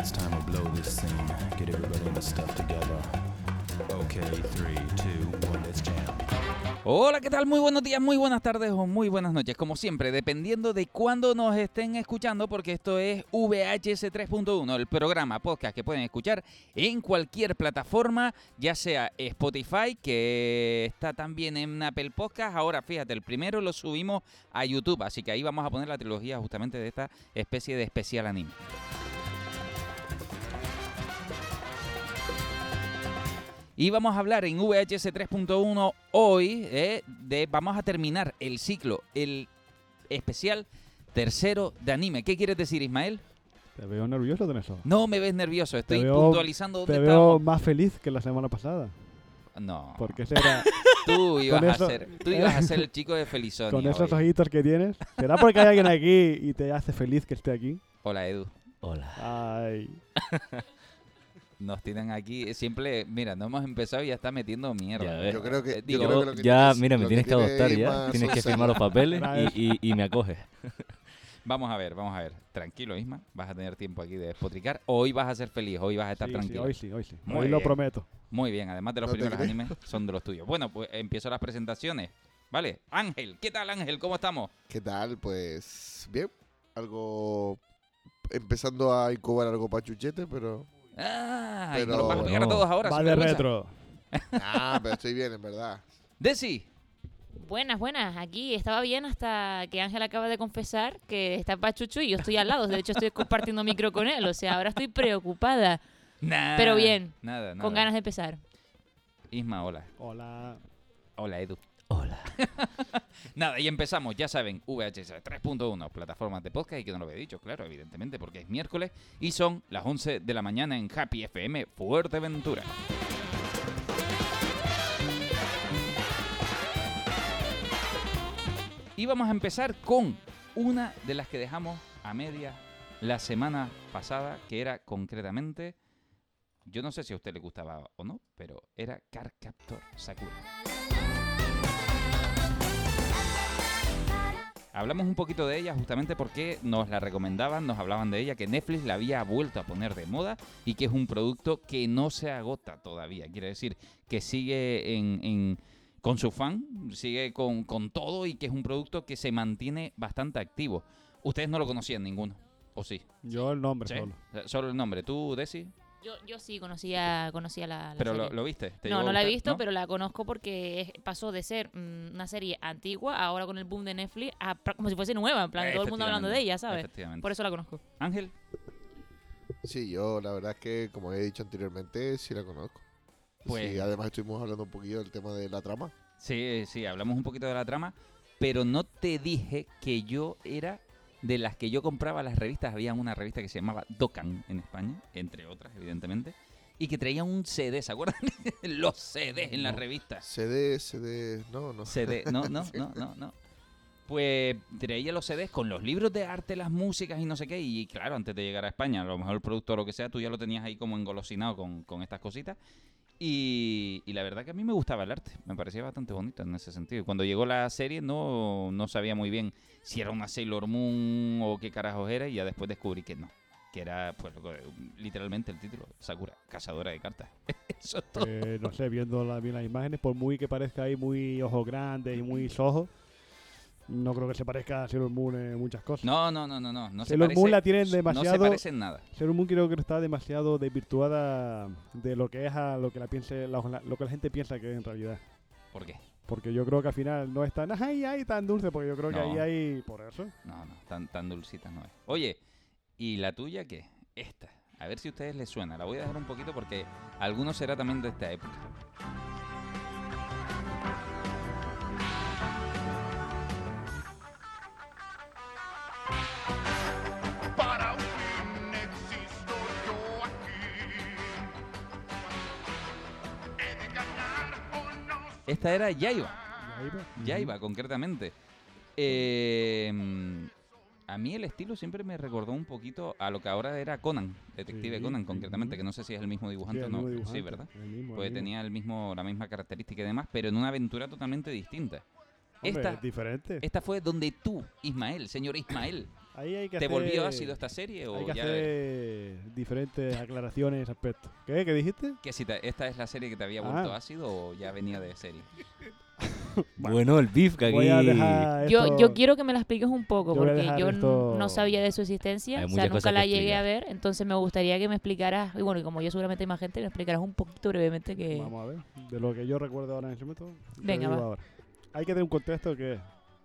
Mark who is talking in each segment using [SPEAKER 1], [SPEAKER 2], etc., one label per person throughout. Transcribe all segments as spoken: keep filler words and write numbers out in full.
[SPEAKER 1] it's time to blow this scene. Get everybody in the stuff together. Okay, three, two, one, let's jam.
[SPEAKER 2] Hola, ¿qué tal? Muy buenos días, muy buenas tardes o muy buenas noches. Como siempre, dependiendo de cuándo nos estén escuchando, porque esto es V H S tres punto uno, el programa podcast que pueden escuchar en cualquier plataforma, ya sea Spotify, que está también en Apple Podcast. Ahora, fíjate, el primero lo subimos a YouTube, así que ahí vamos a poner la trilogía justamente de esta especie de especial anime. Y vamos a hablar en V H S tres punto uno hoy eh, de vamos a terminar el ciclo, el especial tercero de anime. ¿Qué quieres decir, Ismael?
[SPEAKER 3] Te veo nervioso con eso.
[SPEAKER 2] No me ves nervioso, estoy
[SPEAKER 3] Te veo-
[SPEAKER 2] puntualizando dónde
[SPEAKER 3] Te
[SPEAKER 2] estamos.
[SPEAKER 3] veo más feliz que la semana pasada.
[SPEAKER 2] No,
[SPEAKER 3] Porque será
[SPEAKER 2] tú ibas,
[SPEAKER 3] con
[SPEAKER 2] a
[SPEAKER 3] eso-
[SPEAKER 2] ser, tú ibas a ser el chico de Felizonia
[SPEAKER 3] con esos
[SPEAKER 2] hoy.
[SPEAKER 3] ojitos que tienes. ¿Será porque hay alguien aquí y te hace feliz que esté aquí?
[SPEAKER 2] Hola, Edu.
[SPEAKER 4] Hola.
[SPEAKER 3] Ay,
[SPEAKER 2] Nos tienen aquí siempre, mira, no hemos empezado y ya está metiendo mierda.
[SPEAKER 4] Ya ves.
[SPEAKER 5] Yo creo que,
[SPEAKER 2] Eh,
[SPEAKER 5] yo
[SPEAKER 2] digo,
[SPEAKER 5] creo que lo que
[SPEAKER 4] ya,
[SPEAKER 5] tienes-
[SPEAKER 4] mira, me
[SPEAKER 5] lo
[SPEAKER 4] tienes que
[SPEAKER 5] tiene
[SPEAKER 4] adoptar ya.
[SPEAKER 5] Isma
[SPEAKER 4] Tienes que
[SPEAKER 5] son
[SPEAKER 4] firmar los papeles
[SPEAKER 3] Traes.
[SPEAKER 4] y, y, y me acoges.
[SPEAKER 2] Vamos a ver, vamos a ver. Tranquilo, Isma, vas a tener tiempo aquí de despotricar. Hoy vas a ser feliz, hoy vas a estar
[SPEAKER 3] sí,
[SPEAKER 2] tranquilo.
[SPEAKER 3] sí, hoy sí, hoy sí.
[SPEAKER 2] Muy
[SPEAKER 3] Hoy lo
[SPEAKER 2] bien.
[SPEAKER 3] prometo.
[SPEAKER 2] Muy bien, además de los
[SPEAKER 5] No te
[SPEAKER 2] primeros
[SPEAKER 5] creo.
[SPEAKER 2] animes, son de los tuyos. Bueno, pues empiezo las presentaciones. ¿Vale? Ángel, ¿qué tal, Ángel? ¿Cómo estamos?
[SPEAKER 5] ¿Qué tal? Pues bien, algo empezando a incubar algo pachuchete, pero
[SPEAKER 2] Ah, y
[SPEAKER 5] Pero-
[SPEAKER 2] nos los vas a pegar a
[SPEAKER 4] no.
[SPEAKER 2] todos ahora.
[SPEAKER 3] Va
[SPEAKER 2] sin
[SPEAKER 3] de
[SPEAKER 2] vergüenza.
[SPEAKER 3] retro.
[SPEAKER 5] ah, pero estoy bien en verdad.
[SPEAKER 2] Desi,
[SPEAKER 6] Buenas, buenas. Aquí estaba bien hasta que Ángel acaba de confesar que está pachucho y yo estoy al lado. De hecho, estoy compartiendo micro con él. O sea, ahora estoy preocupada.
[SPEAKER 2] nada.
[SPEAKER 6] Pero bien,
[SPEAKER 2] Nada, nada.
[SPEAKER 6] Con ganas de empezar.
[SPEAKER 2] Isma, hola.
[SPEAKER 3] Hola.
[SPEAKER 2] Hola, Edu.
[SPEAKER 4] Hola.
[SPEAKER 2] Nada, y empezamos, ya saben, V H S tres punto uno, plataformas de podcast, y que no lo había dicho, claro, evidentemente, porque es miércoles, y son las once de la mañana en Happy F M, Fuerteventura. Y vamos a empezar con una de las que dejamos a media la semana pasada, que era concretamente, yo no sé si a usted le gustaba o no, pero era Cardcaptor Sakura. Hablamos un poquito de ella justamente porque nos la recomendaban, nos hablaban de ella, que Netflix la había vuelto a poner de moda y que es un producto que no se agota todavía. Quiere decir que sigue en, en- con su fan, sigue con, con todo y que es un producto que se mantiene bastante activo. Ustedes no lo conocían ninguno, ¿o sí?
[SPEAKER 3] Yo el nombre
[SPEAKER 2] ¿Sí?
[SPEAKER 3] solo.
[SPEAKER 2] Solo el nombre. ¿Tú, Desi?
[SPEAKER 6] Yo, yo sí conocía, conocía la, la
[SPEAKER 2] ¿Pero lo,
[SPEAKER 6] serie.
[SPEAKER 2] lo viste? ¿Te
[SPEAKER 6] No,
[SPEAKER 2] llegó a
[SPEAKER 6] no la he
[SPEAKER 2] gustar?
[SPEAKER 6] visto,
[SPEAKER 2] ¿No?
[SPEAKER 6] pero la conozco porque es- pasó de ser mm, una serie antigua, ahora con el boom de Netflix, a pra- como si fuese nueva. En plan, todo el mundo hablando de ella, ¿sabes?
[SPEAKER 2] Efectivamente.
[SPEAKER 6] Por eso la conozco.
[SPEAKER 2] Ángel,
[SPEAKER 5] Sí, yo la verdad es que, como he dicho anteriormente, sí la conozco.
[SPEAKER 2] Pues-
[SPEAKER 5] Sí, además estuvimos hablando un poquillo del tema de la trama.
[SPEAKER 2] sí, sí, hablamos un poquito de la trama, pero no te dije que yo era de las que yo compraba las revistas. Había una revista que se llamaba Dokkan en España, entre otras, evidentemente, y que traía un C D, ¿se acuerdan? Los C Ds en las
[SPEAKER 5] No.
[SPEAKER 2] revistas.
[SPEAKER 5] C D, C D, no, no.
[SPEAKER 2] C D, no, no, no, no, no. Pues traía los C Ds con los libros de arte, las músicas y no sé qué. Y claro, antes de llegar a España, a lo mejor el producto o lo que sea, tú ya lo tenías ahí como engolosinado con, con estas cositas. Y, y la verdad que a mí me gustaba el arte, me parecía bastante bonito en ese sentido. Y cuando llegó la serie no, no sabía muy bien si era una Sailor Moon o qué carajos era, y ya después descubrí que no, que era pues lo que- literalmente el título, Sakura, cazadora de cartas. Eso es todo.
[SPEAKER 3] Eh, no sé, viendo la- bien las imágenes, por muy que parezca ahí muy ojos grandes y muy ojos, no creo que se parezca a Sailor Moon en muchas cosas.
[SPEAKER 2] No, no, no, no, no, no se
[SPEAKER 3] Sailor
[SPEAKER 2] parece,
[SPEAKER 3] Moon la tienen
[SPEAKER 2] no se
[SPEAKER 3] demasiado-
[SPEAKER 2] parece en nada.
[SPEAKER 3] Sailor Moon creo que está demasiado desvirtuada de lo que es a lo que la piense, la- lo que la gente piensa que es en realidad.
[SPEAKER 2] ¿Por qué?
[SPEAKER 3] Porque yo creo que al final no es tan, ay, ay, tan dulce, porque yo creo que
[SPEAKER 2] No.
[SPEAKER 3] ahí hay, por eso.
[SPEAKER 2] No, no, tan, tan dulcita no es. Oye, ¿y la tuya qué? Esta. A ver si a ustedes les suena. La voy a dejar un poquito porque algunos será también de esta época.
[SPEAKER 7] Para un fin existo yo aquí. He de ganar o no.
[SPEAKER 2] Esta era Yaiba.
[SPEAKER 3] Y ahí va.
[SPEAKER 2] Yaiba, concretamente. Eh, a mí el estilo siempre me recordó un poquito a lo que ahora era Conan, Detective
[SPEAKER 3] Sí,
[SPEAKER 2] Conan,
[SPEAKER 3] sí,
[SPEAKER 2] concretamente,
[SPEAKER 3] ujú.
[SPEAKER 2] que no sé si es el mismo
[SPEAKER 3] Sí,
[SPEAKER 2] dibujante
[SPEAKER 3] el
[SPEAKER 2] o no.
[SPEAKER 3] mismo
[SPEAKER 2] Sí,
[SPEAKER 3] dibujante,
[SPEAKER 2] ¿verdad?
[SPEAKER 3] el mismo, el
[SPEAKER 2] Pues
[SPEAKER 3] mismo.
[SPEAKER 2] tenía el mismo, la misma característica y demás, pero en una aventura totalmente distinta.
[SPEAKER 3] Hombre,
[SPEAKER 2] Esta,
[SPEAKER 3] es diferente.
[SPEAKER 2] esta fue donde tú, Ismael, señor Ismael,
[SPEAKER 3] Ahí hay que
[SPEAKER 2] ¿te
[SPEAKER 3] hacer,
[SPEAKER 2] volvió ácido esta serie o
[SPEAKER 3] Hay que
[SPEAKER 2] ya?
[SPEAKER 3] hacer diferentes aclaraciones en ese aspecto. ¿Qué? ¿Qué dijiste?
[SPEAKER 2] Que si te- esta es la serie que te había
[SPEAKER 3] Ah.
[SPEAKER 2] vuelto ácido o ya venía de serie.
[SPEAKER 4] Bueno, el beef que aquí...
[SPEAKER 3] Voy a dejar
[SPEAKER 6] Yo,
[SPEAKER 3] esto-
[SPEAKER 6] yo quiero que me la expliques un poco,
[SPEAKER 3] yo voy a
[SPEAKER 6] porque
[SPEAKER 3] dejar
[SPEAKER 6] yo n-
[SPEAKER 3] esto-
[SPEAKER 6] no sabía de su existencia,
[SPEAKER 4] Hay
[SPEAKER 6] o
[SPEAKER 4] muchas
[SPEAKER 6] sea, nunca
[SPEAKER 4] cosas
[SPEAKER 6] la
[SPEAKER 4] que
[SPEAKER 6] llegué a
[SPEAKER 4] explicar.
[SPEAKER 6] ver, entonces me gustaría que me explicaras, y bueno, y como yo seguramente hay más gente, me explicaras un poquito brevemente que...
[SPEAKER 3] Vamos a ver, de lo que yo recuerdo ahora en ese momento. te
[SPEAKER 6] Venga,
[SPEAKER 3] digo
[SPEAKER 6] va.
[SPEAKER 3] ahora. Hay que tener un contexto que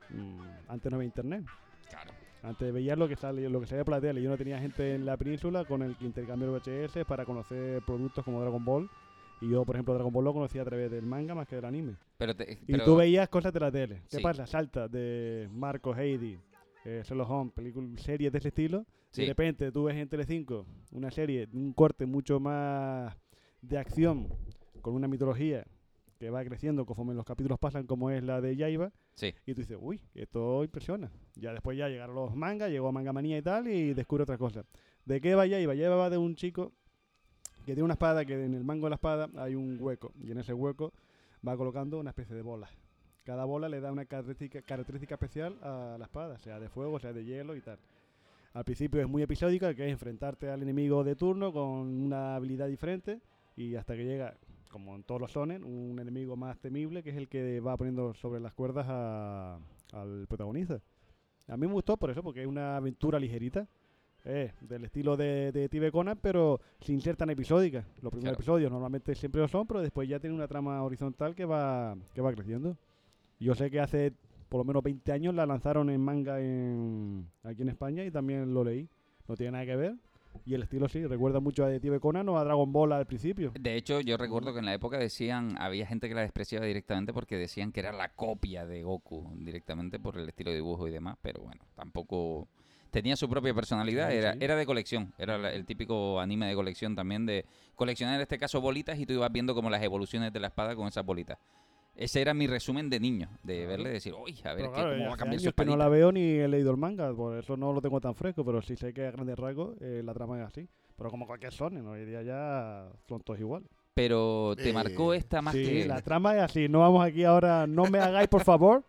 [SPEAKER 3] mm, antes no había internet.
[SPEAKER 2] Claro.
[SPEAKER 3] Antes veías lo que sale, lo que salía por la tele. Yo no tenía gente en la península con el que intercambio V H S para conocer productos como Dragon Ball. Y yo, por ejemplo, Dragon Ball lo conocía a través del manga más que del anime.
[SPEAKER 2] Pero, te-
[SPEAKER 3] Y
[SPEAKER 2] pero
[SPEAKER 3] tú veías cosas de la tele. ¿Qué
[SPEAKER 2] Sí.
[SPEAKER 3] pasa? Saltas de Marco, Heidi, eh, Sherlock Holmes, películas, series de ese estilo.
[SPEAKER 2] Sí.
[SPEAKER 3] De repente tú ves en Telecinco una serie, un corte mucho más de acción, con una mitología que va creciendo conforme los capítulos pasan, como es la de Yaiba.
[SPEAKER 2] Sí.
[SPEAKER 3] Y tú dices, uy, esto impresiona. Ya después ya llegaron los mangas, llegó Manga Manía y tal, y descubre otras cosas. ¿De qué va Yaiba? Yaiba va de un chico que tiene una espada, que en el mango de la espada hay un hueco, y en ese hueco va colocando una especie de bola. Cada bola le da una característica, característica especial a la espada, sea de fuego, sea de hielo y tal. Al principio es muy episódica, que es enfrentarte al enemigo de turno con una habilidad diferente, y hasta que llega, como en todos los shonen, un enemigo más temible, que es el que va poniendo sobre las cuerdas a- al protagonista. A mí me gustó por eso, porque es una aventura ligerita. Eh, del estilo de, de Tibet Conan, pero sin ser tan episódica. Los primeros
[SPEAKER 2] Claro.
[SPEAKER 3] episodios normalmente siempre lo son, pero después ya tiene una trama horizontal que va que va creciendo. Yo sé que hace por lo menos veinte años la lanzaron en manga en, aquí en España y también lo leí. No tiene nada que ver. Y el estilo sí, recuerda mucho a Detective Conan o a Dragon Ball al principio.
[SPEAKER 2] De hecho, yo recuerdo que en la época decían, había gente que la despreciaba directamente porque decían que era la copia de Goku, directamente por el estilo de dibujo y demás, pero bueno, tampoco tenía su propia personalidad,
[SPEAKER 3] Sí,
[SPEAKER 2] era,
[SPEAKER 3] sí.
[SPEAKER 2] era de colección, era la- el típico anime de colección también, de coleccionar en este caso bolitas y tú ibas viendo como las evoluciones de la espada con esas bolitas. Ese era mi resumen de niño, de
[SPEAKER 3] Claro.
[SPEAKER 2] verle y decir, uy, a ver
[SPEAKER 3] Pero
[SPEAKER 2] qué,
[SPEAKER 3] claro,
[SPEAKER 2] cómo va a
[SPEAKER 3] hace
[SPEAKER 2] cambiar su
[SPEAKER 3] años que no
[SPEAKER 2] espadita.
[SPEAKER 3] la veo ni he leído el manga, por eso no lo tengo tan fresco, pero sí sé que a grandes rasgos eh, la trama es así. Pero como cualquier shonen, hoy día ya son todos iguales.
[SPEAKER 2] Pero te
[SPEAKER 5] Eh,
[SPEAKER 2] marcó esta más
[SPEAKER 3] Sí,
[SPEAKER 2] que...
[SPEAKER 3] la trama es así. No vamos aquí ahora, no me hagáis, por favor,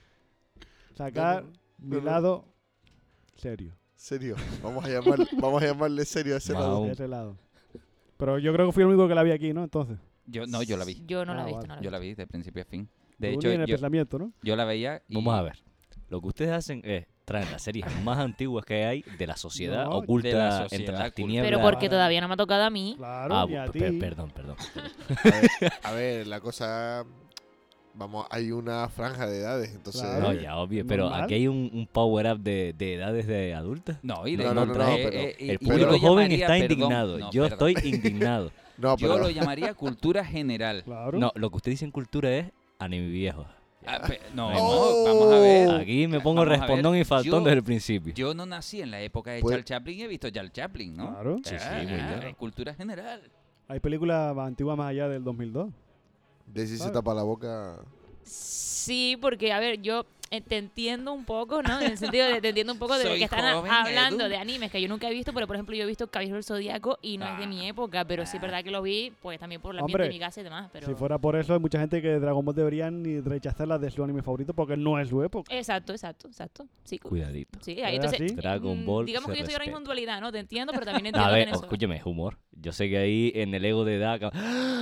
[SPEAKER 3] sacar
[SPEAKER 5] No, no,
[SPEAKER 3] mi
[SPEAKER 5] no, no.
[SPEAKER 3] lado serio.
[SPEAKER 5] Serio, vamos a llamar, vamos a llamarle serio a ese
[SPEAKER 4] Mau.
[SPEAKER 5] lado.
[SPEAKER 4] Aún.
[SPEAKER 3] De ese lado. Pero yo creo que fui el único que la vi aquí, ¿no? Entonces.
[SPEAKER 2] Yo, no, yo la vi,
[SPEAKER 6] Yo no la
[SPEAKER 3] Ah,
[SPEAKER 6] he visto,
[SPEAKER 3] vale.
[SPEAKER 6] no la he
[SPEAKER 2] yo la
[SPEAKER 6] visto.
[SPEAKER 2] vi de principio a fin. De
[SPEAKER 3] Tú
[SPEAKER 2] hecho,
[SPEAKER 3] ni en el
[SPEAKER 2] yo,
[SPEAKER 3] pensamiento, ¿no?
[SPEAKER 2] yo la veía y...
[SPEAKER 4] Vamos a ver. Lo que ustedes hacen es traer las series más antiguas que hay de la sociedad
[SPEAKER 3] No,
[SPEAKER 4] oculta
[SPEAKER 2] de la sociedad
[SPEAKER 4] entre las
[SPEAKER 2] oculta.
[SPEAKER 4] tinieblas.
[SPEAKER 6] Pero porque todavía no me ha tocado a mí.
[SPEAKER 3] Claro,
[SPEAKER 4] Ah,
[SPEAKER 3] ni a
[SPEAKER 4] bu-
[SPEAKER 3] ti.
[SPEAKER 4] per- perdón, perdón.
[SPEAKER 5] A ver, a ver, la cosa, vamos, hay una franja de edades, entonces.
[SPEAKER 3] Claro.
[SPEAKER 4] No, ya, obvio.
[SPEAKER 3] es
[SPEAKER 4] Pero
[SPEAKER 3] normal.
[SPEAKER 4] aquí hay un, un power up de, de edades de adultas.
[SPEAKER 2] No, y de
[SPEAKER 5] No, no, no, no,
[SPEAKER 2] eh,
[SPEAKER 5] pero-
[SPEAKER 2] eh, y-
[SPEAKER 4] El
[SPEAKER 2] y yo
[SPEAKER 4] público
[SPEAKER 2] lo
[SPEAKER 4] joven
[SPEAKER 2] llamaría-
[SPEAKER 4] está
[SPEAKER 2] perdón,
[SPEAKER 4] indignado.
[SPEAKER 2] no,
[SPEAKER 4] Yo
[SPEAKER 2] perdón.
[SPEAKER 4] estoy indignado.
[SPEAKER 5] No,
[SPEAKER 2] Yo
[SPEAKER 5] pero
[SPEAKER 2] lo llamaría cultura general.
[SPEAKER 3] Claro.
[SPEAKER 4] No, lo que usted dice en cultura es anime viejo.
[SPEAKER 2] Ah, pe- no,
[SPEAKER 5] Oh.
[SPEAKER 2] vamos a ver.
[SPEAKER 4] Aquí me pongo
[SPEAKER 2] Vamos a
[SPEAKER 4] respondón
[SPEAKER 2] ver,
[SPEAKER 4] y faltón
[SPEAKER 2] yo-
[SPEAKER 4] desde el principio.
[SPEAKER 2] Yo no nací en la época de
[SPEAKER 5] Pues-
[SPEAKER 2] Charles Chaplin y he visto Charles Chaplin, ¿no?
[SPEAKER 3] Claro.
[SPEAKER 4] Sí, sí,
[SPEAKER 2] Ah,
[SPEAKER 4] muy bien.
[SPEAKER 2] es cultura general.
[SPEAKER 3] Hay películas antiguas más allá del dos mil dos.
[SPEAKER 5] Daisy se
[SPEAKER 3] ¿sabes?
[SPEAKER 5] tapa la boca.
[SPEAKER 6] Sí, porque, a ver, yo eh, te entiendo un poco, ¿no? En el sentido de te entiendo un poco de
[SPEAKER 2] Soy
[SPEAKER 6] que están a-
[SPEAKER 2] joven,
[SPEAKER 6] hablando
[SPEAKER 2] Edu.
[SPEAKER 6] de animes que yo nunca he visto, pero por ejemplo yo he visto Caballero del Zodíaco y no es de mi época, pero sí es verdad que lo vi, pues también por la ambiente
[SPEAKER 3] Hombre,
[SPEAKER 6] de mi casa y demás. Pero...
[SPEAKER 3] Si fuera por eso, hay mucha gente que Dragon Ball deberían ni rechazarla de su anime favorito porque no es su época.
[SPEAKER 6] Exacto, exacto, exacto. Sí, cu-
[SPEAKER 4] Cuidadito.
[SPEAKER 6] sí,
[SPEAKER 3] ¿Es
[SPEAKER 6] ahí entonces.
[SPEAKER 3] así?
[SPEAKER 4] Dragon
[SPEAKER 6] mm,
[SPEAKER 4] Ball
[SPEAKER 6] Digamos
[SPEAKER 4] se
[SPEAKER 6] que yo estoy ahora mismo en
[SPEAKER 4] respeta.
[SPEAKER 6] dualidad, ¿no? Te entiendo, pero también
[SPEAKER 4] A
[SPEAKER 6] entiendo
[SPEAKER 4] ver,
[SPEAKER 6] quiénes son.
[SPEAKER 4] escúcheme, es humor. Yo sé que ahí en el ego de edad... acá-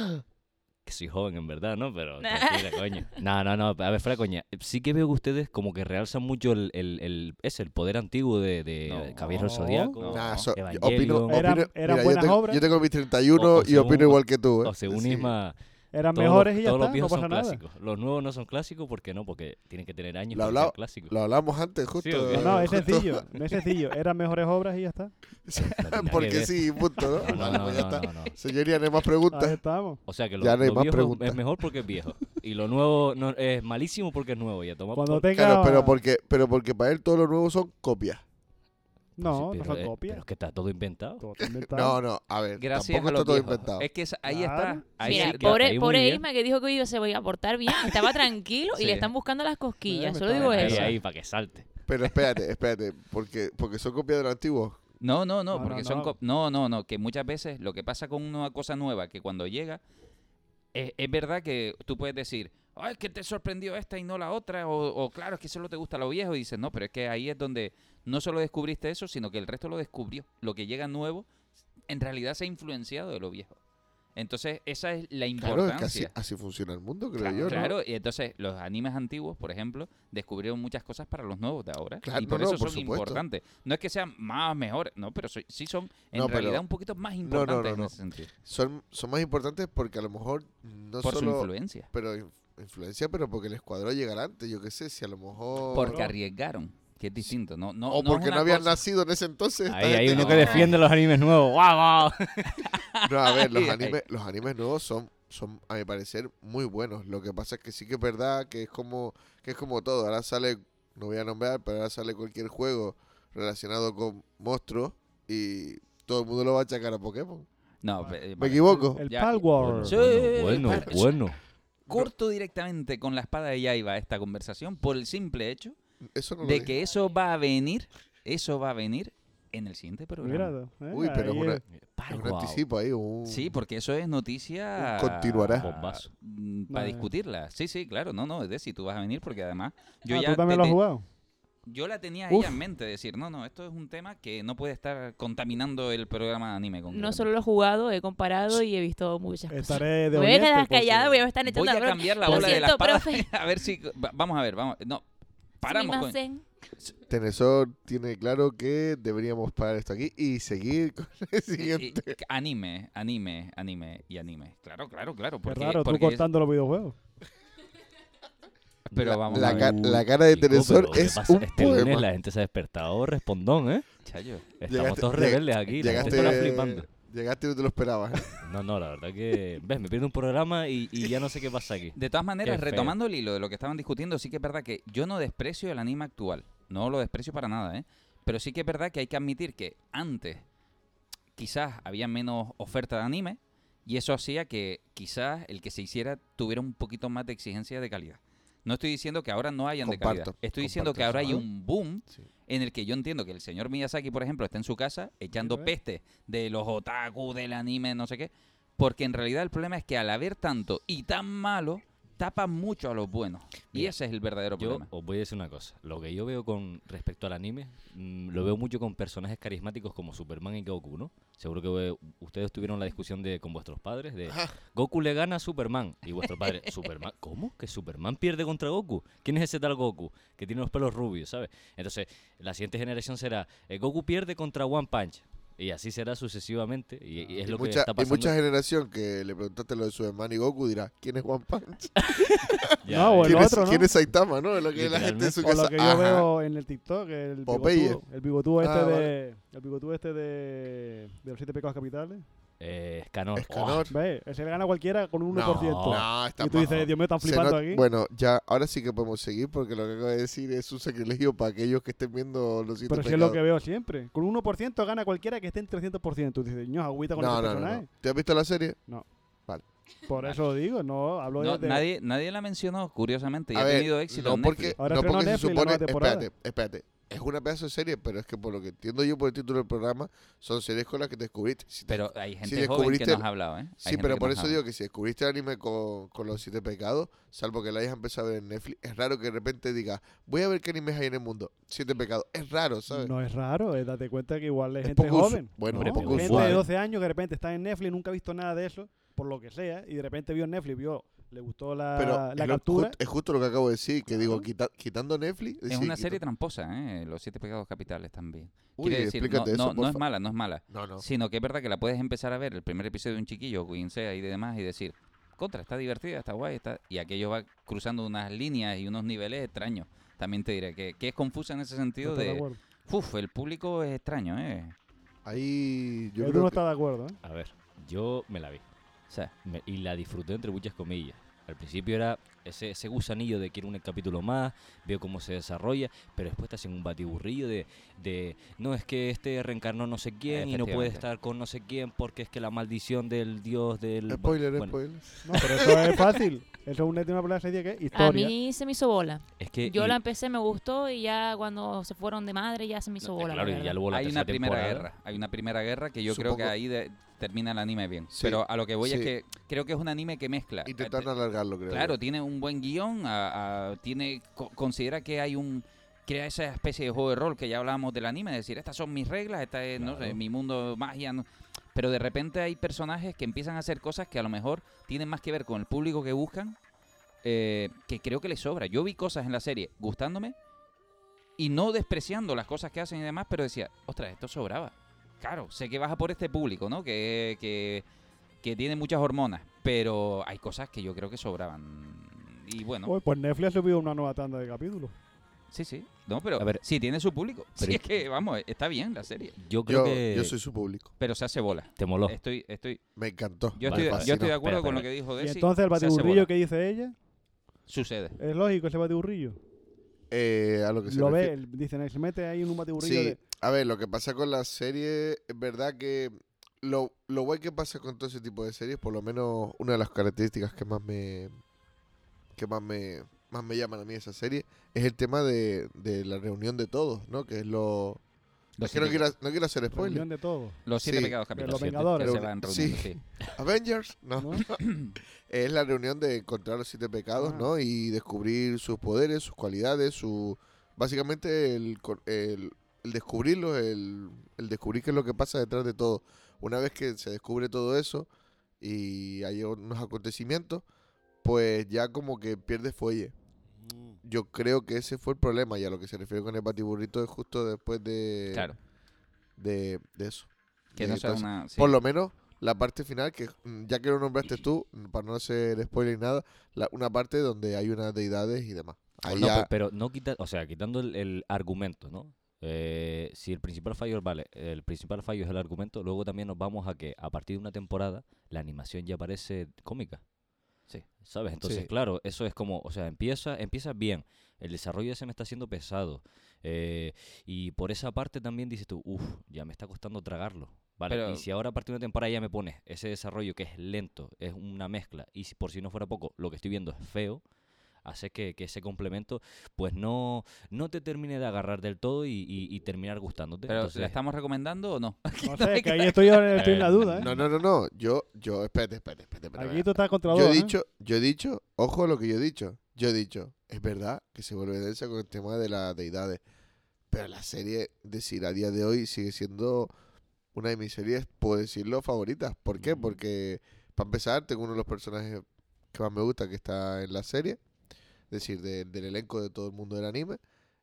[SPEAKER 4] Que soy joven en verdad, ¿no? Pero tranquila, coño. No, no, no. A ver, fuera coña. Sí que veo que ustedes como que realzan mucho el, el, el, es el poder antiguo de, de
[SPEAKER 2] No.
[SPEAKER 4] Caballero del Zodíaco.
[SPEAKER 2] No.
[SPEAKER 5] Nah, so- yo
[SPEAKER 4] Evangelion.
[SPEAKER 5] opino,
[SPEAKER 3] Eran-
[SPEAKER 5] opino-
[SPEAKER 3] eran
[SPEAKER 5] mira,
[SPEAKER 3] buenas
[SPEAKER 5] yo tengo,
[SPEAKER 3] obras.
[SPEAKER 5] yo tengo mis treinta y uno
[SPEAKER 4] O- o
[SPEAKER 5] y
[SPEAKER 4] según-
[SPEAKER 5] opino igual que tú, ¿eh?
[SPEAKER 4] O según
[SPEAKER 5] Sí.
[SPEAKER 4] Isma,
[SPEAKER 3] Eran
[SPEAKER 4] todos,
[SPEAKER 3] mejores
[SPEAKER 4] los,
[SPEAKER 3] y ya
[SPEAKER 4] todos los
[SPEAKER 3] está, no
[SPEAKER 4] viejos
[SPEAKER 3] pasa
[SPEAKER 4] son
[SPEAKER 3] nada.
[SPEAKER 4] clásicos. Los nuevos no son clásicos, ¿por qué no? Porque tienen que tener años
[SPEAKER 5] Lo
[SPEAKER 4] para
[SPEAKER 5] hablaba-
[SPEAKER 4] ser clásicos.
[SPEAKER 5] Lo hablamos antes, justo.
[SPEAKER 4] Sí, ok.
[SPEAKER 3] No, no, es
[SPEAKER 5] justo-
[SPEAKER 3] sencillo, no es sencillo. Eran mejores obras y ya está.
[SPEAKER 4] No tiene nada que
[SPEAKER 5] Porque
[SPEAKER 4] ver.
[SPEAKER 5] sí, punto, ¿no?
[SPEAKER 4] No, no,
[SPEAKER 5] Vale,
[SPEAKER 4] no,
[SPEAKER 5] pues ya
[SPEAKER 4] no,
[SPEAKER 5] está.
[SPEAKER 4] no, no.
[SPEAKER 5] Señoría, no hay más
[SPEAKER 3] Ahí
[SPEAKER 5] preguntas.
[SPEAKER 3] estamos.
[SPEAKER 4] O sea que lo,
[SPEAKER 5] Ya no hay
[SPEAKER 4] lo
[SPEAKER 5] más
[SPEAKER 4] viejo
[SPEAKER 5] preguntas.
[SPEAKER 4] es mejor porque es viejo. Y lo nuevo no, es malísimo porque es nuevo. Ya toma
[SPEAKER 3] Cuando
[SPEAKER 4] por-
[SPEAKER 3] tenga...
[SPEAKER 5] Claro, pero porque, pero porque para él todo lo nuevo son copias.
[SPEAKER 3] No,
[SPEAKER 4] Sí,
[SPEAKER 3] no
[SPEAKER 4] pero,
[SPEAKER 3] son
[SPEAKER 4] es-
[SPEAKER 3] copias.
[SPEAKER 4] pero es que está todo inventado.
[SPEAKER 3] Todo está inventado.
[SPEAKER 5] No, no, a ver,
[SPEAKER 2] Gracias
[SPEAKER 5] tampoco
[SPEAKER 2] a los
[SPEAKER 5] está todo
[SPEAKER 2] viejos.
[SPEAKER 5] inventado.
[SPEAKER 2] Es que esa- ahí
[SPEAKER 3] Claro.
[SPEAKER 2] está. Ahí
[SPEAKER 6] Mira,
[SPEAKER 2] sí,
[SPEAKER 4] que-
[SPEAKER 6] pobre,
[SPEAKER 4] ahí muy
[SPEAKER 6] pobre
[SPEAKER 4] bien.
[SPEAKER 6] Isma que dijo que iba se iba a portar bien, estaba tranquilo y
[SPEAKER 2] Sí.
[SPEAKER 6] le están buscando las cosquillas.
[SPEAKER 3] me
[SPEAKER 6] Solo
[SPEAKER 3] estaba-
[SPEAKER 6] digo
[SPEAKER 4] Ahí,
[SPEAKER 6] eso.
[SPEAKER 4] ahí, para que salte.
[SPEAKER 5] Pero espérate, espérate, porque, porque son copias de lo antiguo.
[SPEAKER 2] No, no, no,
[SPEAKER 3] No,
[SPEAKER 2] porque
[SPEAKER 3] no,
[SPEAKER 2] son...
[SPEAKER 3] no.
[SPEAKER 2] co- No, no, no, que muchas veces lo que pasa con una cosa nueva, que cuando llega, es, es verdad que tú puedes decir, ay, es que te sorprendió esta y no la otra, o, o claro, es que solo te gusta lo viejo, y dices, no, pero es que ahí es donde no solo descubriste eso, sino que el resto lo descubrió. Lo que llega nuevo en realidad se ha influenciado de lo viejo. Entonces, esa es la
[SPEAKER 5] Claro, es que así,
[SPEAKER 2] importancia.
[SPEAKER 5] así funciona el mundo, creo
[SPEAKER 2] Claro,
[SPEAKER 5] yo, ¿no?
[SPEAKER 2] claro, y entonces los animes antiguos, por ejemplo, descubrieron muchas cosas para los nuevos de ahora.
[SPEAKER 5] Claro,
[SPEAKER 2] y por
[SPEAKER 5] no, no,
[SPEAKER 2] eso
[SPEAKER 5] por
[SPEAKER 2] son
[SPEAKER 5] supuesto.
[SPEAKER 2] importantes. No es que sean más mejores, no, pero so- sí son en
[SPEAKER 5] No, pero-
[SPEAKER 2] realidad un poquito más
[SPEAKER 5] no, no,
[SPEAKER 2] importantes
[SPEAKER 5] no, no.
[SPEAKER 2] en ese sentido.
[SPEAKER 5] Son, son más importantes porque a lo mejor no
[SPEAKER 2] por su
[SPEAKER 5] solo...
[SPEAKER 2] influencia.
[SPEAKER 5] Pero in- influencia, pero porque el escuadrón llegará antes, yo qué sé, si a lo mejor...
[SPEAKER 2] Porque arriesgaron, que es distinto. No, no,
[SPEAKER 5] o
[SPEAKER 2] no es
[SPEAKER 5] porque no,
[SPEAKER 2] una
[SPEAKER 5] habían
[SPEAKER 2] cosa-
[SPEAKER 5] nacido en ese entonces. esta
[SPEAKER 4] Ahí hay
[SPEAKER 5] gente
[SPEAKER 4] uno
[SPEAKER 5] no-
[SPEAKER 4] que defiende los animes nuevos. ¡Guau, guau!
[SPEAKER 5] No, a ver, los
[SPEAKER 2] Ay, ay.
[SPEAKER 5] animes, los animes nuevos son, son, a mi parecer, muy buenos. Lo que pasa es que sí que es verdad que es como, que es como todo. Ahora sale, no voy a nombrar, pero ahora sale cualquier juego relacionado con monstruos y todo el mundo lo va a achacar a Pokémon.
[SPEAKER 2] No, pe-
[SPEAKER 5] ¿Me
[SPEAKER 2] vale.
[SPEAKER 5] equivoco?
[SPEAKER 3] El
[SPEAKER 2] Ya.
[SPEAKER 3] Palworld.
[SPEAKER 2] Sí.
[SPEAKER 4] Bueno, bueno,
[SPEAKER 2] Par-
[SPEAKER 4] bueno.
[SPEAKER 2] Corto directamente con la espada de Yaiba esta conversación por el simple hecho
[SPEAKER 5] Eso no lo
[SPEAKER 2] de
[SPEAKER 5] dije.
[SPEAKER 2] que eso va a venir, eso va a venir en el siguiente programa.
[SPEAKER 3] Mira, eh,
[SPEAKER 5] Uy, pero es
[SPEAKER 3] ahí
[SPEAKER 5] una-
[SPEAKER 3] es-
[SPEAKER 5] Es un
[SPEAKER 4] Guau.
[SPEAKER 5] anticipo ahí, un...
[SPEAKER 2] Sí, porque eso es noticia.
[SPEAKER 5] Un continuará.
[SPEAKER 4] Bombazo.
[SPEAKER 2] mm, Para
[SPEAKER 3] Vale.
[SPEAKER 2] discutirla. Sí, sí, claro. No, no, es decir, tú vas a venir porque además. Yo
[SPEAKER 3] Ah,
[SPEAKER 2] ya
[SPEAKER 3] ¿tú también
[SPEAKER 2] te-
[SPEAKER 3] lo has
[SPEAKER 2] te-
[SPEAKER 3] jugado?
[SPEAKER 2] yo la tenía
[SPEAKER 3] Uf.
[SPEAKER 2] ella en mente, decir, no, no, esto es un tema que no puede estar contaminando el programa de anime.
[SPEAKER 6] No
[SPEAKER 2] concretamente.
[SPEAKER 6] solo lo he jugado, he comparado y he visto muchas cosas.
[SPEAKER 3] Estaré de
[SPEAKER 6] Me voy a
[SPEAKER 3] oyente
[SPEAKER 6] quedar
[SPEAKER 3] porque-
[SPEAKER 6] callada, voy a estar echando
[SPEAKER 2] Voy a
[SPEAKER 6] la bronca.
[SPEAKER 2] cambiar la
[SPEAKER 6] Lo
[SPEAKER 2] bola de la
[SPEAKER 6] siento,
[SPEAKER 2] espada.
[SPEAKER 6] profe.
[SPEAKER 2] A ver si. va- Vamos a ver, vamos. No, paramos con.
[SPEAKER 6] Sumimasen.
[SPEAKER 5] Tenesor tiene claro que deberíamos parar esto aquí y seguir con el
[SPEAKER 2] y- y-
[SPEAKER 5] siguiente.
[SPEAKER 2] Anime, anime, anime y anime. Claro, claro, claro.
[SPEAKER 3] Qué
[SPEAKER 2] Porque,
[SPEAKER 3] raro, tú
[SPEAKER 2] porque es-
[SPEAKER 3] cortando los videojuegos.
[SPEAKER 2] pero
[SPEAKER 5] la,
[SPEAKER 2] vamos
[SPEAKER 5] la
[SPEAKER 2] a ver.
[SPEAKER 5] ca- la cara de
[SPEAKER 4] Chico,
[SPEAKER 5] Tenesor
[SPEAKER 4] pero ¿qué
[SPEAKER 5] es
[SPEAKER 4] pasa?
[SPEAKER 5] un
[SPEAKER 4] Este lunes
[SPEAKER 5] poema.
[SPEAKER 4] la gente se ha despertado respondón, ¿eh?
[SPEAKER 2] Chayo.
[SPEAKER 4] Estamos
[SPEAKER 5] Llegaste-
[SPEAKER 4] todos
[SPEAKER 5] lleg-
[SPEAKER 4] rebeldes aquí. La gente estará flipando.
[SPEAKER 5] Llegaste y no te lo esperabas. ¿eh?
[SPEAKER 4] No, no, la verdad que... ¿Ves? Me pierdo un programa y, y ya no sé qué pasa aquí.
[SPEAKER 2] De todas maneras,
[SPEAKER 4] Qué feo.
[SPEAKER 2] retomando el hilo de lo que estaban discutiendo, sí que es verdad que yo no desprecio el anime actual. No lo desprecio para nada, ¿eh? Pero sí que es verdad que hay que admitir que antes quizás había menos oferta de anime y eso hacía que quizás el que se hiciera tuviera un poquito más de exigencia de calidad. No estoy diciendo que ahora no hayan de calidad.
[SPEAKER 5] Comparto,
[SPEAKER 2] Estoy diciendo
[SPEAKER 5] comparto
[SPEAKER 2] que ahora
[SPEAKER 5] eso,
[SPEAKER 2] hay
[SPEAKER 5] ¿eh?
[SPEAKER 2] un boom
[SPEAKER 5] Sí.
[SPEAKER 2] en el que yo entiendo que el señor Miyazaki, por ejemplo, está en su casa echando
[SPEAKER 3] ¿eh?
[SPEAKER 2] peste de los otaku, del anime, no sé qué. Porque en realidad el problema es que al haber tanto y tan malo, tapan mucho a los buenos. Y
[SPEAKER 4] Mira,
[SPEAKER 2] ese es el verdadero
[SPEAKER 4] Yo
[SPEAKER 2] problema.
[SPEAKER 4] os voy a decir una cosa. Lo que yo veo con respecto al anime, mm, lo veo mucho con personajes carismáticos como Superman y Goku, ¿no? Seguro que eh, ustedes tuvieron la discusión de con vuestros padres de Goku le gana a Superman y vuestro padre, Superman, ¿cómo? ¿Que Superman pierde contra Goku? ¿Quién es ese tal Goku? Que tiene los pelos rubios, ¿sabes? Entonces, la siguiente generación será eh, Goku pierde contra One Punch. Y así será sucesivamente. Y, y es
[SPEAKER 5] Y
[SPEAKER 4] lo que
[SPEAKER 5] mucha,
[SPEAKER 4] está
[SPEAKER 5] y
[SPEAKER 4] pasando.
[SPEAKER 5] mucha generación que le preguntaste lo de su hermano y Goku dirá, ¿quién es One Punch?
[SPEAKER 4] Ya,
[SPEAKER 3] No, bueno,
[SPEAKER 5] ¿Quién,
[SPEAKER 3] el
[SPEAKER 5] es,
[SPEAKER 3] otro, ¿no?
[SPEAKER 5] quién es Saitama? ¿No? Es lo que la gente en su
[SPEAKER 3] O
[SPEAKER 5] casa...
[SPEAKER 3] lo que yo
[SPEAKER 5] Ajá.
[SPEAKER 3] veo en el TikTok, el
[SPEAKER 5] Popeye.
[SPEAKER 3] bigotúo, el bigotúo este
[SPEAKER 5] Ah,
[SPEAKER 3] de
[SPEAKER 5] vale.
[SPEAKER 3] el bigotúo este de, de los siete pecados capitales.
[SPEAKER 4] eh, Escanor.
[SPEAKER 5] Escanor.
[SPEAKER 3] ¿Ves? Ese le gana a cualquiera con un uno por ciento.
[SPEAKER 5] No, está
[SPEAKER 3] Y tú dices,
[SPEAKER 5] bajo.
[SPEAKER 3] Dios mío, están
[SPEAKER 5] Se
[SPEAKER 3] flipando
[SPEAKER 5] not-
[SPEAKER 3] aquí.
[SPEAKER 5] Bueno, ya, ahora sí que podemos seguir porque lo que acabo de decir es un sacrilegio para aquellos que estén viendo los siete
[SPEAKER 3] Pero si es
[SPEAKER 5] pecados.
[SPEAKER 3] lo que veo siempre. Con un uno por ciento gana cualquiera que esté en trescientos por ciento. Tú dices, ño, agüita con
[SPEAKER 5] No,
[SPEAKER 3] este
[SPEAKER 5] no, no,
[SPEAKER 3] personaje.
[SPEAKER 5] no. ¿Te has visto la serie?
[SPEAKER 3] Por eso lo digo, no, hablo
[SPEAKER 2] No,
[SPEAKER 3] de...
[SPEAKER 2] nadie, nadie la mencionó, curiosamente, y
[SPEAKER 5] A
[SPEAKER 2] ha
[SPEAKER 5] ver,
[SPEAKER 2] tenido éxito
[SPEAKER 5] no
[SPEAKER 2] en
[SPEAKER 5] porque,
[SPEAKER 2] Netflix.
[SPEAKER 3] Ahora
[SPEAKER 5] no
[SPEAKER 3] estrenó
[SPEAKER 5] porque se
[SPEAKER 3] Netflix la
[SPEAKER 5] supone...
[SPEAKER 3] nueva temporada.
[SPEAKER 5] Espérate, espérate. Es una pedazo de serie, pero es que por lo que entiendo yo por el título del programa, son series con las que te descubriste. Si te-
[SPEAKER 2] Pero hay gente
[SPEAKER 5] si
[SPEAKER 2] joven que
[SPEAKER 5] descubriste
[SPEAKER 2] nos
[SPEAKER 5] el-
[SPEAKER 2] ha hablado, ¿eh? Hay
[SPEAKER 5] Sí,
[SPEAKER 2] gente
[SPEAKER 5] pero
[SPEAKER 2] que
[SPEAKER 5] por
[SPEAKER 2] nos
[SPEAKER 5] eso
[SPEAKER 2] ha
[SPEAKER 5] digo que si descubriste el anime con, con los siete pecados, salvo que lo hayas empezado a ver en Netflix, es raro que de repente digas, voy a ver qué animes hay en el mundo. Siete pecados. Es raro, ¿sabes?
[SPEAKER 3] No es raro, eh, date cuenta que igual hay
[SPEAKER 5] Es
[SPEAKER 3] gente
[SPEAKER 5] poco usu-
[SPEAKER 3] joven.
[SPEAKER 5] bueno,
[SPEAKER 3] ¿no?
[SPEAKER 4] es poco
[SPEAKER 3] gente
[SPEAKER 4] usual.
[SPEAKER 3] de doce años que de repente está en Netflix, nunca ha visto nada de eso, por lo que sea, y de repente vio Netflix, vio, le gustó la,
[SPEAKER 5] Pero
[SPEAKER 3] la
[SPEAKER 5] es, lo-
[SPEAKER 3] captura.
[SPEAKER 5] ju- es justo lo que acabo de decir, que digo,
[SPEAKER 3] Claro.
[SPEAKER 5] quita- quitando Netflix...
[SPEAKER 2] Es
[SPEAKER 5] decir,
[SPEAKER 2] una
[SPEAKER 5] quita-
[SPEAKER 2] serie tramposa, ¿eh? Los siete pecados capitales también.
[SPEAKER 5] Uy,
[SPEAKER 2] Quiere decir, no,
[SPEAKER 5] explícate
[SPEAKER 2] no,
[SPEAKER 5] eso,
[SPEAKER 2] no es
[SPEAKER 5] porfa.
[SPEAKER 2] mala, no es mala.
[SPEAKER 5] No, no.
[SPEAKER 2] Sino que es verdad que la puedes empezar a ver el primer episodio de un chiquillo, quien sea y demás, y decir, contra, está divertida, está guay, está... y aquello va cruzando unas líneas y unos niveles extraños. También te diré que, que es confusa en ese
[SPEAKER 3] No
[SPEAKER 2] sentido
[SPEAKER 3] estoy de
[SPEAKER 2] de,
[SPEAKER 3] acuerdo.
[SPEAKER 2] uf, el público es extraño, ¿eh?
[SPEAKER 5] Ahí yo
[SPEAKER 3] Edu
[SPEAKER 5] creo
[SPEAKER 3] no
[SPEAKER 5] que...
[SPEAKER 3] está de acuerdo, ¿eh?
[SPEAKER 4] A ver, yo me la vi.
[SPEAKER 2] O sea,
[SPEAKER 4] Me- y la disfruté entre muchas comillas. Al principio era ese, ese gusanillo de quiero un capítulo más, veo cómo se desarrolla, pero después te hacen un batiburrillo de, de no es que este reencarnó no sé quién y no puede
[SPEAKER 2] Efectivamente.
[SPEAKER 4] estar con no sé quién porque es que la maldición del dios del...
[SPEAKER 5] Spoiler,
[SPEAKER 4] bueno,
[SPEAKER 5] spoiler.
[SPEAKER 3] No, pero eso es fácil. Eso es una última palabra serie que es
[SPEAKER 6] A
[SPEAKER 3] historia.
[SPEAKER 6] mí se me hizo bola.
[SPEAKER 4] es que
[SPEAKER 6] Yo
[SPEAKER 4] y-
[SPEAKER 6] la empecé, me gustó y ya cuando se fueron de madre ya se me hizo
[SPEAKER 4] no,
[SPEAKER 6] bola.
[SPEAKER 4] claro,
[SPEAKER 6] la
[SPEAKER 4] y ya
[SPEAKER 6] verdad.
[SPEAKER 4] luego la
[SPEAKER 2] hay una
[SPEAKER 4] tercera
[SPEAKER 2] primera
[SPEAKER 4] temporada.
[SPEAKER 2] guerra, hay una primera guerra que yo creo que
[SPEAKER 5] Supongo-
[SPEAKER 2] ahí de- termina el anime bien.
[SPEAKER 5] Sí,
[SPEAKER 2] Pero a lo que voy es
[SPEAKER 5] sí.
[SPEAKER 2] que creo que es un anime que mezcla.
[SPEAKER 5] Intentando
[SPEAKER 2] eh,
[SPEAKER 5] alargarlo, creo.
[SPEAKER 2] Claro,
[SPEAKER 5] yo.
[SPEAKER 2] tiene un buen guión, a- a- tiene co- considera que hay un crea esa especie de juego de rol que ya hablábamos del anime, es decir, estas son mis reglas, esta es no sé,
[SPEAKER 4] Claro.
[SPEAKER 2] mi mundo magia, no- pero de repente hay personajes que empiezan a hacer cosas que a lo mejor tienen más que ver con el público que buscan, eh, que creo que les sobra. Yo vi cosas en la serie gustándome y no despreciando las cosas que hacen y demás, pero decía, ostras, esto sobraba. Claro, sé que vas a por este público, ¿no? Que, que, que tiene muchas hormonas, pero hay cosas que yo creo que sobraban. Y bueno,
[SPEAKER 3] Uy, pues Netflix ha subido una nueva tanda de capítulos.
[SPEAKER 2] sí, sí. No, pero
[SPEAKER 4] A ver.
[SPEAKER 2] sí tiene su público.
[SPEAKER 4] Pero-
[SPEAKER 2] Sí, es que, vamos, está bien la serie.
[SPEAKER 4] Yo creo
[SPEAKER 5] Yo,
[SPEAKER 4] que
[SPEAKER 5] yo soy su público.
[SPEAKER 2] Pero se hace bola.
[SPEAKER 4] te moló.
[SPEAKER 2] Estoy, estoy,
[SPEAKER 5] Me encantó.
[SPEAKER 2] yo,
[SPEAKER 4] Vale,
[SPEAKER 2] estoy,
[SPEAKER 4] vale.
[SPEAKER 2] yo estoy de
[SPEAKER 5] fascinó.
[SPEAKER 2] acuerdo
[SPEAKER 4] Espera,
[SPEAKER 2] con lo
[SPEAKER 4] espera.
[SPEAKER 2] que dijo
[SPEAKER 3] Y
[SPEAKER 2] Desi.
[SPEAKER 3] entonces el
[SPEAKER 2] se hace
[SPEAKER 3] batiburrillo
[SPEAKER 2] bola.
[SPEAKER 3] que dice ella,
[SPEAKER 2] Sucede.
[SPEAKER 3] es lógico ese batiburrillo.
[SPEAKER 5] Eh, a lo que se
[SPEAKER 3] Lo ve,
[SPEAKER 5] refiere.
[SPEAKER 3] él- dicen, se mete ahí en un batiburrillo
[SPEAKER 5] Sí,
[SPEAKER 3] de...
[SPEAKER 5] a ver, lo que pasa con la serie, es verdad que lo, lo guay que pasa con todo ese tipo de series, por lo menos una de las características que más me que más me más me llaman a mí esa serie, es el tema de, de la reunión de todos, ¿no? Que es lo...
[SPEAKER 2] Los
[SPEAKER 5] es que no
[SPEAKER 2] siete-
[SPEAKER 5] quiero, no quiero hacer spoiler.
[SPEAKER 3] Reunión de todo.
[SPEAKER 2] Los siete
[SPEAKER 5] Sí,
[SPEAKER 2] pecados
[SPEAKER 3] de
[SPEAKER 2] capitales.
[SPEAKER 3] los
[SPEAKER 2] siete,
[SPEAKER 3] Vengadores.
[SPEAKER 2] que se van
[SPEAKER 5] Sí.
[SPEAKER 2] reuniendo, sí.
[SPEAKER 5] Avengers, no.
[SPEAKER 3] ¿no?
[SPEAKER 5] Es la reunión de encontrar los siete pecados,
[SPEAKER 3] Ah.
[SPEAKER 5] ¿no? Y descubrir sus poderes, sus cualidades, su... Básicamente el, co- el, el descubrirlos, el, el descubrir qué es lo que pasa detrás de todo. Una vez que se descubre todo eso y hay unos acontecimientos, pues ya como que pierde fuelle. Yo creo que ese fue el problema y a lo que se refiere con el batiburrito es justo después de,
[SPEAKER 2] Claro.
[SPEAKER 5] de, de eso.
[SPEAKER 2] Que
[SPEAKER 5] De
[SPEAKER 2] no sea
[SPEAKER 5] entonces,
[SPEAKER 2] una... sí.
[SPEAKER 5] Por lo menos la parte final, que mm, ya que lo nombraste tú, mm, para no hacer spoiler ni nada, la, una parte donde hay unas deidades y demás. Ahí
[SPEAKER 4] No,
[SPEAKER 5] ya-
[SPEAKER 4] pe- pero no quita, o sea, quitando el, el argumento, ¿no? Eh, si el principal fallo, vale, el principal fallo es el argumento, luego también nos vamos a que a partir de una temporada la animación ya parece cómica.
[SPEAKER 2] Sí.
[SPEAKER 4] ¿Sabes? Entonces,
[SPEAKER 5] Sí.
[SPEAKER 4] claro, eso es como, o sea, empieza, empieza bien, el desarrollo ya se me está haciendo pesado. eh, y por esa parte también dices tú, uff, ya me está costando tragarlo. Vale,
[SPEAKER 2] Pero-
[SPEAKER 4] y si ahora a partir de una temporada ya me pones ese desarrollo que es lento, es una mezcla, y si por si no fuera poco, lo que estoy viendo es feo, hace que, que ese complemento pues no, no te termine de agarrar del todo y, y- y terminar gustándote.
[SPEAKER 2] Pero,
[SPEAKER 4] Entonces,
[SPEAKER 2] ¿la estamos recomendando o no?
[SPEAKER 3] No sé, es que ahí estoy, ahora estoy en la duda, ¿eh?
[SPEAKER 5] No, no, no, no. Yo, yo, espérate, espérate, espérate. espérate,
[SPEAKER 3] Aquí tú estás contra
[SPEAKER 5] Yo
[SPEAKER 3] dos,
[SPEAKER 5] he
[SPEAKER 3] ¿eh?
[SPEAKER 5] dicho, yo he dicho, ojo lo que yo he dicho. Yo he dicho, es verdad que se vuelve densa con el tema de las deidades. Pero la serie, decir, a día de hoy sigue siendo una de mis series, puedo decirlo, favoritas. ¿Por qué?
[SPEAKER 4] Mm.
[SPEAKER 5] Porque, para empezar, tengo uno de los personajes que más me gusta que está en la serie. Es decir, de- del elenco de todo el mundo del anime.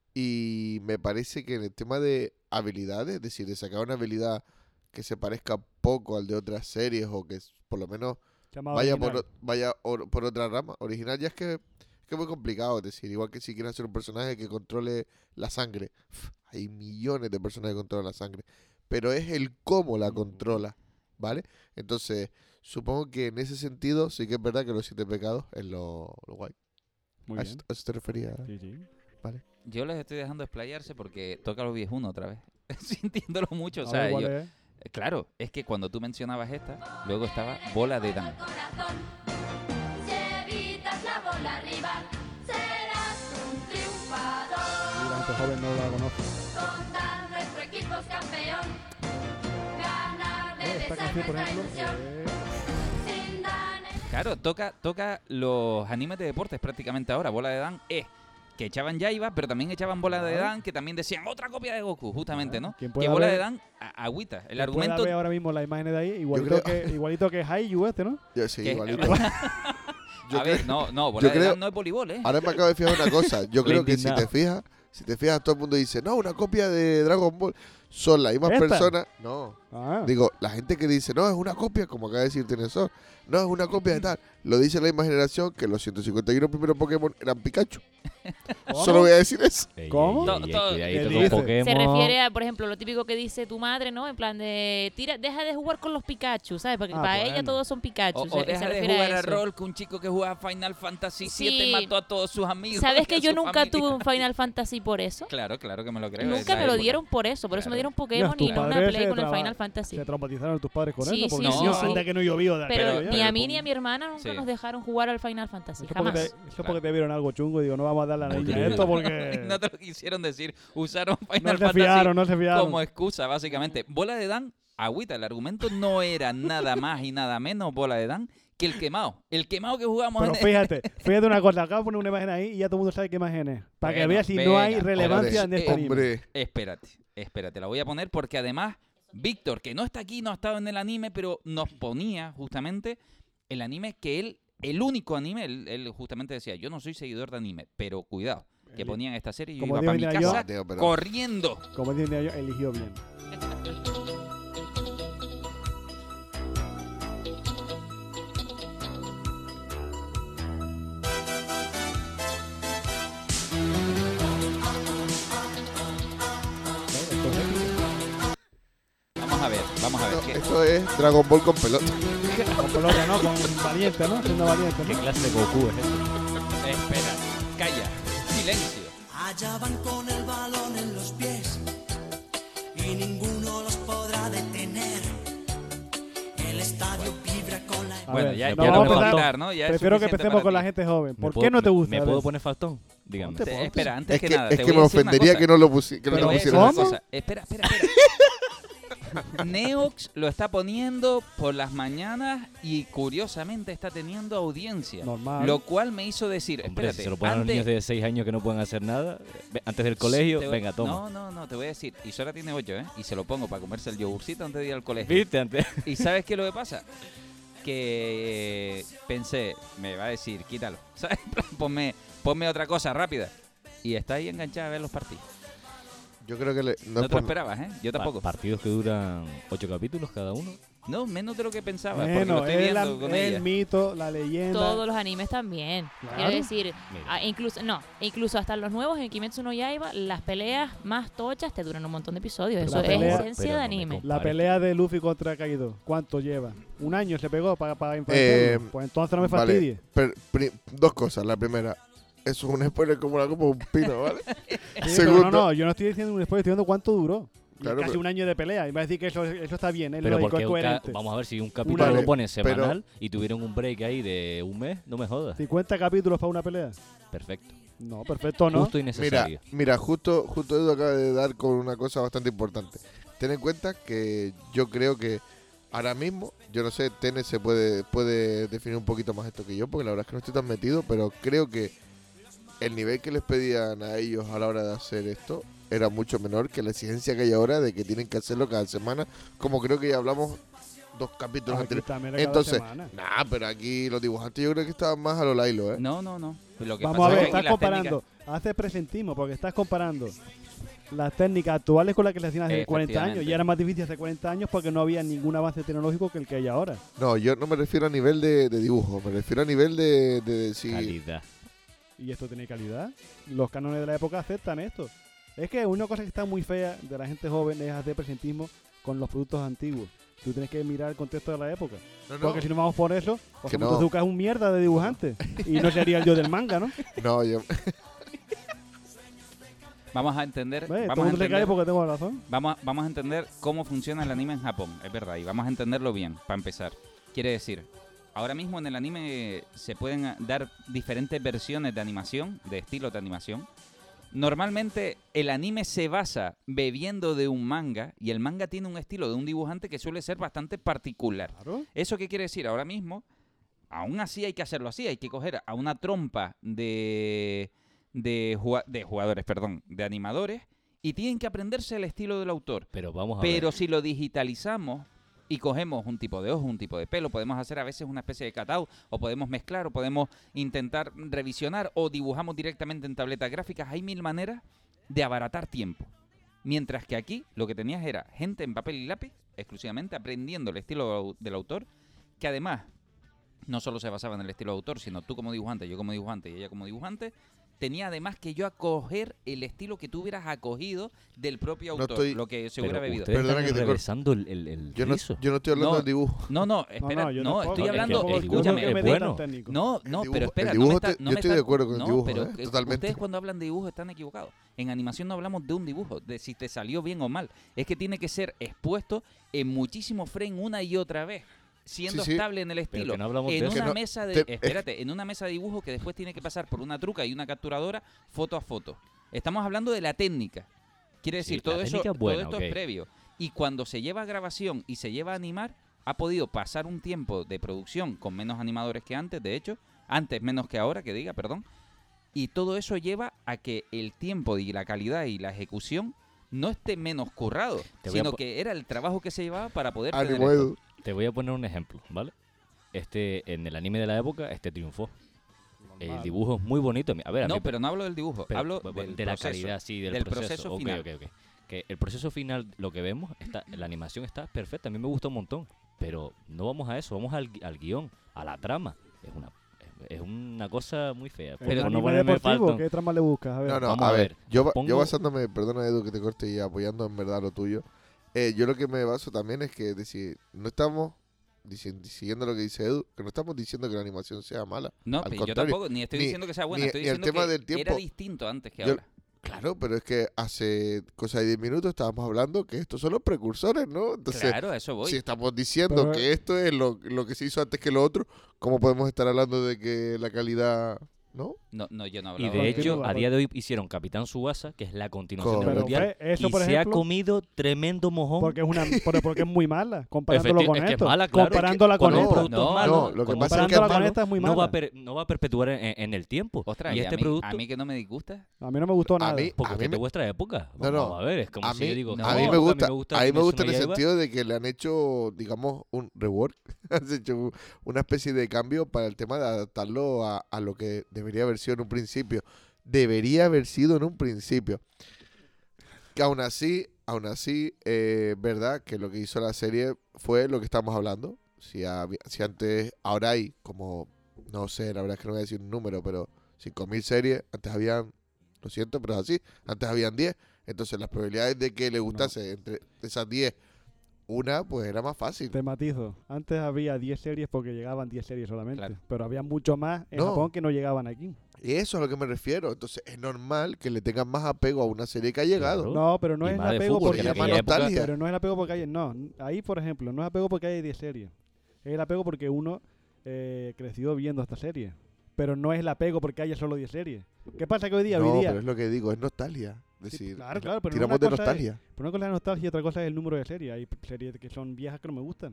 [SPEAKER 5] Y me parece que en el tema de habilidades, es decir, de sacar una habilidad que se parezca poco al de otras series o que s- por lo menos
[SPEAKER 3] Llamado
[SPEAKER 5] vaya por,
[SPEAKER 3] original.
[SPEAKER 5] o- vaya or- por otra rama. Original ya es que es que es muy complicado, es decir, igual que si quieres hacer un personaje que controle la sangre. Uf, hay millones de personas que controlan la sangre. Pero es el cómo la controla, ¿vale? Entonces, supongo que en ese sentido sí que es verdad que los siete pecados es lo, lo guay.
[SPEAKER 3] Muy
[SPEAKER 5] ¿A
[SPEAKER 3] bien.
[SPEAKER 5] eso, a eso te refería?
[SPEAKER 3] Sí, sí.
[SPEAKER 2] Yo les estoy dejando explayarse porque toca los viejuno otra vez. Sintiéndolo mucho. O
[SPEAKER 3] A
[SPEAKER 2] sea,
[SPEAKER 3] ver cuál
[SPEAKER 2] yo-
[SPEAKER 3] es.
[SPEAKER 2] eh, claro, es que cuando tú mencionabas esta, luego estaba Bola de Dan.
[SPEAKER 8] Si evitas la bola rival, serás un triunfador.
[SPEAKER 3] Y la gente joven no la conoce.
[SPEAKER 8] Contar nuestro equipo es campeón. Ganar
[SPEAKER 3] Eh,
[SPEAKER 8] debe
[SPEAKER 3] Esta
[SPEAKER 8] ser
[SPEAKER 3] canción, por
[SPEAKER 8] nuestra
[SPEAKER 3] ejemplo,
[SPEAKER 8] ilusión.
[SPEAKER 3] eh,
[SPEAKER 8] Sin Dan en
[SPEAKER 2] Claro, toca, toca los animes de deportes prácticamente ahora. Bola de Dan es que echaban Yaiba, pero también echaban Bola de
[SPEAKER 3] Claro.
[SPEAKER 2] Dan, que también decían otra copia de Goku, justamente, ¿no?
[SPEAKER 3] Quien
[SPEAKER 2] Que
[SPEAKER 3] pueda
[SPEAKER 2] Bola
[SPEAKER 3] ver-
[SPEAKER 2] de Dan a- agüita. El
[SPEAKER 3] quien pueda
[SPEAKER 2] argumento...
[SPEAKER 3] ver ahora mismo las imágenes de ahí, igualito,
[SPEAKER 5] creo-
[SPEAKER 3] que, igualito que Haiyu este, ¿no?
[SPEAKER 5] Yo sí,
[SPEAKER 2] que-
[SPEAKER 5] igualito. Yo
[SPEAKER 2] a ver,
[SPEAKER 5] creo-
[SPEAKER 2] no, no, Bola
[SPEAKER 5] yo
[SPEAKER 2] de
[SPEAKER 5] creo-
[SPEAKER 2] Dan no es voleibol, ¿eh?
[SPEAKER 5] Ahora me acabo de fijar una cosa. Yo creo que si te
[SPEAKER 4] indignado.
[SPEAKER 5] fijas, si te fijas, todo el mundo dice, no, una copia de Dragon Ball. Son las mismas
[SPEAKER 3] ¿Esta?
[SPEAKER 5] personas. No.
[SPEAKER 3] Ah,
[SPEAKER 5] Digo, la gente que dice, no, es una copia, como acaba de decir Tenesor. No, es una copia de tal. Lo dice la misma generación que los ciento cincuenta y uno primeros Pokémon eran Pikachu.
[SPEAKER 3] ¿cómo?
[SPEAKER 5] Solo voy a decir eso.
[SPEAKER 4] ey,
[SPEAKER 3] ¿Cómo?
[SPEAKER 4] ey,
[SPEAKER 2] To-
[SPEAKER 4] ey,
[SPEAKER 2] to-
[SPEAKER 4] cuidadito
[SPEAKER 3] ¿Qué
[SPEAKER 4] con
[SPEAKER 3] dice?
[SPEAKER 4] Pokémon.
[SPEAKER 6] Se refiere a, por ejemplo, lo típico que dice tu madre, ¿no? En plan de, tira, deja de jugar con los Pikachu, ¿sabes? Porque
[SPEAKER 3] Ah,
[SPEAKER 6] para ella
[SPEAKER 3] bueno.
[SPEAKER 6] todos son Pikachu.
[SPEAKER 2] O,
[SPEAKER 6] se,
[SPEAKER 2] o
[SPEAKER 6] se
[SPEAKER 2] deja de
[SPEAKER 6] refiere
[SPEAKER 2] jugar
[SPEAKER 6] a
[SPEAKER 2] a
[SPEAKER 6] eso.
[SPEAKER 2] rol que un chico que jugaba Final Fantasy siete
[SPEAKER 6] Sí.
[SPEAKER 2] mató a todos sus amigos.
[SPEAKER 6] ¿Sabes
[SPEAKER 2] y
[SPEAKER 6] que
[SPEAKER 2] a
[SPEAKER 6] yo
[SPEAKER 2] su
[SPEAKER 6] nunca
[SPEAKER 2] familia?
[SPEAKER 6] tuve un Final Fantasy por eso?
[SPEAKER 2] Claro, claro que me lo creo.
[SPEAKER 6] Nunca
[SPEAKER 2] esa
[SPEAKER 6] me lo
[SPEAKER 2] época.
[SPEAKER 6] dieron por eso, por eso
[SPEAKER 2] Claro.
[SPEAKER 6] me dieron Pokémon
[SPEAKER 3] tus
[SPEAKER 6] y no una
[SPEAKER 3] padres
[SPEAKER 6] Play
[SPEAKER 3] se
[SPEAKER 6] con el
[SPEAKER 3] traba-
[SPEAKER 6] Final Fantasy.
[SPEAKER 3] ¿Se traumatizaron tus padres con
[SPEAKER 6] Sí,
[SPEAKER 3] eso?
[SPEAKER 6] sí,
[SPEAKER 3] Porque
[SPEAKER 2] sí,
[SPEAKER 3] no,
[SPEAKER 2] sí.
[SPEAKER 3] anda que no llovió de
[SPEAKER 6] Pero
[SPEAKER 3] aquello ya.
[SPEAKER 6] ni a
[SPEAKER 2] pero
[SPEAKER 6] mí
[SPEAKER 2] como-
[SPEAKER 6] ni a mi hermana nunca
[SPEAKER 2] Sí.
[SPEAKER 6] nos dejaron jugar al Final Fantasy,
[SPEAKER 3] Eso porque, te,
[SPEAKER 6] jamás.
[SPEAKER 3] eso
[SPEAKER 2] Claro.
[SPEAKER 3] porque te vieron algo chungo y digo, no vamos a dar a la
[SPEAKER 4] No
[SPEAKER 3] niña
[SPEAKER 4] te-
[SPEAKER 3] esto porque
[SPEAKER 2] No te lo quisieron decir. Usaron
[SPEAKER 3] no
[SPEAKER 2] Final
[SPEAKER 3] se
[SPEAKER 2] Fantasy
[SPEAKER 3] fiaron, no se fiaron.
[SPEAKER 2] como excusa, básicamente. Bola de Dan, agüita. El argumento no era nada más y nada menos Bola de Dan que el quemado. El quemado que jugamos
[SPEAKER 3] Pero
[SPEAKER 2] en
[SPEAKER 3] fíjate, fíjate una cosa, acabo de poner una imagen ahí y ya todo el mundo sabe qué imagen es. Para que
[SPEAKER 2] Bueno,
[SPEAKER 3] veas si no
[SPEAKER 2] venga,
[SPEAKER 3] hay relevancia
[SPEAKER 2] joder,
[SPEAKER 3] en este
[SPEAKER 2] eh,
[SPEAKER 3] anime.
[SPEAKER 5] Hombre,
[SPEAKER 2] Espérate, espérate. La voy a poner porque además Víctor, que no está aquí, no ha estado en el anime, pero nos ponía justamente el anime que él, el único anime, él, él justamente decía, yo no soy seguidor de anime, pero cuidado, que ponían esta serie y yo
[SPEAKER 3] Como
[SPEAKER 2] iba para mi
[SPEAKER 3] digo, mira, yo-
[SPEAKER 2] casa
[SPEAKER 5] Mateo, pero-
[SPEAKER 2] corriendo.
[SPEAKER 3] Como diría yo, eligió bien.
[SPEAKER 2] Vamos a ver, vamos a ver.
[SPEAKER 5] No,
[SPEAKER 2] ¿qué?
[SPEAKER 5] esto es Dragon Ball con pelota.
[SPEAKER 3] Con pelota, ¿no? Con valiente, ¿no? Siendo valiente,
[SPEAKER 4] ¿Qué
[SPEAKER 3] ¿no?
[SPEAKER 4] clase de Goku es este?
[SPEAKER 2] Espera, calla, silencio.
[SPEAKER 9] Allá van con el balón en los pies y ninguno los podrá detener. El estadio vibra con la...
[SPEAKER 3] A
[SPEAKER 2] Bueno,
[SPEAKER 3] ver,
[SPEAKER 2] ya,
[SPEAKER 3] no,
[SPEAKER 2] ya
[SPEAKER 3] vamos
[SPEAKER 2] no
[SPEAKER 3] a
[SPEAKER 2] me va a
[SPEAKER 3] empezar-
[SPEAKER 2] quitar, ¿no? Ya es
[SPEAKER 3] Prefiero que
[SPEAKER 2] suficiente
[SPEAKER 3] empecemos
[SPEAKER 2] para
[SPEAKER 3] con
[SPEAKER 2] ti.
[SPEAKER 3] la gente joven.
[SPEAKER 4] ¿Me
[SPEAKER 3] ¿Por
[SPEAKER 4] puedo-
[SPEAKER 3] qué no te gusta?
[SPEAKER 4] ¿Me
[SPEAKER 3] A
[SPEAKER 4] puedo
[SPEAKER 3] ver.
[SPEAKER 4] poner faltón? Dígame.
[SPEAKER 3] Ponte.
[SPEAKER 2] Te- Espera, antes
[SPEAKER 5] Es
[SPEAKER 2] que,
[SPEAKER 5] que,
[SPEAKER 2] nada,
[SPEAKER 5] es
[SPEAKER 2] te
[SPEAKER 5] que
[SPEAKER 2] voy
[SPEAKER 5] me
[SPEAKER 2] a decir una
[SPEAKER 5] ofendería
[SPEAKER 2] cosa.
[SPEAKER 5] que no lo, pusi que no
[SPEAKER 2] Te
[SPEAKER 5] lo
[SPEAKER 2] voy a decir
[SPEAKER 5] pusieran.
[SPEAKER 2] una cosa. Espera, espera, espera. Neox lo está poniendo por las mañanas y curiosamente está teniendo audiencia.
[SPEAKER 3] Normal.
[SPEAKER 2] Lo cual me hizo decir,
[SPEAKER 4] Hombre,
[SPEAKER 2] espérate,
[SPEAKER 4] si se lo ponen a los
[SPEAKER 2] antes-
[SPEAKER 4] niños de seis años que no pueden hacer nada, ve- antes del colegio,
[SPEAKER 2] te voy-
[SPEAKER 4] venga, toma.
[SPEAKER 2] No, no, no, te voy a decir. Y Sora tiene ocho, ¿eh? Y se lo pongo para comerse el yogurcito antes de ir al colegio.
[SPEAKER 4] ¿Viste? Antes...
[SPEAKER 2] ¿Y sabes qué es lo que pasa? Que pensé, me va a decir, quítalo. ¿Sabes? ponme, ponme otra cosa rápida. Y está ahí enganchada a ver los partidos.
[SPEAKER 5] Yo creo que le, no,
[SPEAKER 2] No
[SPEAKER 5] es
[SPEAKER 2] te lo
[SPEAKER 5] por-
[SPEAKER 2] esperabas, ¿eh? Yo tampoco.
[SPEAKER 4] Pa- partidos que duran ocho capítulos cada uno.
[SPEAKER 2] No, menos de lo que pensaba. porque lo
[SPEAKER 3] Bueno,
[SPEAKER 2] estoy
[SPEAKER 3] es la-
[SPEAKER 2] viendo con
[SPEAKER 3] el
[SPEAKER 2] ella.
[SPEAKER 3] mito, la leyenda.
[SPEAKER 6] Todos los animes también.
[SPEAKER 3] Claro.
[SPEAKER 6] Quiero decir,
[SPEAKER 4] Mira.
[SPEAKER 6] ah, incluso no, incluso hasta los nuevos en Kimetsu no Yaiba, las peleas más tochas te duran un montón de episodios.
[SPEAKER 3] Pero
[SPEAKER 6] Eso
[SPEAKER 3] la
[SPEAKER 6] es
[SPEAKER 3] pelea-
[SPEAKER 6] esencia
[SPEAKER 4] pero
[SPEAKER 6] de
[SPEAKER 4] no me
[SPEAKER 6] anime.
[SPEAKER 4] comp-
[SPEAKER 3] La
[SPEAKER 4] Vale.
[SPEAKER 3] pelea de Luffy contra Kaido, ¿cuánto lleva? ¿Un año se pegó para, para
[SPEAKER 5] Eh,
[SPEAKER 3] enfrentarlo? Pues entonces no me
[SPEAKER 5] vale,
[SPEAKER 3] fastidie.
[SPEAKER 5] per- pri- dos cosas. La primera, eso es un spoiler como la copa de un pino, ¿vale?
[SPEAKER 3] Sí, pero
[SPEAKER 5] Segundo,
[SPEAKER 3] no, no, yo no estoy diciendo un spoiler, estoy diciendo cuánto duró. Y
[SPEAKER 5] Claro,
[SPEAKER 3] casi
[SPEAKER 5] pero-
[SPEAKER 3] un año de pelea. Y va a decir que eso, eso está bien, es
[SPEAKER 4] Pero
[SPEAKER 3] lógico,
[SPEAKER 4] porque
[SPEAKER 3] es
[SPEAKER 4] un ca-
[SPEAKER 3] coherente.
[SPEAKER 4] vamos a ver si un capítulo
[SPEAKER 5] Vale,
[SPEAKER 4] lo ponen
[SPEAKER 5] pero-
[SPEAKER 4] semanal y tuvieron un break ahí de un mes, no me jodas.
[SPEAKER 3] cincuenta capítulos para una pelea.
[SPEAKER 4] Perfecto.
[SPEAKER 3] No, perfecto, ¿no?
[SPEAKER 4] Justo y
[SPEAKER 5] Mira,
[SPEAKER 4] necesario.
[SPEAKER 5] mira, justo, justo Edu acaba de dar con una cosa bastante importante. Ten en cuenta que yo creo que ahora mismo, yo no sé, Tene se puede, puede definir un poquito más esto que yo, porque la verdad es que no estoy tan metido, pero creo que el nivel que les pedían a ellos a la hora de hacer esto era mucho menor que la exigencia que hay ahora de que tienen que hacerlo cada semana, como creo que ya hablamos dos capítulos
[SPEAKER 3] Aquí
[SPEAKER 5] anteriores.
[SPEAKER 3] también era cada
[SPEAKER 5] Entonces,
[SPEAKER 3] semana.
[SPEAKER 5] nah, pero aquí los dibujantes yo creo que estaban más a lo Lailo, ¿eh?
[SPEAKER 2] No, no, no. Lo que
[SPEAKER 3] Vamos
[SPEAKER 2] pasa
[SPEAKER 3] a ver,
[SPEAKER 2] es que
[SPEAKER 3] estás
[SPEAKER 2] aquí las
[SPEAKER 3] comparando. Haces presentismo porque estás comparando las técnicas actuales con las que le hacían hace cuarenta años.
[SPEAKER 2] Efectivamente.
[SPEAKER 3] Y era más difícil hace cuarenta años porque no había ningún avance tecnológico que el que hay ahora.
[SPEAKER 5] No, yo no me refiero a nivel de, de dibujo, me refiero a nivel de, de decir...
[SPEAKER 4] Calidad.
[SPEAKER 3] Y esto tiene calidad. Los cánones de la época aceptan esto. Es que una cosa que está muy fea de la gente joven es hacer presentismo con los productos antiguos. Tú tienes que mirar el contexto de la época.
[SPEAKER 5] No, no,
[SPEAKER 3] Porque si no vamos por eso,
[SPEAKER 5] Que
[SPEAKER 3] Osamu
[SPEAKER 5] no.
[SPEAKER 3] Tezuka es un mierda de dibujante. Y no sería el dios del manga, ¿no?
[SPEAKER 5] no, yo...
[SPEAKER 2] Vamos a entender,
[SPEAKER 3] ¿Ves? Todo el
[SPEAKER 2] vamos a
[SPEAKER 3] mundo le cae
[SPEAKER 2] entender,
[SPEAKER 3] porque tengo razón.
[SPEAKER 2] vamos, a- vamos a entender cómo funciona el anime en Japón, es verdad, y vamos a entenderlo bien, para empezar. Quiere decir, ahora mismo en el anime se pueden ah, dar diferentes versiones de animación, de estilos de animación. Normalmente el anime se basa bebiendo de un manga, y el manga tiene un estilo de un dibujante que suele ser bastante particular.
[SPEAKER 3] Claro.
[SPEAKER 2] ¿Eso qué quiere decir? Ahora mismo, aún así hay que hacerlo así, hay que coger a una trompa de, de, jua- de jugadores, perdón, de animadores, y tienen que aprenderse el estilo del autor.
[SPEAKER 4] Pero vamos a
[SPEAKER 2] Pero
[SPEAKER 4] ver.
[SPEAKER 2] si lo digitalizamos y cogemos un tipo de ojo, un tipo de pelo, podemos hacer a veces una especie de cutout, o podemos mezclar, o podemos intentar revisionar, o dibujamos directamente en tabletas gráficas. Hay mil maneras de abaratar tiempo. Mientras que aquí lo que tenías era gente en papel y lápiz, exclusivamente aprendiendo el estilo del autor, que además no solo se basaba en el estilo de autor, sino tú como dibujante, yo como dibujante y ella como dibujante, tenía además que yo acoger el estilo que tú hubieras acogido del propio
[SPEAKER 5] No
[SPEAKER 2] autor,
[SPEAKER 5] estoy-
[SPEAKER 2] lo que se
[SPEAKER 4] Pero
[SPEAKER 2] hubiera bebido.
[SPEAKER 4] ustedes
[SPEAKER 5] Perdona
[SPEAKER 4] están
[SPEAKER 5] que te cor-
[SPEAKER 4] regresando el, el, el
[SPEAKER 5] Yo no,
[SPEAKER 4] rizo.
[SPEAKER 5] yo no estoy hablando
[SPEAKER 2] No.
[SPEAKER 5] del dibujo.
[SPEAKER 2] No, no, espera,
[SPEAKER 3] no, yo
[SPEAKER 2] no,
[SPEAKER 3] tampoco.
[SPEAKER 2] estoy
[SPEAKER 4] Es que
[SPEAKER 2] hablando,
[SPEAKER 4] el dibujo
[SPEAKER 2] escúchame,
[SPEAKER 4] es
[SPEAKER 3] me
[SPEAKER 4] bueno.
[SPEAKER 3] tan técnico.
[SPEAKER 2] no, no,
[SPEAKER 5] El
[SPEAKER 2] pero
[SPEAKER 5] dibujo-
[SPEAKER 2] espera,
[SPEAKER 5] el
[SPEAKER 2] no me
[SPEAKER 5] dibujo
[SPEAKER 2] está-
[SPEAKER 5] te-
[SPEAKER 2] no
[SPEAKER 5] yo
[SPEAKER 2] me
[SPEAKER 5] estoy
[SPEAKER 2] está-
[SPEAKER 5] de acuerdo con el
[SPEAKER 2] no,
[SPEAKER 5] dibujo,
[SPEAKER 2] pero
[SPEAKER 5] ¿eh?
[SPEAKER 2] que
[SPEAKER 5] Totalmente.
[SPEAKER 2] ustedes cuando hablan de dibujo están equivocados. En animación no hablamos de un dibujo, de si te salió bien o mal. Es que tiene que ser expuesto en muchísimo frame una y otra vez, siendo
[SPEAKER 5] Sí, sí.
[SPEAKER 2] estable en el
[SPEAKER 4] Pero
[SPEAKER 2] estilo.
[SPEAKER 4] que no hablamos
[SPEAKER 2] en
[SPEAKER 4] de
[SPEAKER 2] una
[SPEAKER 4] eso.
[SPEAKER 5] no-
[SPEAKER 2] mesa de,
[SPEAKER 5] te-
[SPEAKER 2] espérate, en una mesa de dibujo que después tiene que pasar por una truca y una capturadora foto a foto. Estamos hablando de la técnica. Quiere
[SPEAKER 4] Sí,
[SPEAKER 2] decir,
[SPEAKER 4] la
[SPEAKER 2] todo eso,
[SPEAKER 4] técnica es
[SPEAKER 2] todo
[SPEAKER 4] buena,
[SPEAKER 2] esto
[SPEAKER 4] ok.
[SPEAKER 2] es previo. Y cuando se lleva a grabación y se lleva a animar, ha podido pasar un tiempo de producción con menos animadores que antes, de hecho, antes menos que ahora, que diga, perdón. Y todo eso lleva a que el tiempo y la calidad y la ejecución no esté menos currado,
[SPEAKER 4] Te voy a
[SPEAKER 2] sino
[SPEAKER 4] po-
[SPEAKER 2] que era el trabajo que se llevaba para poder tener
[SPEAKER 5] Ánimo,
[SPEAKER 2] esto.
[SPEAKER 5] Edu.
[SPEAKER 4] Te voy a poner un ejemplo, ¿vale? Este, en el anime de la época, este triunfó. El
[SPEAKER 3] Normal.
[SPEAKER 4] dibujo es muy bonito. A ver, a
[SPEAKER 2] No,
[SPEAKER 4] mí,
[SPEAKER 2] pero no hablo del dibujo,
[SPEAKER 4] pero-
[SPEAKER 2] hablo
[SPEAKER 4] bueno,
[SPEAKER 2] del
[SPEAKER 4] de la
[SPEAKER 2] proceso,
[SPEAKER 4] calidad, sí, del,
[SPEAKER 2] del
[SPEAKER 4] proceso,
[SPEAKER 2] proceso
[SPEAKER 4] Ok,
[SPEAKER 2] final.
[SPEAKER 4] ok, ok. Que el proceso final, lo que vemos, está, la animación está perfecta. A mí me gusta un montón. Pero no vamos a eso, vamos al, gui- al guión, a la trama. Es una, es- es una cosa muy fea.
[SPEAKER 3] El
[SPEAKER 4] Por no
[SPEAKER 3] anime
[SPEAKER 4] ponerme
[SPEAKER 3] deportivo,
[SPEAKER 4] Falcon.
[SPEAKER 3] ¿qué trama le buscas? A ver.
[SPEAKER 5] No, no,
[SPEAKER 4] vamos
[SPEAKER 5] a
[SPEAKER 4] a
[SPEAKER 5] ver,
[SPEAKER 4] ver,
[SPEAKER 5] yo, ba-
[SPEAKER 4] pongo-
[SPEAKER 5] yo basándome, perdona Edu que te corte y apoyando en verdad lo tuyo, eh, yo lo que me baso también es que decir, no estamos dici- siguiendo lo que dice Edu, que no estamos diciendo que la animación sea mala.
[SPEAKER 2] No,
[SPEAKER 5] Al
[SPEAKER 2] pero yo
[SPEAKER 5] contrario,
[SPEAKER 2] tampoco, ni estoy
[SPEAKER 5] ni-
[SPEAKER 2] diciendo que sea buena,
[SPEAKER 5] ni-
[SPEAKER 2] estoy
[SPEAKER 5] ni el
[SPEAKER 2] diciendo
[SPEAKER 5] tema
[SPEAKER 2] que
[SPEAKER 5] del tiempo-
[SPEAKER 2] era distinto antes que
[SPEAKER 5] Yo-
[SPEAKER 2] ahora.
[SPEAKER 5] Claro, pero es que hace cosa de diez minutos estábamos hablando que estos son los precursores, ¿no? Entonces,
[SPEAKER 2] Claro, a eso voy.
[SPEAKER 5] si estamos diciendo
[SPEAKER 3] Pero-
[SPEAKER 5] que esto es lo, lo que se hizo antes que lo otro, ¿cómo podemos estar hablando de que la calidad, no?
[SPEAKER 2] No, no, yo no
[SPEAKER 4] Y
[SPEAKER 2] hablaba
[SPEAKER 4] de
[SPEAKER 2] de
[SPEAKER 4] hecho,
[SPEAKER 3] Continúa,
[SPEAKER 4] a día de hoy hicieron Capitán Subasa, que es la continuación
[SPEAKER 5] Correcto.
[SPEAKER 4] del
[SPEAKER 3] Pero
[SPEAKER 4] Mundial.
[SPEAKER 3] ve, eso,
[SPEAKER 4] y
[SPEAKER 3] por
[SPEAKER 4] se ha
[SPEAKER 3] ejemplo,
[SPEAKER 4] comido tremendo mojón.
[SPEAKER 3] porque es una porque, porque es muy mala comparándolo
[SPEAKER 4] Efecti-
[SPEAKER 3] con
[SPEAKER 4] es que es
[SPEAKER 3] esto.
[SPEAKER 4] mala, claro.
[SPEAKER 3] Comparándola con
[SPEAKER 4] Cuando un
[SPEAKER 5] No,
[SPEAKER 3] esto.
[SPEAKER 4] producto
[SPEAKER 2] no,
[SPEAKER 4] es malo,
[SPEAKER 5] no, lo que
[SPEAKER 4] cuando un
[SPEAKER 5] pasa es que
[SPEAKER 4] producto
[SPEAKER 3] Comparándola con
[SPEAKER 4] malo,
[SPEAKER 3] esta es muy
[SPEAKER 4] no va a,
[SPEAKER 3] mala.
[SPEAKER 4] per- no va a perpetuar en, en el tiempo.
[SPEAKER 2] Ostras,
[SPEAKER 4] y
[SPEAKER 2] y
[SPEAKER 4] este
[SPEAKER 2] a, mí,
[SPEAKER 4] producto,
[SPEAKER 2] a mí que no me disgusta.
[SPEAKER 3] A mí no me gustó
[SPEAKER 5] A
[SPEAKER 3] nada.
[SPEAKER 5] mí-
[SPEAKER 4] porque
[SPEAKER 5] a
[SPEAKER 4] es
[SPEAKER 5] mí
[SPEAKER 4] de
[SPEAKER 5] me-
[SPEAKER 4] vuestra época.
[SPEAKER 5] No,
[SPEAKER 4] Vamos
[SPEAKER 5] no.
[SPEAKER 4] a ver, es como
[SPEAKER 5] A
[SPEAKER 4] si
[SPEAKER 5] mí,
[SPEAKER 4] yo digo,
[SPEAKER 2] no,
[SPEAKER 5] a mí
[SPEAKER 4] no,
[SPEAKER 5] me gusta,
[SPEAKER 4] a mí me gusta
[SPEAKER 5] a mí me
[SPEAKER 4] Kimetsu
[SPEAKER 5] gusta
[SPEAKER 4] no
[SPEAKER 5] en el
[SPEAKER 4] Yaiba.
[SPEAKER 5] sentido de que le han hecho, digamos, un rework, han hecho un- una especie de cambio para el tema de adaptarlo a, a lo que debería haber sido en un principio. Debería haber sido en un principio. Que aún así, aún así, eh, verdad que lo que hizo la serie fue lo que estamos hablando. Si, había- si antes, ahora hay como, no sé, la verdad es que no voy a decir un número, pero cinco mil series, antes habían, lo siento, pero es así, antes habían diez. Entonces las probabilidades de que le gustase entre esas diez, una, pues era más fácil.
[SPEAKER 3] Te matizo. Antes había diez series porque llegaban diez series solamente.
[SPEAKER 2] Claro.
[SPEAKER 3] Pero había mucho más en
[SPEAKER 5] No.
[SPEAKER 3] Japón que no llegaban aquí.
[SPEAKER 5] Y eso es a lo que me refiero. Entonces es normal que le tengan más apego a una serie que ha llegado.
[SPEAKER 4] Claro.
[SPEAKER 3] No, pero no
[SPEAKER 4] Y
[SPEAKER 3] es
[SPEAKER 4] más
[SPEAKER 3] el
[SPEAKER 4] de
[SPEAKER 3] apego
[SPEAKER 4] fútbol,
[SPEAKER 3] porque
[SPEAKER 4] que en
[SPEAKER 5] llama
[SPEAKER 4] aquella época-
[SPEAKER 5] nostalgia.
[SPEAKER 3] Pero no es el apego porque hay... No, ahí por ejemplo, no es apego porque hay diez series. Es el apego porque uno eh, creció viendo esta serie. Pero no es el apego porque haya solo diez series. ¿Qué pasa que hoy día?
[SPEAKER 5] No,
[SPEAKER 3] hoy día
[SPEAKER 5] pero es lo que digo, es nostalgia. Es
[SPEAKER 3] Sí,
[SPEAKER 5] decir,
[SPEAKER 3] claro, claro, pero
[SPEAKER 5] tiramos
[SPEAKER 3] una
[SPEAKER 5] de
[SPEAKER 3] cosa es-
[SPEAKER 5] nostalgia.
[SPEAKER 3] pero una cosa es la nostalgia y otra cosa es el número de series. Hay series que son viejas que no me gustan.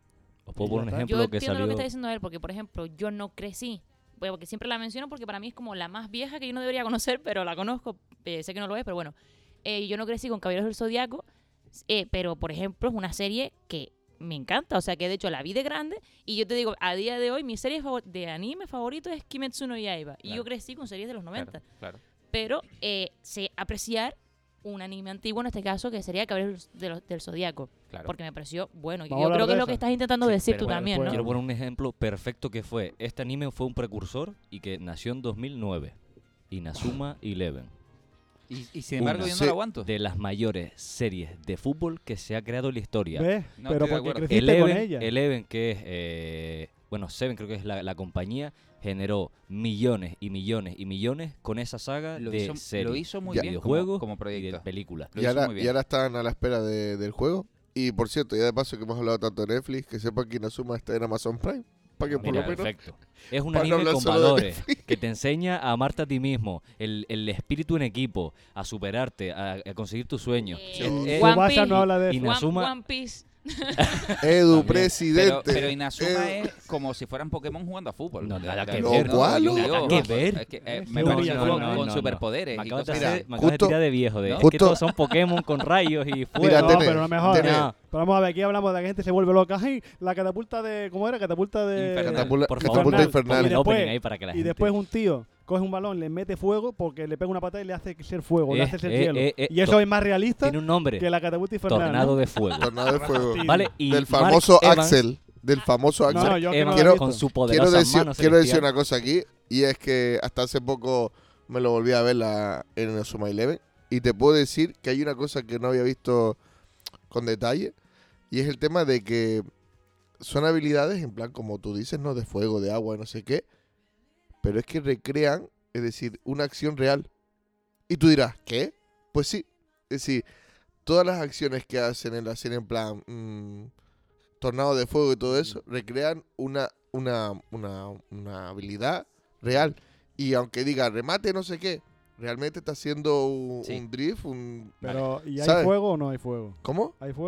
[SPEAKER 4] Os puedo
[SPEAKER 3] Y
[SPEAKER 4] poner un
[SPEAKER 3] ya está.
[SPEAKER 4] ejemplo
[SPEAKER 6] Yo
[SPEAKER 4] que
[SPEAKER 6] entiendo
[SPEAKER 4] salió.
[SPEAKER 6] lo que está diciendo él, porque, por ejemplo, yo no crecí. Bueno, porque siempre la menciono porque para mí es como la más vieja que yo no debería conocer, pero la conozco. eh, sé que no lo es, pero bueno. Eh, yo no crecí con Caballeros del Zodiaco, eh, pero, por ejemplo, es una serie que me encanta. O sea, que de hecho la vi de grande. Y yo te digo, a día de hoy, mi serie favor- de anime favorito es Kimetsu no Yaiba. Y
[SPEAKER 2] Claro.
[SPEAKER 6] yo crecí con series de los noventa.
[SPEAKER 2] Claro, claro.
[SPEAKER 6] Pero eh, sé apreciar un anime antiguo, en este caso, que sería Caballeros de los- del Zodiaco.
[SPEAKER 2] claro.
[SPEAKER 6] Porque me pareció bueno. Y
[SPEAKER 3] Vamos a
[SPEAKER 6] yo
[SPEAKER 3] hablar
[SPEAKER 6] creo que
[SPEAKER 3] de
[SPEAKER 6] es lo
[SPEAKER 3] esa.
[SPEAKER 6] que estás intentando
[SPEAKER 4] Sí,
[SPEAKER 6] decir
[SPEAKER 4] pero
[SPEAKER 6] tú
[SPEAKER 4] bueno,
[SPEAKER 6] también,
[SPEAKER 3] pues,
[SPEAKER 6] ¿no?
[SPEAKER 4] Quiero poner un ejemplo perfecto que fue. Este anime fue un precursor y que nació en dos mil nueve. Inazuma Eleven.
[SPEAKER 2] Y, y sin embargo,
[SPEAKER 4] Una.
[SPEAKER 2] yo no
[SPEAKER 5] Sí.
[SPEAKER 2] lo aguanto.
[SPEAKER 4] De las mayores series de fútbol que se ha creado en la historia.
[SPEAKER 3] ¿Ves?
[SPEAKER 2] No
[SPEAKER 3] pero
[SPEAKER 2] estoy de
[SPEAKER 3] porque
[SPEAKER 2] acuerdo.
[SPEAKER 3] creciste con
[SPEAKER 4] Eleven,
[SPEAKER 3] ella.
[SPEAKER 4] Eleven, que es, eh, bueno, Seven creo que es la, la compañía, generó millones y millones y millones con esa saga
[SPEAKER 2] Lo
[SPEAKER 4] de
[SPEAKER 2] hizo,
[SPEAKER 4] series,
[SPEAKER 2] lo hizo muy
[SPEAKER 5] Ya.
[SPEAKER 2] bien
[SPEAKER 4] videojuegos
[SPEAKER 2] como, como
[SPEAKER 4] y de
[SPEAKER 2] proyecto.
[SPEAKER 4] películas.
[SPEAKER 2] Lo
[SPEAKER 5] Y
[SPEAKER 2] hizo
[SPEAKER 5] ahora,
[SPEAKER 2] muy
[SPEAKER 5] y
[SPEAKER 2] bien.
[SPEAKER 5] ahora están a la espera de- del juego. Y por cierto, ya de paso que hemos hablado tanto de Netflix, que sepan que Inazuma está en Amazon Prime. Para que por
[SPEAKER 4] Mira,
[SPEAKER 5] lo menos.
[SPEAKER 4] perfecto. Es un
[SPEAKER 5] para no
[SPEAKER 4] anime
[SPEAKER 5] hablar
[SPEAKER 4] con
[SPEAKER 5] solo de
[SPEAKER 4] valores que te enseña a amarte a ti mismo, el, el espíritu en equipo, a superarte, a, a conseguir tus sueños.
[SPEAKER 6] Eh,
[SPEAKER 5] Sí.
[SPEAKER 4] Eh,
[SPEAKER 6] One
[SPEAKER 3] Tsubasa
[SPEAKER 6] Piece,
[SPEAKER 3] no habla de eso.
[SPEAKER 6] One,
[SPEAKER 4] Inazuma-
[SPEAKER 6] One Piece.
[SPEAKER 5] Edu,
[SPEAKER 4] También.
[SPEAKER 5] presidente.
[SPEAKER 2] Pero, pero Inazuma
[SPEAKER 5] Edu.
[SPEAKER 2] es como si fueran Pokémon jugando a fútbol.
[SPEAKER 4] No,
[SPEAKER 2] De-
[SPEAKER 4] nada
[SPEAKER 2] de-
[SPEAKER 4] que
[SPEAKER 2] no,
[SPEAKER 5] ver.
[SPEAKER 2] no,
[SPEAKER 5] ¿Cuál?
[SPEAKER 2] Dios,
[SPEAKER 4] Nada
[SPEAKER 2] Dios.
[SPEAKER 4] que ver.
[SPEAKER 2] Es que, eh,
[SPEAKER 3] Es
[SPEAKER 2] me
[SPEAKER 3] una
[SPEAKER 2] pareció
[SPEAKER 3] obligación,
[SPEAKER 2] con,
[SPEAKER 3] no,
[SPEAKER 2] con
[SPEAKER 4] no, no.
[SPEAKER 2] superpoderes.
[SPEAKER 4] Me
[SPEAKER 2] y
[SPEAKER 4] acabas de,
[SPEAKER 2] cosas
[SPEAKER 5] Mira,
[SPEAKER 2] así.
[SPEAKER 4] hacer- me acabas de
[SPEAKER 5] justo-
[SPEAKER 4] tirar de viejo. De, es que
[SPEAKER 5] justo-
[SPEAKER 4] todos son Pokémon con rayos y fuego.
[SPEAKER 5] Mira,
[SPEAKER 3] no,
[SPEAKER 5] Tene,
[SPEAKER 3] pero no me jodas.
[SPEAKER 5] Tene.
[SPEAKER 4] No.
[SPEAKER 3] Pero vamos a ver, aquí hablamos de que la gente se vuelve loca. ¡Ay! La catapulta de... ¿Cómo era? Catapulta de...
[SPEAKER 2] Infernal.
[SPEAKER 5] Catapula-
[SPEAKER 4] Por
[SPEAKER 5] catapulta
[SPEAKER 4] favor,
[SPEAKER 5] infernal.
[SPEAKER 4] pon el
[SPEAKER 3] Y después-
[SPEAKER 4] opening ahí para que la
[SPEAKER 3] Y
[SPEAKER 4] gente...
[SPEAKER 3] después un tío coge un balón, le mete fuego porque le pega una patada y le hace ser fuego, le
[SPEAKER 4] Eh,
[SPEAKER 3] hace ser
[SPEAKER 4] eh,
[SPEAKER 3] hielo.
[SPEAKER 4] eh, eh,
[SPEAKER 3] y eso
[SPEAKER 4] to-
[SPEAKER 3] es más realista
[SPEAKER 4] Tiene un nombre.
[SPEAKER 3] que la catapulta infernal.
[SPEAKER 4] Tornado
[SPEAKER 3] ¿no?
[SPEAKER 4] de fuego.
[SPEAKER 5] Tornado de fuego.
[SPEAKER 4] Vale, y
[SPEAKER 5] Del
[SPEAKER 4] Mark
[SPEAKER 5] famoso
[SPEAKER 4] Evans-
[SPEAKER 5] Axel. Del famoso
[SPEAKER 3] No,
[SPEAKER 5] Axel.
[SPEAKER 3] no, yo que no
[SPEAKER 4] Evans
[SPEAKER 3] lo he
[SPEAKER 5] Quiero-
[SPEAKER 3] visto.
[SPEAKER 4] con su
[SPEAKER 5] quiero
[SPEAKER 4] poderosa
[SPEAKER 5] decir,
[SPEAKER 4] mano
[SPEAKER 5] quiero decir
[SPEAKER 4] celestial.
[SPEAKER 5] una cosa aquí, y es que hasta hace poco me lo volví a ver la, en Inazuma Eleven, y te puedo decir que hay una cosa que no había visto con detalle, y es el tema de que son habilidades, en plan, como tú dices, ¿no? De fuego, de agua, no sé qué, pero es que recrean, es decir, una acción real. Y tú dirás, ¿qué? Pues sí, es decir, todas las acciones que hacen en la serie, en plan, mm, tornado de fuego y todo eso, recrean una, una, una, una habilidad real. Y aunque diga remate, no sé qué, realmente está haciendo un,
[SPEAKER 2] Sí.
[SPEAKER 5] un drift, un...
[SPEAKER 3] Pero, ¿y hay
[SPEAKER 5] ¿Sabes?
[SPEAKER 3] fuego o no hay fuego?
[SPEAKER 5] ¿Cómo?
[SPEAKER 3] ¿Hay fuego?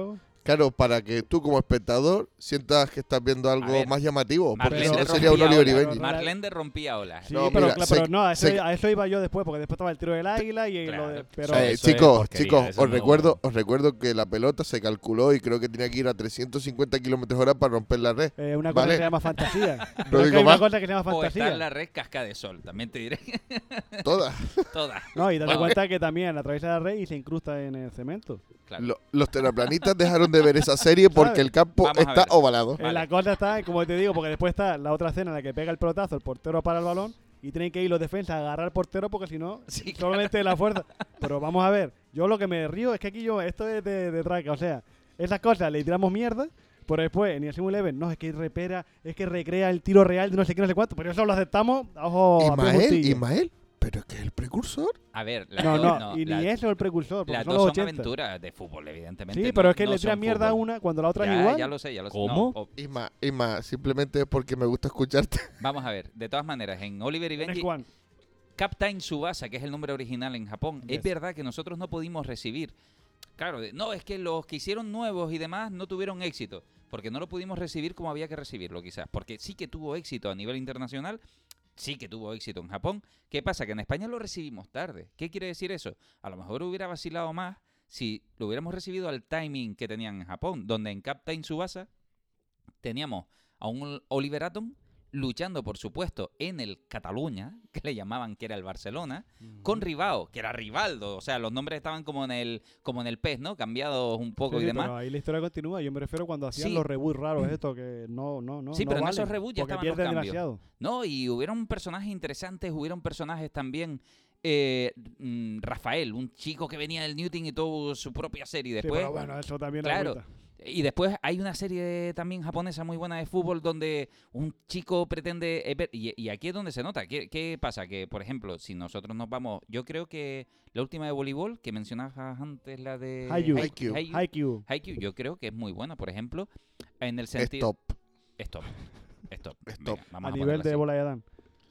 [SPEAKER 5] Claro, para que tú como espectador sientas que estás viendo algo
[SPEAKER 2] ver,
[SPEAKER 5] más llamativo, porque si
[SPEAKER 2] Marlene
[SPEAKER 5] no sería un
[SPEAKER 2] rompía
[SPEAKER 5] Oliver y
[SPEAKER 2] olas.
[SPEAKER 5] Benji.
[SPEAKER 2] Marlene rompía olas.
[SPEAKER 3] Sí,
[SPEAKER 5] No,
[SPEAKER 3] pero,
[SPEAKER 5] mira,
[SPEAKER 3] claro,
[SPEAKER 5] se-
[SPEAKER 3] pero no, a eso,
[SPEAKER 5] se-
[SPEAKER 3] a eso iba yo después, porque después estaba el tiro del águila y
[SPEAKER 2] Claro.
[SPEAKER 3] lo de... Pero,
[SPEAKER 4] Sí,
[SPEAKER 5] Eh,
[SPEAKER 4] eso es
[SPEAKER 5] chicos,
[SPEAKER 4] porquería,
[SPEAKER 5] chicos,
[SPEAKER 4] eso
[SPEAKER 5] os
[SPEAKER 4] no-
[SPEAKER 5] recuerdo, os recuerdo que la pelota se calculó y creo que tenía que ir a trescientos cincuenta kilómetros hora para romper la red.
[SPEAKER 3] eh, una cosa
[SPEAKER 5] Vale.
[SPEAKER 3] que se llama fantasía.
[SPEAKER 5] No
[SPEAKER 3] Pero es que
[SPEAKER 5] digo
[SPEAKER 3] hay una
[SPEAKER 5] más.
[SPEAKER 3] cosa que se llama
[SPEAKER 2] O está en
[SPEAKER 3] fantasía.
[SPEAKER 2] la red Casca de Sol, también te diré.
[SPEAKER 5] Todas.
[SPEAKER 2] Todas.
[SPEAKER 3] No, y date
[SPEAKER 5] Vale.
[SPEAKER 3] cuenta que también atraviesa la red y se incrusta en el cemento.
[SPEAKER 2] Claro.
[SPEAKER 5] Lo- los terraplanistas dejaron de ver esa serie porque
[SPEAKER 3] ¿Sabes?
[SPEAKER 5] el campo
[SPEAKER 2] Vamos a
[SPEAKER 5] está
[SPEAKER 2] ver.
[SPEAKER 5] ovalado.
[SPEAKER 3] Eh,
[SPEAKER 2] Vale.
[SPEAKER 3] La cosa está, como te digo, porque después está la otra escena en la que pega el pelotazo, el portero para el balón y tienen que ir los defensas a agarrar al portero porque si no,
[SPEAKER 2] Sí,
[SPEAKER 3] solamente la fuerza. Pero vamos a ver, yo lo que me río es que aquí yo, esto es de, de traca, o sea, esas cosas le tiramos mierda, pero después en el Sim Eleven, no, es que repera, es que recrea el tiro real de no sé qué, no sé cuánto, pero eso lo aceptamos a ojo a pie
[SPEAKER 5] Ismael,
[SPEAKER 3] juntillo.
[SPEAKER 5] Ismael, pero es que es el precursor.
[SPEAKER 2] A ver, las
[SPEAKER 3] No,
[SPEAKER 2] dos,
[SPEAKER 3] no, y
[SPEAKER 2] la-
[SPEAKER 3] ni eso es el precursor, porque
[SPEAKER 2] las
[SPEAKER 3] son
[SPEAKER 2] dos
[SPEAKER 3] los
[SPEAKER 2] son
[SPEAKER 3] ochenta.
[SPEAKER 2] aventuras de fútbol, evidentemente.
[SPEAKER 3] Sí,
[SPEAKER 2] no-
[SPEAKER 3] pero es que
[SPEAKER 2] no
[SPEAKER 3] le tiran
[SPEAKER 2] son
[SPEAKER 3] mierda a
[SPEAKER 2] fútbol.
[SPEAKER 3] una cuando la otra
[SPEAKER 2] Ya,
[SPEAKER 3] es igual.
[SPEAKER 2] ya lo sé, ya lo sé.
[SPEAKER 4] ¿Cómo?
[SPEAKER 2] No, o-
[SPEAKER 5] Isma, Isma, simplemente es porque me gusta escucharte.
[SPEAKER 2] vamos a ver, de todas maneras, en Oliver y
[SPEAKER 3] Tienes
[SPEAKER 2] Benji,
[SPEAKER 3] Juan.
[SPEAKER 2] Captain Tsubasa, que es el nombre original en Japón, es
[SPEAKER 3] Yes.
[SPEAKER 2] verdad que nosotros no pudimos recibir. Claro, de- no, es que los que hicieron nuevos y demás no tuvieron éxito, porque no lo pudimos recibir como había que recibirlo, quizás. Porque sí que tuvo éxito a nivel internacional, sí que tuvo éxito en Japón. ¿Qué pasa? Que en España lo recibimos tarde. ¿Qué quiere decir eso? A lo mejor hubiera vacilado más si lo hubiéramos recibido al timing que tenían en Japón, donde en Captain Tsubasa teníamos a un Oliver Atom luchando, por supuesto, en el Cataluña, que le llamaban que era el Barcelona, con Ribao, que era Rivaldo. O sea, los nombres estaban como en el como en el pez, ¿no? Cambiados un poco
[SPEAKER 3] Sí,
[SPEAKER 2] y demás.
[SPEAKER 3] pero ahí la historia continúa. Yo me refiero cuando hacían
[SPEAKER 2] Sí.
[SPEAKER 3] los reboots raros estos que no, no, no.
[SPEAKER 2] Sí,
[SPEAKER 3] no
[SPEAKER 2] pero en
[SPEAKER 3] valen,
[SPEAKER 2] esos reboots ya
[SPEAKER 3] porque
[SPEAKER 2] estaban los
[SPEAKER 3] pierden
[SPEAKER 2] cambios.
[SPEAKER 3] demasiado.
[SPEAKER 2] No, y hubieron personajes interesantes, hubieron personajes también. eh, mm, Rafael, un chico que venía del Newton y tuvo su propia serie.
[SPEAKER 3] Sí,
[SPEAKER 2] Después,
[SPEAKER 3] pero bueno, eso también da
[SPEAKER 2] claro.
[SPEAKER 3] vuelta.
[SPEAKER 2] Y después hay una serie también japonesa muy buena de fútbol donde un chico pretende... eh, ver- Y, y aquí es donde se nota. ¿Qué, ¿Qué pasa? Que, por ejemplo, si nosotros nos vamos... Yo creo que la última de voleibol, que mencionabas antes, la de...
[SPEAKER 3] Haikyuu.
[SPEAKER 5] Haikyuu.
[SPEAKER 2] Haikyuu,
[SPEAKER 3] Haikyuu.
[SPEAKER 2] Haikyuu, yo creo que es muy buena, por ejemplo, en el sentido...
[SPEAKER 5] Stop.
[SPEAKER 2] Stop. Stop.
[SPEAKER 5] Stop.
[SPEAKER 2] Venga, vamos
[SPEAKER 3] A
[SPEAKER 2] a
[SPEAKER 3] nivel
[SPEAKER 2] ponerla
[SPEAKER 3] de
[SPEAKER 2] así.
[SPEAKER 3] bola de Adán.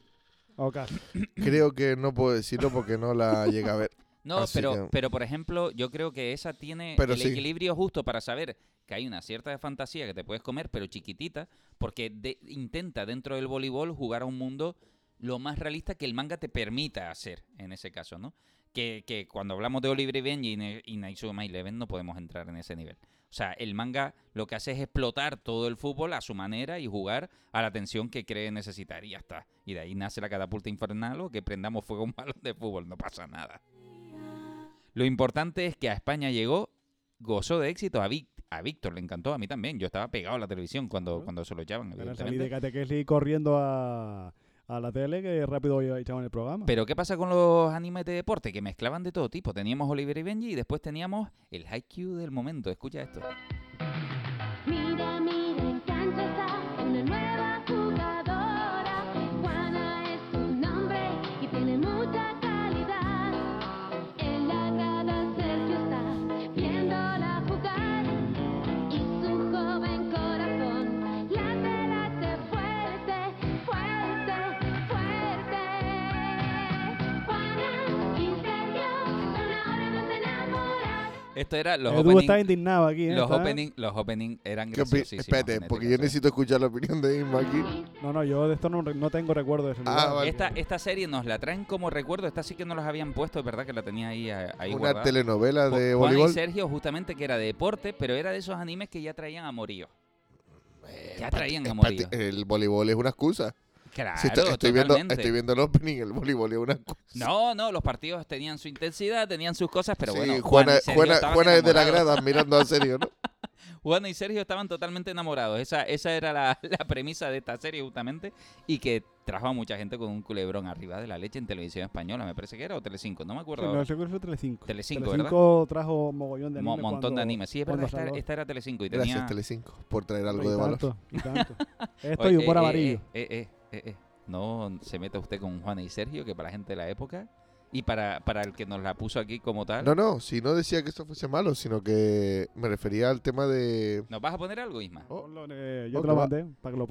[SPEAKER 3] O casi.
[SPEAKER 5] Creo que no puedo decirlo porque no la llega a ver.
[SPEAKER 2] No,
[SPEAKER 5] Así
[SPEAKER 2] pero,
[SPEAKER 5] que-
[SPEAKER 2] pero por ejemplo, yo creo que esa tiene
[SPEAKER 5] Pero
[SPEAKER 2] el
[SPEAKER 5] sí.
[SPEAKER 2] equilibrio justo para saber que hay una cierta fantasía que te puedes comer, pero chiquitita, porque de- intenta dentro del voleibol jugar a un mundo lo más realista que el manga te permita hacer, en ese caso, ¿no? Que, que cuando hablamos de Oliver y Benji y, Ne- y Naizuma Eleven no podemos entrar en ese nivel. O sea, el manga lo que hace es explotar todo el fútbol a su manera y jugar a la tensión que cree necesitar y ya está. Y de ahí nace la catapulta infernal o que prendamos fuego a un balón de fútbol, no pasa nada. Lo importante es que a España llegó, gozó de éxito, a, Vic- a Víctor le encantó, a mí también. Yo estaba pegado a la televisión cuando, cuando se lo echaban,
[SPEAKER 3] Ahora salí de
[SPEAKER 2] evidentemente.
[SPEAKER 3] catequesis corriendo a, a la tele que rápido echaban el programa.
[SPEAKER 2] Pero ¿qué pasa con los animes de deporte? Que mezclaban de todo tipo. Teníamos Oliver y Benji y después teníamos el Haikyuu del momento. Escucha esto.
[SPEAKER 8] Mira, mira, en cancha está una nueva jugadora. Juana es su nombre y tiene mucha calidad. En la grada Sergio está viéndola jugar y su joven corazón late, late fuerte, fuerte, fuerte. Juana y Sergio son ahora los enamorados.
[SPEAKER 2] Esto era los
[SPEAKER 3] Edu
[SPEAKER 2] opening,
[SPEAKER 3] está indignado aquí. ¿eh?
[SPEAKER 2] los
[SPEAKER 3] Está-
[SPEAKER 2] opening, los opening eran
[SPEAKER 5] ¿Qué opi-
[SPEAKER 2] graciosísimos.
[SPEAKER 5] Espérate,
[SPEAKER 2] en este
[SPEAKER 5] porque yo
[SPEAKER 2] caso.
[SPEAKER 5] necesito escuchar la opinión de Isma aquí.
[SPEAKER 3] No, no, yo de esto no, no tengo recuerdo de ese
[SPEAKER 5] Ah,
[SPEAKER 3] lugar.
[SPEAKER 5] vale.
[SPEAKER 2] Esta, esta serie nos la traen como recuerdo. Esta sí que no las habían puesto, es verdad que la tenía ahí, ahí
[SPEAKER 5] Una
[SPEAKER 2] guardada.
[SPEAKER 5] telenovela de
[SPEAKER 2] Juan y
[SPEAKER 5] voleibol.
[SPEAKER 2] Sergio, justamente, que era de deporte, pero era de esos animes que ya traían amorío. Ya traían amorío.
[SPEAKER 5] Espérate, el voleibol es una excusa.
[SPEAKER 2] Claro,
[SPEAKER 5] Si estoy, estoy viendo,
[SPEAKER 2] totalmente.
[SPEAKER 5] estoy viendo el opening, el voleibol es una excusa.
[SPEAKER 2] No, no, los partidos tenían su intensidad, tenían sus cosas, pero
[SPEAKER 5] Sí,
[SPEAKER 2] bueno, Juan
[SPEAKER 5] Juana,
[SPEAKER 2] y Sergio
[SPEAKER 5] Juana,
[SPEAKER 2] estaban
[SPEAKER 5] Juana desde la
[SPEAKER 2] enamorados.
[SPEAKER 5] grada mirando a serio, ¿no?
[SPEAKER 2] Juan y Sergio estaban totalmente enamorados. Esa, esa era la, la premisa de esta serie, justamente, y que trajo a mucha gente con un culebrón arriba de la leche en televisión española, me parece que era, o Telecinco, no me acuerdo.
[SPEAKER 3] Sí, no,
[SPEAKER 2] ahora.
[SPEAKER 3] yo creo que fue Telecinco.
[SPEAKER 2] Telecinco,
[SPEAKER 3] Telecinco trajo mogollón de
[SPEAKER 2] Mo-
[SPEAKER 3] anime.
[SPEAKER 2] montón
[SPEAKER 3] cuando-
[SPEAKER 2] de animes. Sí, es verdad,
[SPEAKER 3] cuando
[SPEAKER 2] esta,
[SPEAKER 3] salió.
[SPEAKER 2] esta era Telecinco y
[SPEAKER 5] Gracias,
[SPEAKER 2] tenía...
[SPEAKER 5] Telecinco, por traer algo
[SPEAKER 3] Y
[SPEAKER 5] de valor.
[SPEAKER 3] tanto, y tanto. Esto
[SPEAKER 2] Oye,
[SPEAKER 3] y humor
[SPEAKER 2] eh,
[SPEAKER 3] amarillo.
[SPEAKER 2] eh, eh, eh, eh, eh. No se meta usted con Juana y Sergio, que para la gente de la época y para, para el que nos la puso aquí como tal.
[SPEAKER 5] No, no, si no decía que esto fuese malo, sino que me refería al tema de...
[SPEAKER 2] ¿Nos vas a poner algo, Isma?
[SPEAKER 5] Oh,
[SPEAKER 3] Ponlo, eh, yo
[SPEAKER 5] oh,
[SPEAKER 3] te lo
[SPEAKER 5] que va.
[SPEAKER 3] mandé para que lo ponga.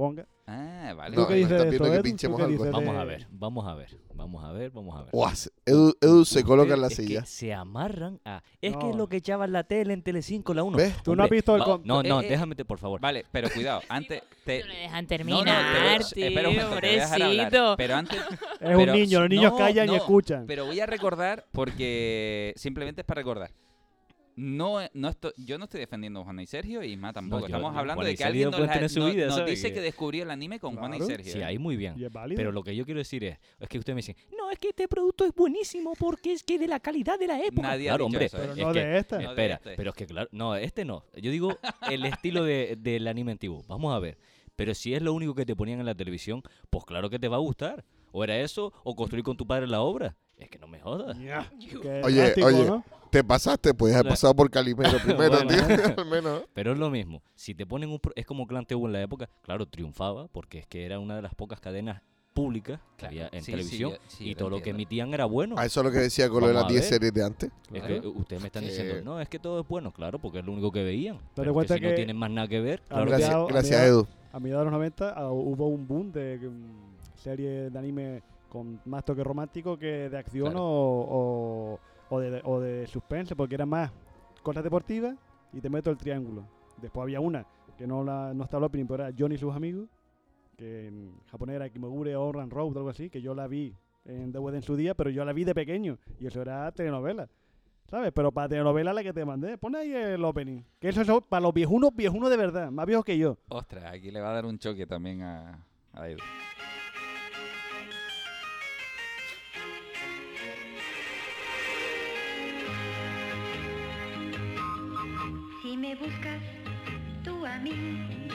[SPEAKER 2] Ah, vale.
[SPEAKER 3] ¿Tú
[SPEAKER 5] No,
[SPEAKER 3] qué
[SPEAKER 5] no
[SPEAKER 3] dices
[SPEAKER 5] estás
[SPEAKER 3] de
[SPEAKER 5] viendo
[SPEAKER 3] eso,
[SPEAKER 5] que
[SPEAKER 3] Edu?
[SPEAKER 5] pinchemos
[SPEAKER 3] ¿Tú qué
[SPEAKER 5] algo.
[SPEAKER 3] dices
[SPEAKER 4] Vamos
[SPEAKER 3] de-
[SPEAKER 4] a ver, vamos a ver, vamos a ver, vamos a ver.
[SPEAKER 5] Guau, se- Edu, Edu se coloca en la
[SPEAKER 4] Ustedes es
[SPEAKER 5] silla.
[SPEAKER 4] que se amarran a... Es que es
[SPEAKER 3] No.
[SPEAKER 4] lo que echaba en la tele en Telecinco, la uno.
[SPEAKER 5] ¿Ves?
[SPEAKER 3] Tú no has visto el
[SPEAKER 2] no,
[SPEAKER 3] con-
[SPEAKER 4] No, no,
[SPEAKER 2] Eh, eh,
[SPEAKER 4] déjame, te- por favor.
[SPEAKER 2] Vale, pero cuidado, antes te...
[SPEAKER 6] No le dejan
[SPEAKER 2] No,
[SPEAKER 6] terminar,
[SPEAKER 2] no, te voy a-
[SPEAKER 6] tío,
[SPEAKER 2] espera un momento, te voy a dejar hablar.
[SPEAKER 6] pobrecito.
[SPEAKER 2] Pero antes...
[SPEAKER 3] Es un
[SPEAKER 2] pero-
[SPEAKER 3] niño, los niños
[SPEAKER 2] no,
[SPEAKER 3] callan y
[SPEAKER 2] no,
[SPEAKER 3] escuchan.
[SPEAKER 2] Pero voy a recordar porque simplemente es para recordar. No, no estoy, yo no estoy defendiendo a Juana y Sergio y Isma tampoco.
[SPEAKER 4] yo-
[SPEAKER 2] Estamos
[SPEAKER 4] yo-
[SPEAKER 2] hablando
[SPEAKER 4] Juana
[SPEAKER 2] de
[SPEAKER 4] y
[SPEAKER 2] que
[SPEAKER 4] Sergio
[SPEAKER 2] alguien nos,
[SPEAKER 4] pueden
[SPEAKER 2] la-
[SPEAKER 4] tener su
[SPEAKER 2] nos-
[SPEAKER 4] vida,
[SPEAKER 2] nos
[SPEAKER 4] ¿sabes?
[SPEAKER 2] dice
[SPEAKER 4] Que-
[SPEAKER 2] que descubrió el anime con Juana y
[SPEAKER 3] Claro.
[SPEAKER 2] Sergio.
[SPEAKER 4] Sí,
[SPEAKER 2] ¿eh?
[SPEAKER 4] ahí muy bien.
[SPEAKER 3] Y es válido.
[SPEAKER 4] Pero lo que yo quiero decir es, es que ustedes me dicen, no, es que este producto es buenísimo porque es que de la calidad de la época.
[SPEAKER 2] Nadie ha
[SPEAKER 4] claro,
[SPEAKER 2] dicho
[SPEAKER 4] hombre.
[SPEAKER 2] eso, ¿eh?
[SPEAKER 3] Pero
[SPEAKER 4] es
[SPEAKER 3] no
[SPEAKER 4] que-
[SPEAKER 3] de esta.
[SPEAKER 2] No de
[SPEAKER 4] Espera,
[SPEAKER 2] este.
[SPEAKER 4] pero es que claro, no, este no. Yo digo el estilo de, del anime antiguo. Vamos a ver. Pero si es lo único que te ponían en la televisión, pues claro que te va a gustar. O era eso, o construir con tu padre la obra. Es que no me jodas.
[SPEAKER 3] Ya, qué
[SPEAKER 5] Oye,
[SPEAKER 3] drástico,
[SPEAKER 5] oye,
[SPEAKER 3] ¿no?
[SPEAKER 5] te pasaste, pues has
[SPEAKER 4] La-
[SPEAKER 5] pasado por Calimero primero,
[SPEAKER 4] Bueno.
[SPEAKER 5] tío. Al menos.
[SPEAKER 4] Pero es lo mismo. Si te ponen un... pro- Es como Clan T V en la época. Claro, triunfaba porque es que era una de las pocas cadenas públicas que
[SPEAKER 2] Claro,
[SPEAKER 4] había en
[SPEAKER 2] sí, sí,
[SPEAKER 4] televisión.
[SPEAKER 2] yo- sí,
[SPEAKER 4] y
[SPEAKER 2] yo
[SPEAKER 4] todo
[SPEAKER 2] lo
[SPEAKER 4] lo que
[SPEAKER 2] entiendo.
[SPEAKER 4] emitían era bueno.
[SPEAKER 5] A eso es lo que decía con lo de
[SPEAKER 4] Vamos
[SPEAKER 5] las
[SPEAKER 4] a
[SPEAKER 5] diez
[SPEAKER 4] ver.
[SPEAKER 5] series de antes.
[SPEAKER 4] Es
[SPEAKER 3] Claro.
[SPEAKER 4] que ustedes me están
[SPEAKER 5] Que-
[SPEAKER 4] diciendo, no, es que todo es bueno, claro, porque es lo único que veían. Pero es
[SPEAKER 3] cuenta
[SPEAKER 4] que si no
[SPEAKER 3] que
[SPEAKER 4] tienen más nada que ver,
[SPEAKER 3] a
[SPEAKER 4] claro
[SPEAKER 3] mí
[SPEAKER 4] que
[SPEAKER 3] me
[SPEAKER 4] sí.
[SPEAKER 3] ha-
[SPEAKER 5] Gracias,
[SPEAKER 3] a
[SPEAKER 5] gracias
[SPEAKER 3] mí-
[SPEAKER 5] Edu.
[SPEAKER 3] A mediados de los noventa ah, hubo un boom de mm, series de anime con más toque romántico que de acción
[SPEAKER 2] Claro.
[SPEAKER 3] o, o, o de, o de suspense, porque eran más cosas deportivas y te meto el triángulo. Después había una que no, la, no está el opening, pero era Johnny y sus amigos, que en japonés era Kimogure o Run Road o algo así, que yo la vi en D V D en su día, pero yo la vi de pequeño y eso era telenovela. ¿Sabes? Pero para telenovela la que te mandé, pon ahí el opening. Que eso es para los viejunos, viejunos de verdad, más viejos que yo.
[SPEAKER 2] Ostras, aquí le va a dar un choque también a, a Edu.
[SPEAKER 8] Si me buscas tú a mí,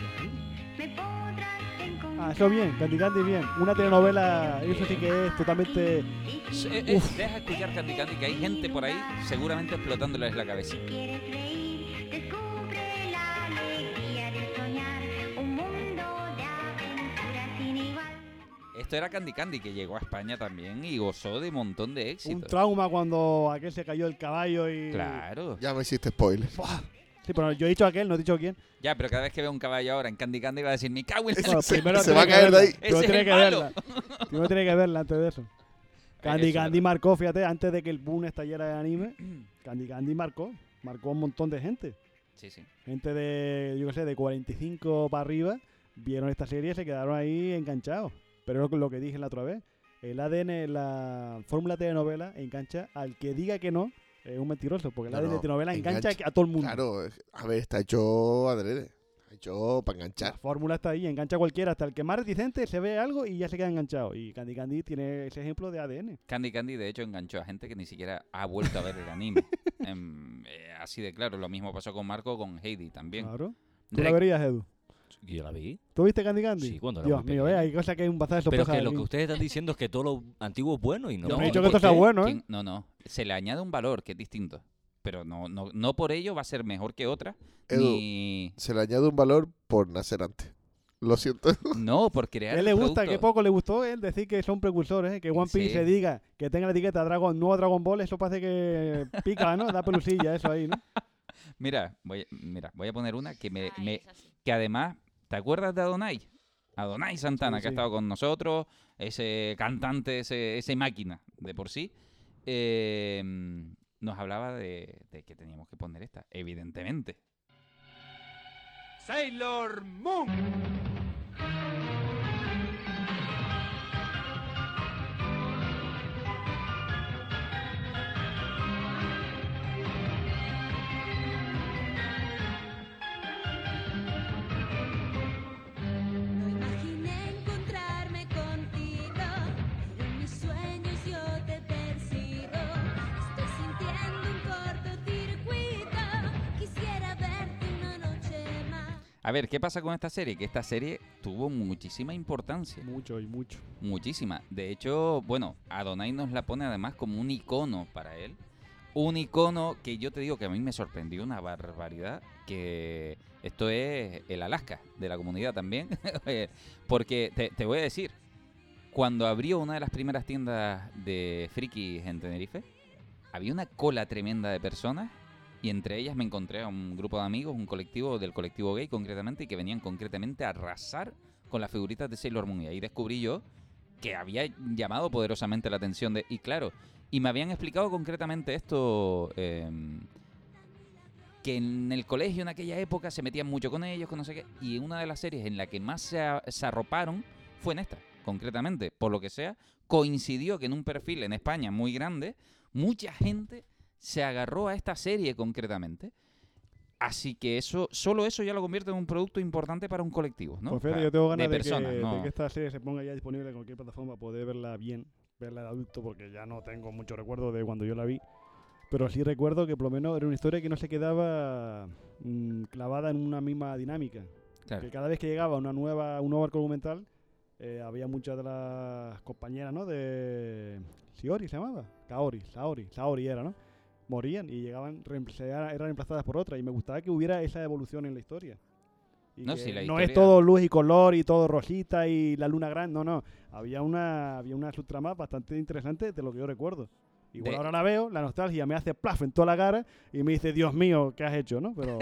[SPEAKER 8] me podrás encontrar.
[SPEAKER 3] Ah, eso bien, Candy Candy bien. Una telenovela, eso sí que es totalmente...
[SPEAKER 2] Eh, eh, deja escuchar Candy Candy, que hay gente por ahí seguramente explotándoles la cabeza.
[SPEAKER 8] Si quieres reír, descubre la alegría de soñar un mundo de aventuras sin igual.
[SPEAKER 2] Esto era Candy Candy, que llegó a España también y gozó de un montón de
[SPEAKER 3] Un
[SPEAKER 2] éxito.
[SPEAKER 3] trauma cuando aquel se cayó el caballo y...
[SPEAKER 2] Claro.
[SPEAKER 5] Ya me hiciste spoiler.
[SPEAKER 3] Sí, pero yo he dicho aquel, no he dicho quién.
[SPEAKER 2] Ya, pero cada vez que veo un caballo ahora en Candy Candy va a decir, me cago en la
[SPEAKER 3] Bueno,
[SPEAKER 5] se-
[SPEAKER 3] primero
[SPEAKER 5] se
[SPEAKER 3] tiene
[SPEAKER 5] va a
[SPEAKER 3] que
[SPEAKER 5] caer de
[SPEAKER 3] verla.
[SPEAKER 5] ahí.
[SPEAKER 3] Primero
[SPEAKER 2] Ese
[SPEAKER 3] tiene
[SPEAKER 2] es
[SPEAKER 3] que
[SPEAKER 2] el malo.
[SPEAKER 3] verla. Primero tiene que verla antes de eso. Candy
[SPEAKER 2] Eso es
[SPEAKER 3] Candy
[SPEAKER 2] verdad.
[SPEAKER 3] marcó, fíjate, antes de que el boom estallara de anime, Candy Candy marcó. Marcó un montón de gente.
[SPEAKER 2] Sí, sí.
[SPEAKER 3] Gente de, yo qué sé, de cuarenta y cinco para arriba, vieron esta serie y se quedaron ahí enganchados. Pero es lo que dije la otra vez. El A D N, la fórmula telenovela, engancha al que diga que no, es un mentiroso. Porque el
[SPEAKER 5] No,
[SPEAKER 3] A D N
[SPEAKER 5] no,
[SPEAKER 3] telenovela engancha,
[SPEAKER 5] engancha.
[SPEAKER 3] a todo el mundo.
[SPEAKER 5] Claro, es- a ver, está hecho adrede. Está hecho para
[SPEAKER 3] La
[SPEAKER 5] enganchar.
[SPEAKER 3] fórmula está ahí, engancha a cualquiera. Hasta el que más reticente se ve algo y ya se queda enganchado. Y Candy Candy tiene ese ejemplo de A D N.
[SPEAKER 2] Candy Candy, de hecho, enganchó a gente que ni siquiera ha vuelto a ver el anime. Em, eh, así de claro. Lo mismo pasó con Marco, con Heidi también.
[SPEAKER 3] Claro. ¿Tú
[SPEAKER 2] Rec-
[SPEAKER 3] la verías, Edu?
[SPEAKER 4] Yo la vi.
[SPEAKER 3] ¿Tú viste Candy Candy?
[SPEAKER 4] Sí, cuando era
[SPEAKER 3] Dios
[SPEAKER 4] muy
[SPEAKER 3] mío,
[SPEAKER 4] pequeño.
[SPEAKER 3] eh, hay cosas que hay un bazar de
[SPEAKER 4] Pero
[SPEAKER 3] sorpresas
[SPEAKER 4] que lo
[SPEAKER 3] aquí.
[SPEAKER 4] que ustedes están diciendo es que todo lo antiguo es bueno y no.
[SPEAKER 3] Yo
[SPEAKER 2] No,
[SPEAKER 3] no he dicho que
[SPEAKER 2] ¿por
[SPEAKER 3] esto sea
[SPEAKER 2] qué?
[SPEAKER 3] bueno, ¿eh?
[SPEAKER 2] ¿Quién? No, no. Se le añade un valor que es distinto. Pero no, no, no por ello va a ser mejor que otra.
[SPEAKER 5] Edu.
[SPEAKER 2] Ni...
[SPEAKER 5] Se le añade un valor por nacer antes. Lo siento.
[SPEAKER 2] No, por crear
[SPEAKER 3] ¿Qué
[SPEAKER 2] el
[SPEAKER 3] le gusta?
[SPEAKER 2] producto.
[SPEAKER 3] ¿Qué poco le gustó él decir que son precursores? ¿eh? Que One Piece
[SPEAKER 2] Sí.
[SPEAKER 3] se diga que tenga la etiqueta Dragon, nuevo Dragon Ball, eso parece que pica, ¿no? Da pelusilla eso ahí, ¿no?
[SPEAKER 2] Mira, voy, mira, voy a poner una que me,
[SPEAKER 6] Ay,
[SPEAKER 2] me-
[SPEAKER 6] es así.
[SPEAKER 2] que además, ¿te acuerdas de Adonai? Adonai Santana,
[SPEAKER 3] Sí,
[SPEAKER 2] que ha
[SPEAKER 3] sí.
[SPEAKER 2] estado con nosotros, ese cantante, ese, ese máquina de por sí, eh, nos hablaba de, de que teníamos que poner esta, evidentemente.
[SPEAKER 7] Sailor Moon.
[SPEAKER 8] No imaginé encontrarme contigo, pero en mis sueños yo te persigo. Estoy sintiendo un cortocircuito, quisiera verte una noche más.
[SPEAKER 2] A ver, ¿qué pasa con esta serie? Que esta serie tuvo muchísima importancia.
[SPEAKER 3] Mucho y mucho.
[SPEAKER 2] Muchísima. De hecho, bueno, Adonai nos la pone además como un icono para él. Un icono que yo te digo que a mí me sorprendió una barbaridad. Que esto es el Alaska de la comunidad también. Porque te, te voy a decir, cuando abrió una de las primeras tiendas de frikis en Tenerife, había una cola tremenda de personas. Y entre ellas me encontré a un grupo de amigos, un colectivo del colectivo gay concretamente, y que venían concretamente a arrasar con las figuritas de Sailor Moon. Y ahí descubrí yo que había llamado poderosamente la atención de... Y claro, y me habían explicado concretamente esto... Eh, que en el colegio en aquella época se metían mucho con ellos, con no sé qué, y una de las series en la que más se, a- se arroparon fue en esta, concretamente. Por lo que sea, coincidió que en un perfil en España muy grande, mucha gente se agarró a esta serie concretamente. Así que eso, solo eso ya lo convierte en un producto importante para un colectivo, ¿no?
[SPEAKER 3] Pues fíjate,
[SPEAKER 2] Para-
[SPEAKER 3] yo tengo
[SPEAKER 2] de
[SPEAKER 3] ganas de,
[SPEAKER 2] personas,
[SPEAKER 3] que,
[SPEAKER 2] no-
[SPEAKER 3] de que esta serie se ponga ya disponible en cualquier plataforma para poder verla bien, verla de adulto, porque ya no tengo mucho recuerdo de cuando yo la vi. Pero sí recuerdo que por lo menos era una historia que no se quedaba mm, clavada en una misma dinámica.
[SPEAKER 2] Claro.
[SPEAKER 3] Que cada vez que llegaba una nueva, un nuevo arco argumental, eh, había muchas de las compañeras, ¿no? De Shiori se llamaba, Kaori, Saori, Saori era, ¿no? Morían y llegaban, reempla- eran reemplazadas por otras. Y me gustaba que hubiera esa evolución en la historia. Y
[SPEAKER 2] No,
[SPEAKER 3] que
[SPEAKER 2] sí, la
[SPEAKER 3] no es
[SPEAKER 2] historia-
[SPEAKER 3] todo luz y color y todo rosita y la luna grande, no, no. Había una, había una subtrama bastante interesante de lo que yo recuerdo. Igual
[SPEAKER 2] De-
[SPEAKER 3] ahora la veo, la nostalgia me hace plaf en toda la cara y me dice, Dios mío, ¿qué has hecho, no? Pero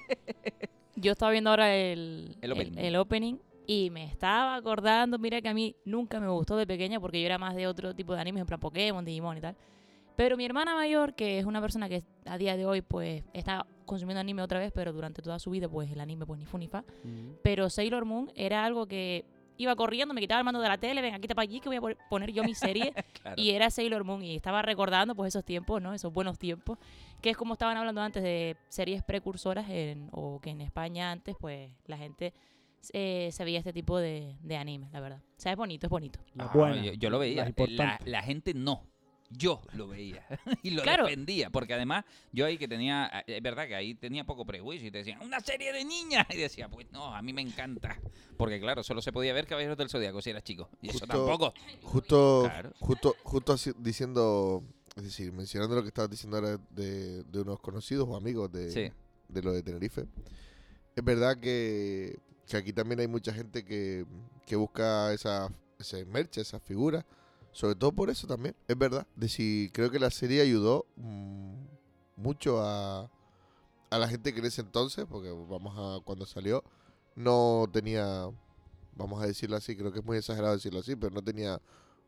[SPEAKER 6] Yo estaba viendo ahora el,
[SPEAKER 2] El opening.
[SPEAKER 6] el opening y me estaba acordando, mira que a mí nunca me gustó de pequeña porque yo era más de otro tipo de animes, en plan Pokémon, Digimon y tal. Pero mi hermana mayor, que es una persona que a día de hoy pues está consumiendo anime otra vez, pero durante toda su vida pues el anime pues ni fu ni fa. Pero Sailor Moon era algo que iba corriendo, me quitaba el mando de la tele, venga, quita para allí que voy a po- poner yo mi serie.
[SPEAKER 2] Claro.
[SPEAKER 6] Y era Sailor Moon y estaba recordando pues esos tiempos, ¿no? Esos buenos tiempos, que es como estaban hablando antes de series precursoras en, o que en España antes pues la gente eh, se veía este tipo de, de anime, la verdad. O sea, es bonito, es bonito.
[SPEAKER 3] la
[SPEAKER 2] Ah,
[SPEAKER 3] buena,
[SPEAKER 2] yo, yo lo veía.
[SPEAKER 3] las
[SPEAKER 2] La,
[SPEAKER 3] importantes.
[SPEAKER 2] la gente no. Yo lo veía y lo
[SPEAKER 6] Claro.
[SPEAKER 2] defendía, porque además yo ahí que tenía, es verdad que ahí tenía poco prejuicio y te decían, una serie de niñas, y decía, pues no, a mí me encanta, porque claro, solo se podía ver Caballeros del Zodiaco si eras chico, y eso
[SPEAKER 5] Justo-
[SPEAKER 2] tampoco.
[SPEAKER 5] Justo,
[SPEAKER 2] Claro.
[SPEAKER 5] justo, justo así diciendo, es decir, mencionando lo que estabas diciendo ahora de, de unos conocidos o amigos de,
[SPEAKER 2] Sí.
[SPEAKER 5] de lo de Tenerife. Es verdad que, que aquí también hay mucha gente que, que busca esa, ese merch, esas figuras. Sobre todo por eso también, es verdad. Es decir, creo que la serie ayudó mm, mucho a, a la gente que en ese entonces, porque vamos a cuando salió, no tenía, vamos a decirlo así, creo que es muy exagerado decirlo así, pero no tenía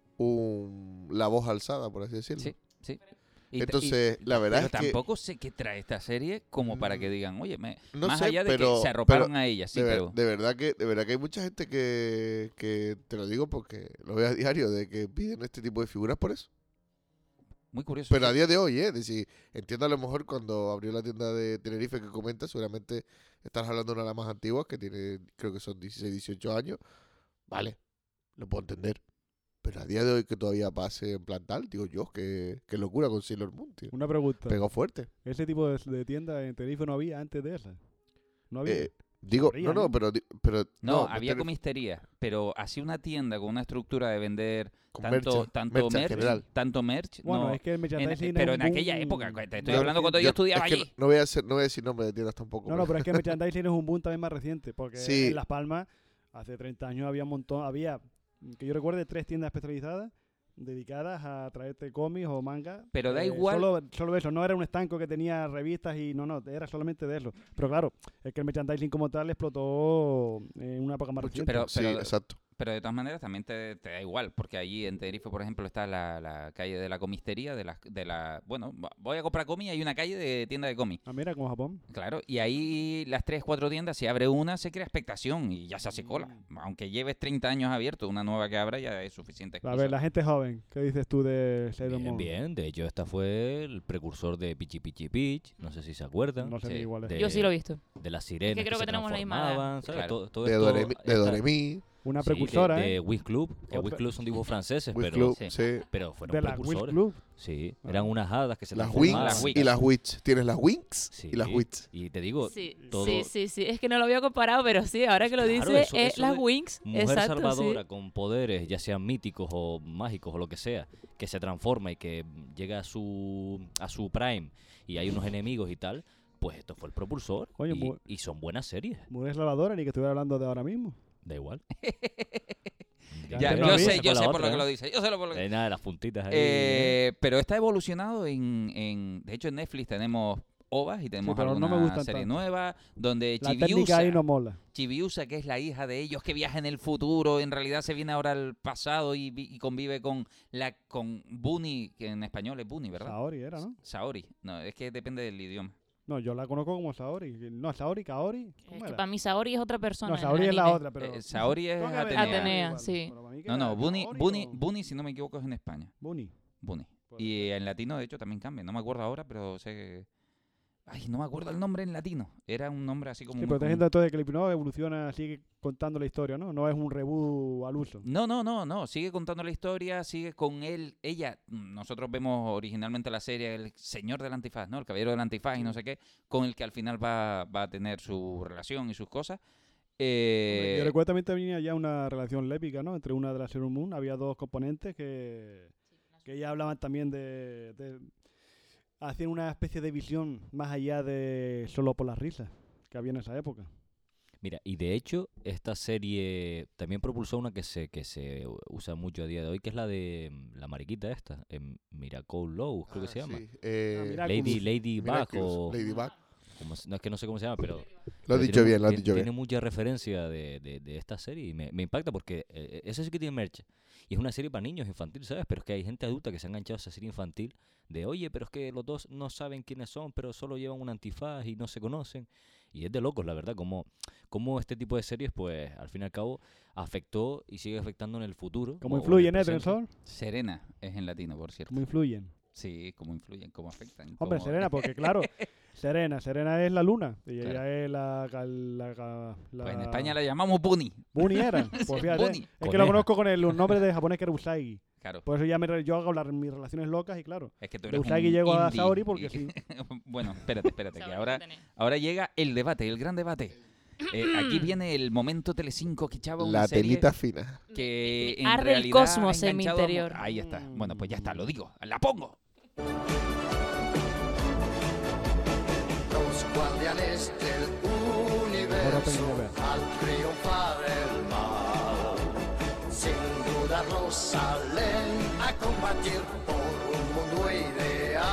[SPEAKER 5] un, la voz alzada, por así decirlo.
[SPEAKER 2] Sí, sí. Y ta-
[SPEAKER 5] Entonces,
[SPEAKER 2] y-
[SPEAKER 5] la verdad
[SPEAKER 2] pero
[SPEAKER 5] es que-
[SPEAKER 2] tampoco sé qué trae esta serie como para que
[SPEAKER 5] Mm,
[SPEAKER 2] digan, oye, me,
[SPEAKER 5] No
[SPEAKER 2] más
[SPEAKER 5] sé,
[SPEAKER 2] allá de
[SPEAKER 5] pero-
[SPEAKER 2] que se arroparon
[SPEAKER 5] pero
[SPEAKER 2] a ella, sí,
[SPEAKER 5] de, ver-
[SPEAKER 2] pero...
[SPEAKER 5] de verdad que de verdad que hay mucha gente que, que te lo digo porque lo veo a diario de que piden este tipo de figuras por eso.
[SPEAKER 2] Muy curioso.
[SPEAKER 5] Pero
[SPEAKER 2] sí.
[SPEAKER 5] a día de hoy, ¿eh? Es decir, entiendo a lo mejor cuando abrió la tienda de Tenerife que comentas, seguramente estás hablando de una de las más antiguas que tiene, creo que son dieciséis, dieciocho años. Vale, lo puedo entender. Pero a día de hoy que todavía pase en plan tal, digo yo, que, que locura con Sailor Moon, tío.
[SPEAKER 3] Una pregunta.
[SPEAKER 5] Pegó fuerte.
[SPEAKER 3] ¿Ese tipo de, de tienda en Tenerife no había antes de esa? ¿No había?
[SPEAKER 5] Eh, digo,
[SPEAKER 3] Habría,
[SPEAKER 5] no, no,
[SPEAKER 3] ¿no?
[SPEAKER 5] pero, di- pero
[SPEAKER 2] No,
[SPEAKER 5] no,
[SPEAKER 2] había
[SPEAKER 5] Tenerife-
[SPEAKER 2] comistería, pero así una tienda con una estructura de vender
[SPEAKER 5] con
[SPEAKER 2] tanto,
[SPEAKER 5] merch,
[SPEAKER 2] tanto
[SPEAKER 5] merch en
[SPEAKER 2] merch,
[SPEAKER 5] general.
[SPEAKER 2] tanto merch,
[SPEAKER 3] Bueno,
[SPEAKER 2] no,
[SPEAKER 3] es que el
[SPEAKER 2] en-
[SPEAKER 3] merchandising
[SPEAKER 2] pero
[SPEAKER 3] es
[SPEAKER 2] en
[SPEAKER 3] un
[SPEAKER 2] aquella
[SPEAKER 3] boom
[SPEAKER 2] época, te estoy
[SPEAKER 3] más
[SPEAKER 2] hablando cuando yo
[SPEAKER 3] reciente.
[SPEAKER 2] estudiaba
[SPEAKER 5] es que
[SPEAKER 2] allí.
[SPEAKER 5] no, no voy a hacer, no voy a decir nombre de tiendas tampoco.
[SPEAKER 3] No, no, pero es que el merchandising es un boom también más reciente, porque
[SPEAKER 5] Sí.
[SPEAKER 3] en Las Palmas hace treinta años había un montón, había, que yo recuerde, tres tiendas especializadas dedicadas a traerte cómics o manga.
[SPEAKER 2] Pero da
[SPEAKER 3] Eh,
[SPEAKER 2] igual-
[SPEAKER 3] Solo, solo eso, no era un estanco que tenía revistas y no, no, era solamente de eso. Pero claro, es que el merchandising como tal explotó en una época más
[SPEAKER 5] Mucho-
[SPEAKER 3] reciente.
[SPEAKER 2] pero-
[SPEAKER 5] sí,
[SPEAKER 2] pero-
[SPEAKER 5] exacto.
[SPEAKER 2] Pero de todas maneras también te, te da igual, porque allí en Tenerife, por ejemplo, está la, la calle de la comistería, de la, de la... Bueno, va- voy a comprar cómics, hay una calle de tienda de cómics.
[SPEAKER 3] Ah, mira, como Japón.
[SPEAKER 2] Claro, y ahí las tres, cuatro tiendas, si abre una, se crea expectación y ya se hace cola. Aunque lleves treinta años abierto, una nueva que abra ya es suficiente.
[SPEAKER 3] A
[SPEAKER 2] excusa.
[SPEAKER 3] ver, la gente joven, ¿qué dices tú de Sailor
[SPEAKER 4] Bien,
[SPEAKER 3] Moon?
[SPEAKER 4] bien. De hecho, esta fue el precursor de Pichi Pichi Pitch. No sé si se acuerdan.
[SPEAKER 3] No sé
[SPEAKER 2] Sí.
[SPEAKER 3] ni igual es.
[SPEAKER 4] De-
[SPEAKER 6] Yo sí lo he visto.
[SPEAKER 4] De las sirenas
[SPEAKER 6] creo
[SPEAKER 4] que
[SPEAKER 6] que
[SPEAKER 4] se
[SPEAKER 6] tenemos la misma edad.
[SPEAKER 4] transformaban, ¿sabes?
[SPEAKER 2] Claro.
[SPEAKER 4] Todo, todo
[SPEAKER 5] De,
[SPEAKER 4] esto
[SPEAKER 5] Doremi, de
[SPEAKER 4] está-
[SPEAKER 5] Doremi,
[SPEAKER 3] Una
[SPEAKER 4] sí, que-
[SPEAKER 3] precursora,
[SPEAKER 4] de
[SPEAKER 3] ¿eh?
[SPEAKER 4] Wiz Club, que
[SPEAKER 3] Otra-
[SPEAKER 4] Wiz Club son dibujos franceses,
[SPEAKER 5] Wiz
[SPEAKER 4] pero,
[SPEAKER 5] Club,
[SPEAKER 2] sí.
[SPEAKER 5] sí.
[SPEAKER 4] pero fueron
[SPEAKER 3] De la Will
[SPEAKER 4] precursores.
[SPEAKER 3] Club.
[SPEAKER 4] Sí,
[SPEAKER 3] Ah.
[SPEAKER 4] eran unas hadas que se
[SPEAKER 5] Las
[SPEAKER 4] transformaban.
[SPEAKER 5] Wings
[SPEAKER 2] Las Wings.
[SPEAKER 5] y las Witch. Tienes las Wings
[SPEAKER 4] Sí,
[SPEAKER 5] y las Witch.
[SPEAKER 4] Y te digo,
[SPEAKER 6] Sí,
[SPEAKER 4] todo-
[SPEAKER 6] sí, sí, sí. Es que no lo había comparado, pero sí, ahora que lo
[SPEAKER 4] Claro,
[SPEAKER 6] dice,
[SPEAKER 4] eso-
[SPEAKER 6] es
[SPEAKER 4] eso
[SPEAKER 6] las
[SPEAKER 4] de
[SPEAKER 6] Wings.
[SPEAKER 4] mujer
[SPEAKER 6] Exacto,
[SPEAKER 4] salvadora
[SPEAKER 6] sí.
[SPEAKER 4] con poderes, ya sean míticos o mágicos o lo que sea, que se transforma y que llega a su a su prime y hay unos enemigos y tal, pues esto fue el propulsor.
[SPEAKER 3] Coño,
[SPEAKER 4] y,
[SPEAKER 3] mu-
[SPEAKER 4] y son buenas series,
[SPEAKER 3] Mujer Salvadora, ni que estuviera hablando de ahora mismo.
[SPEAKER 4] da igual.
[SPEAKER 2] Ya,
[SPEAKER 3] Antes no
[SPEAKER 2] yo
[SPEAKER 3] había.
[SPEAKER 2] sé,
[SPEAKER 4] Esa
[SPEAKER 2] yo
[SPEAKER 4] fue
[SPEAKER 2] sé
[SPEAKER 4] la
[SPEAKER 2] por
[SPEAKER 4] otra,
[SPEAKER 2] lo que
[SPEAKER 4] ¿eh?
[SPEAKER 2] lo dice. Yo sé lo por lo que
[SPEAKER 4] Eh, nada, las puntitas ahí.
[SPEAKER 2] Eh, pero está evolucionado en, en... De hecho, en Netflix tenemos ovas y tenemos
[SPEAKER 3] pero no
[SPEAKER 2] alguna
[SPEAKER 3] me gustan
[SPEAKER 2] serie
[SPEAKER 3] tanto.
[SPEAKER 2] nueva, donde
[SPEAKER 3] La
[SPEAKER 2] Chibiusa,
[SPEAKER 3] técnica ahí no mola.
[SPEAKER 2] Chibiusa, que es la hija de ellos, que viaja en el futuro, en realidad se viene ahora al pasado y, vi- y convive con la con Bunny, que en español es Bunny, ¿verdad?
[SPEAKER 3] Saori era, ¿no?
[SPEAKER 2] Saori. No, es que depende del idioma.
[SPEAKER 3] No, yo la conozco como Saori. No, Saori, Kaori.
[SPEAKER 6] Es
[SPEAKER 3] ¿Cómo
[SPEAKER 6] que
[SPEAKER 3] era?
[SPEAKER 6] para mí Saori es otra persona.
[SPEAKER 3] No,
[SPEAKER 6] en el
[SPEAKER 3] Saori es la
[SPEAKER 6] anime.
[SPEAKER 3] otra, pero...
[SPEAKER 2] Eh, Saori es
[SPEAKER 3] Póngame
[SPEAKER 2] Atenea.
[SPEAKER 6] Atenea,
[SPEAKER 3] igual,
[SPEAKER 6] sí.
[SPEAKER 3] pero para mí que
[SPEAKER 2] No, no,
[SPEAKER 3] era
[SPEAKER 2] Bunny,
[SPEAKER 3] Kaori
[SPEAKER 2] Bunny,
[SPEAKER 3] o-
[SPEAKER 2] Bunny, si no me equivoco, es en España.
[SPEAKER 3] Bunny.
[SPEAKER 2] Bunny.
[SPEAKER 3] Puede
[SPEAKER 2] Y
[SPEAKER 3] ser.
[SPEAKER 2] en latino, de hecho, también cambia. No me acuerdo ahora, pero sé que... Ay, no me acuerdo el nombre en latino. Era un nombre así como...
[SPEAKER 3] Sí,
[SPEAKER 2] muy
[SPEAKER 3] pero te
[SPEAKER 2] común.
[SPEAKER 3] diciendo todo de que el hipnólogo evoluciona, sigue contando la historia, ¿no? No es un reboot al uso.
[SPEAKER 2] No, no, no, no. Sigue contando la historia, sigue con él, ella. Nosotros vemos originalmente la serie El Señor del Antifaz, ¿no? El Caballero del Antifaz y no sé qué, con el que al final va, va a tener su relación y sus cosas. Eh,
[SPEAKER 3] Yo recuerdo también tenía ya una relación lépica, ¿no? Entre una de las Sailor Moon. Había dos componentes que, que ya hablaban también de, de... Hacían una especie de visión más allá de solo por las risas que había en esa época.
[SPEAKER 4] Mira, y de hecho, esta serie también propulsó una que se que se usa mucho a día de hoy, que es la de mm, la mariquita esta, em, Miracle Low, creo que
[SPEAKER 5] Ah,
[SPEAKER 4] se llama.
[SPEAKER 5] sí, eh,
[SPEAKER 3] Ah, mira,
[SPEAKER 4] Lady,
[SPEAKER 3] Miraculous.
[SPEAKER 4] Ladybug
[SPEAKER 5] Miraculous,
[SPEAKER 4] o...
[SPEAKER 5] Ladybug.
[SPEAKER 4] como se- no, es que no sé cómo se llama, pero...
[SPEAKER 5] Lo has
[SPEAKER 4] pero
[SPEAKER 5] dicho
[SPEAKER 4] tiene mu-
[SPEAKER 5] bien, lo has
[SPEAKER 4] tiene-
[SPEAKER 5] dicho
[SPEAKER 4] Tiene
[SPEAKER 5] bien.
[SPEAKER 4] mucha referencia de, de, de esta serie y me, me impacta porque eh, eso sí que tiene merch. Y es una serie para niños infantil, ¿sabes? Pero es que hay gente adulta que se ha enganchado a esa serie infantil de, oye, pero es que los dos no saben quiénes son, pero solo llevan un antifaz y no se conocen. Y es de locos, la verdad, como, como este tipo de series, pues, al fin y al cabo, afectó y sigue afectando en el futuro.
[SPEAKER 3] ¿Cómo
[SPEAKER 4] o- o en
[SPEAKER 3] influyen,
[SPEAKER 4] el
[SPEAKER 3] eh,
[SPEAKER 4] presente.
[SPEAKER 3] Tensor?
[SPEAKER 2] Serena es en latino, por cierto.
[SPEAKER 3] ¿Cómo influyen?
[SPEAKER 2] Sí, cómo influyen, cómo afectan.
[SPEAKER 3] Hombre,
[SPEAKER 2] cómo-
[SPEAKER 3] Serena, porque claro, Serena, Serena es la luna. Y
[SPEAKER 2] Claro.
[SPEAKER 3] ella es la... la, la- la-
[SPEAKER 2] Pues en España la llamamos Bunny.
[SPEAKER 3] Bunny era. Pues fíjate,
[SPEAKER 2] Bunny.
[SPEAKER 3] es que
[SPEAKER 4] Coneja.
[SPEAKER 3] lo conozco con el, los nombres de japonés que era Usagi.
[SPEAKER 2] Claro.
[SPEAKER 3] Por eso ya me, re- yo hago las- mis relaciones locas y claro.
[SPEAKER 2] Es que tú
[SPEAKER 3] De
[SPEAKER 2] eres
[SPEAKER 3] Usagi
[SPEAKER 2] un
[SPEAKER 3] llego a
[SPEAKER 2] indie
[SPEAKER 3] Saori porque
[SPEAKER 2] y-
[SPEAKER 3] sí.
[SPEAKER 2] Bueno, espérate, espérate, que
[SPEAKER 6] Saori
[SPEAKER 2] ahora,
[SPEAKER 6] Atenea.
[SPEAKER 2] ahora llega el debate, el gran debate. Eh, aquí viene el momento Telecinco que echaba una
[SPEAKER 5] La
[SPEAKER 2] serie
[SPEAKER 5] telita fina.
[SPEAKER 2] que en
[SPEAKER 6] Arde el
[SPEAKER 2] realidad
[SPEAKER 6] cosmos
[SPEAKER 2] ha
[SPEAKER 6] en mi
[SPEAKER 2] enganchado a mu-
[SPEAKER 6] interior.
[SPEAKER 2] Ahí está. Bueno, pues ya está, lo digo. La pongo.
[SPEAKER 7] Los guardianes del
[SPEAKER 3] Ahora
[SPEAKER 7] universo
[SPEAKER 3] aprendí a ver.
[SPEAKER 7] al triunfar el mal, sin dudarlo salen a combatir por un mundo ideal.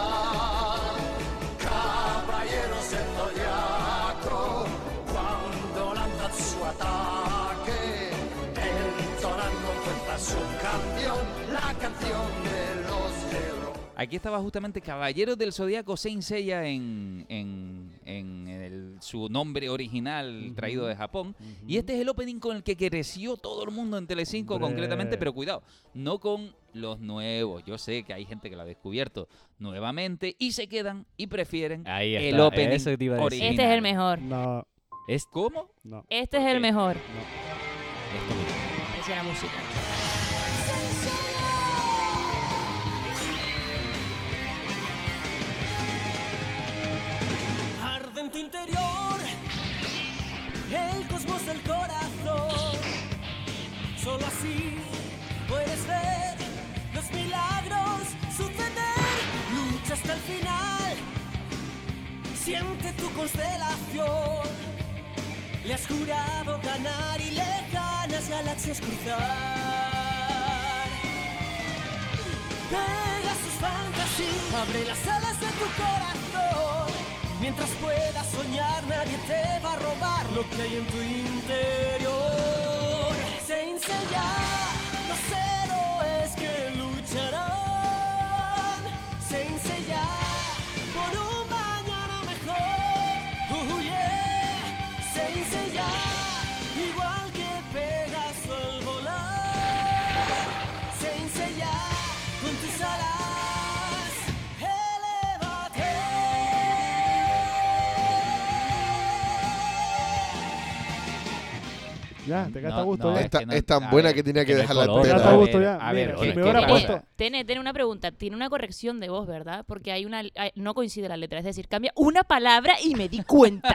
[SPEAKER 7] Caballeros del Zodiaco, cuando lanzan su ataque, entonan con fuerza su canción, la canción de los héroes.
[SPEAKER 2] Aquí estaba justamente Caballeros del Zodíaco Saint Seiya en, en, en el- su nombre original traído de Japón. Y este es el opening con el que creció todo el mundo en Telecinco
[SPEAKER 3] Hombre.
[SPEAKER 2] concretamente, pero cuidado, no con los nuevos. Yo sé que hay gente que lo ha descubierto nuevamente y se quedan y prefieren
[SPEAKER 4] Ahí está,
[SPEAKER 2] el opening
[SPEAKER 4] eso te iba a decir.
[SPEAKER 2] original.
[SPEAKER 6] Este es el mejor.
[SPEAKER 3] No,
[SPEAKER 4] Es
[SPEAKER 2] ¿Cómo?
[SPEAKER 3] no.
[SPEAKER 6] Este es
[SPEAKER 2] ¿Por
[SPEAKER 6] el
[SPEAKER 2] qué?
[SPEAKER 6] mejor.
[SPEAKER 4] esto mismo.
[SPEAKER 6] Aprecia la música.
[SPEAKER 9] Arde en tu interior el cosmos del corazón. Solo así puedes ver los milagros suceder. Lucha hasta el final. Siente tu constelación. Le has jurado ganar y lejanas galaxias cruzar. Pega sus fantasías, abre las alas de tu corazón. Mientras puedas soñar, nadie te va a robar lo que hay en tu interior. Saint Seiya, los héroes que lucharán. Saint Seiya, por un mañana mejor. Uh, yeah. Saint Seiya, igual que Pegaso al volar. Saint Seiya, con tus alas, elévate.
[SPEAKER 3] Ya, te queda
[SPEAKER 2] No,
[SPEAKER 3] a gusto
[SPEAKER 2] no,
[SPEAKER 3] ya.
[SPEAKER 2] es
[SPEAKER 5] Esta-
[SPEAKER 2] que no-
[SPEAKER 5] es tan
[SPEAKER 2] a
[SPEAKER 5] buena
[SPEAKER 2] ver,
[SPEAKER 5] que tenía que
[SPEAKER 4] que no hay
[SPEAKER 5] dejarla
[SPEAKER 4] color.
[SPEAKER 3] Ya
[SPEAKER 5] entera.
[SPEAKER 3] está a
[SPEAKER 2] A
[SPEAKER 3] gusto
[SPEAKER 2] ver,
[SPEAKER 3] ya.
[SPEAKER 2] a ver,
[SPEAKER 3] Mira,
[SPEAKER 2] es
[SPEAKER 3] si
[SPEAKER 2] que
[SPEAKER 3] me hubiera
[SPEAKER 2] una
[SPEAKER 6] Tiene,
[SPEAKER 3] puesto...
[SPEAKER 6] tiene, tiene una pregunta, tiene una corrección de voz, ¿verdad? Porque hay una, hay- no coincide la letra, es decir, cambia una palabra y me di cuenta.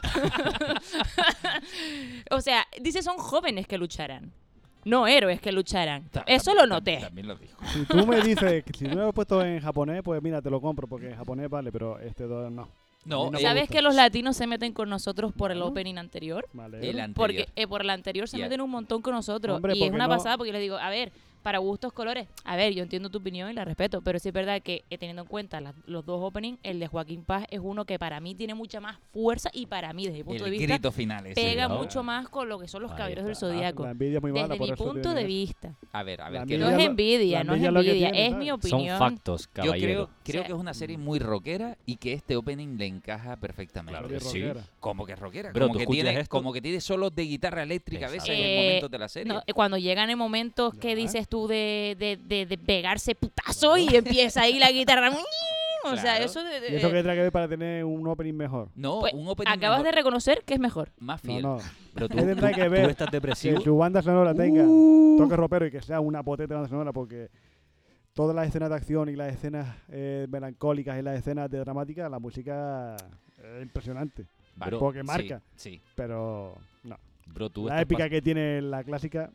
[SPEAKER 6] O sea, dice son jóvenes que lucharán, no héroes que lucharán.
[SPEAKER 2] Ta-
[SPEAKER 6] Eso
[SPEAKER 2] tam-
[SPEAKER 6] lo
[SPEAKER 2] tam-
[SPEAKER 6] noté.
[SPEAKER 2] También lo dijo.
[SPEAKER 3] Si tú me dices que si tú me lo has puesto en japonés, pues mira, te lo compro porque en japonés vale, pero este do- no.
[SPEAKER 2] No,
[SPEAKER 3] No me
[SPEAKER 2] eh,
[SPEAKER 6] ¿Sabes
[SPEAKER 3] gusta.
[SPEAKER 6] que los latinos se meten con nosotros por el
[SPEAKER 3] Bueno.
[SPEAKER 6] opening anterior?
[SPEAKER 3] Vale.
[SPEAKER 2] el anterior.
[SPEAKER 6] Porque eh, por el anterior se
[SPEAKER 2] Y a-
[SPEAKER 6] meten un montón con nosotros.
[SPEAKER 3] Hombre,
[SPEAKER 6] y es
[SPEAKER 3] porque
[SPEAKER 6] una
[SPEAKER 3] no-
[SPEAKER 6] pasada porque yo les digo, a ver, para gustos, colores. A ver, yo entiendo tu opinión y la respeto, pero sí es verdad que eh, teniendo en cuenta las- los dos openings, el de Joaquín Paz es uno que para mí tiene mucha más fuerza y para mí, desde mi punto
[SPEAKER 2] El
[SPEAKER 6] de vista,
[SPEAKER 2] grito final ese.
[SPEAKER 6] pega
[SPEAKER 4] ¿no?
[SPEAKER 6] mucho más con lo que son los
[SPEAKER 4] Ahí
[SPEAKER 6] Caballeros del
[SPEAKER 4] está.
[SPEAKER 6] Zodíaco.
[SPEAKER 3] La envidia es muy mala,
[SPEAKER 6] Desde
[SPEAKER 3] por
[SPEAKER 6] mi
[SPEAKER 3] eso
[SPEAKER 6] punto
[SPEAKER 3] tiene
[SPEAKER 6] de
[SPEAKER 3] eso.
[SPEAKER 6] vista.
[SPEAKER 2] A ver, a ver.
[SPEAKER 3] La
[SPEAKER 2] quiero-
[SPEAKER 6] No es
[SPEAKER 3] lo-
[SPEAKER 6] envidia,
[SPEAKER 3] la
[SPEAKER 6] no es
[SPEAKER 3] envidia es lo que
[SPEAKER 6] envidia,
[SPEAKER 3] tiene,
[SPEAKER 6] es
[SPEAKER 3] ¿sabes?
[SPEAKER 6] mi
[SPEAKER 4] Son
[SPEAKER 6] opinión.
[SPEAKER 4] factos,
[SPEAKER 2] Yo
[SPEAKER 4] caballero.
[SPEAKER 2] creo, creo
[SPEAKER 6] sea-
[SPEAKER 2] que es una serie muy rockera y que este opening le encaja perfectamente.
[SPEAKER 4] Claro
[SPEAKER 3] Serie
[SPEAKER 4] que sí.
[SPEAKER 3] rockera.
[SPEAKER 2] Como que es rockera.
[SPEAKER 4] Bro,
[SPEAKER 2] como,
[SPEAKER 4] ¿tú
[SPEAKER 2] que
[SPEAKER 4] escuchas
[SPEAKER 2] tiene,
[SPEAKER 4] esto?
[SPEAKER 2] como que tiene solos de guitarra eléctrica a veces
[SPEAKER 4] Exacto.
[SPEAKER 2] en
[SPEAKER 6] Eh,
[SPEAKER 2] momentos de la serie.
[SPEAKER 6] No, eh, cuando llegan en momentos que
[SPEAKER 3] Ya.
[SPEAKER 6] dices tú de, de, de, de pegarse putazo y empieza ahí la guitarra. O sea,
[SPEAKER 2] Claro.
[SPEAKER 6] eso de, de-
[SPEAKER 3] ¿Y eso qué tendrá que ver para tener un opening mejor?
[SPEAKER 2] No,
[SPEAKER 6] pues,
[SPEAKER 2] un opening
[SPEAKER 6] acabas
[SPEAKER 2] mejor-
[SPEAKER 6] de reconocer que es mejor.
[SPEAKER 2] más
[SPEAKER 3] No,
[SPEAKER 2] fiel.
[SPEAKER 3] no.
[SPEAKER 4] Pero tú,
[SPEAKER 3] ¿Qué tendrá
[SPEAKER 4] tú-
[SPEAKER 3] que
[SPEAKER 4] tú
[SPEAKER 3] ver?
[SPEAKER 4] estás
[SPEAKER 3] Que
[SPEAKER 4] depresivo.
[SPEAKER 3] su banda sonora tenga
[SPEAKER 2] Uh.
[SPEAKER 3] toque ropero y que sea una potente banda sonora, porque todas las escenas de acción y las escenas eh, melancólicas y las escenas de dramática, la música es impresionante.
[SPEAKER 2] Vale,
[SPEAKER 3] porque
[SPEAKER 2] sí,
[SPEAKER 3] marca.
[SPEAKER 2] Sí.
[SPEAKER 3] Pero no.
[SPEAKER 4] Bro, tú
[SPEAKER 3] La
[SPEAKER 4] estás
[SPEAKER 3] épica
[SPEAKER 4] pas-
[SPEAKER 3] que tiene la clásica.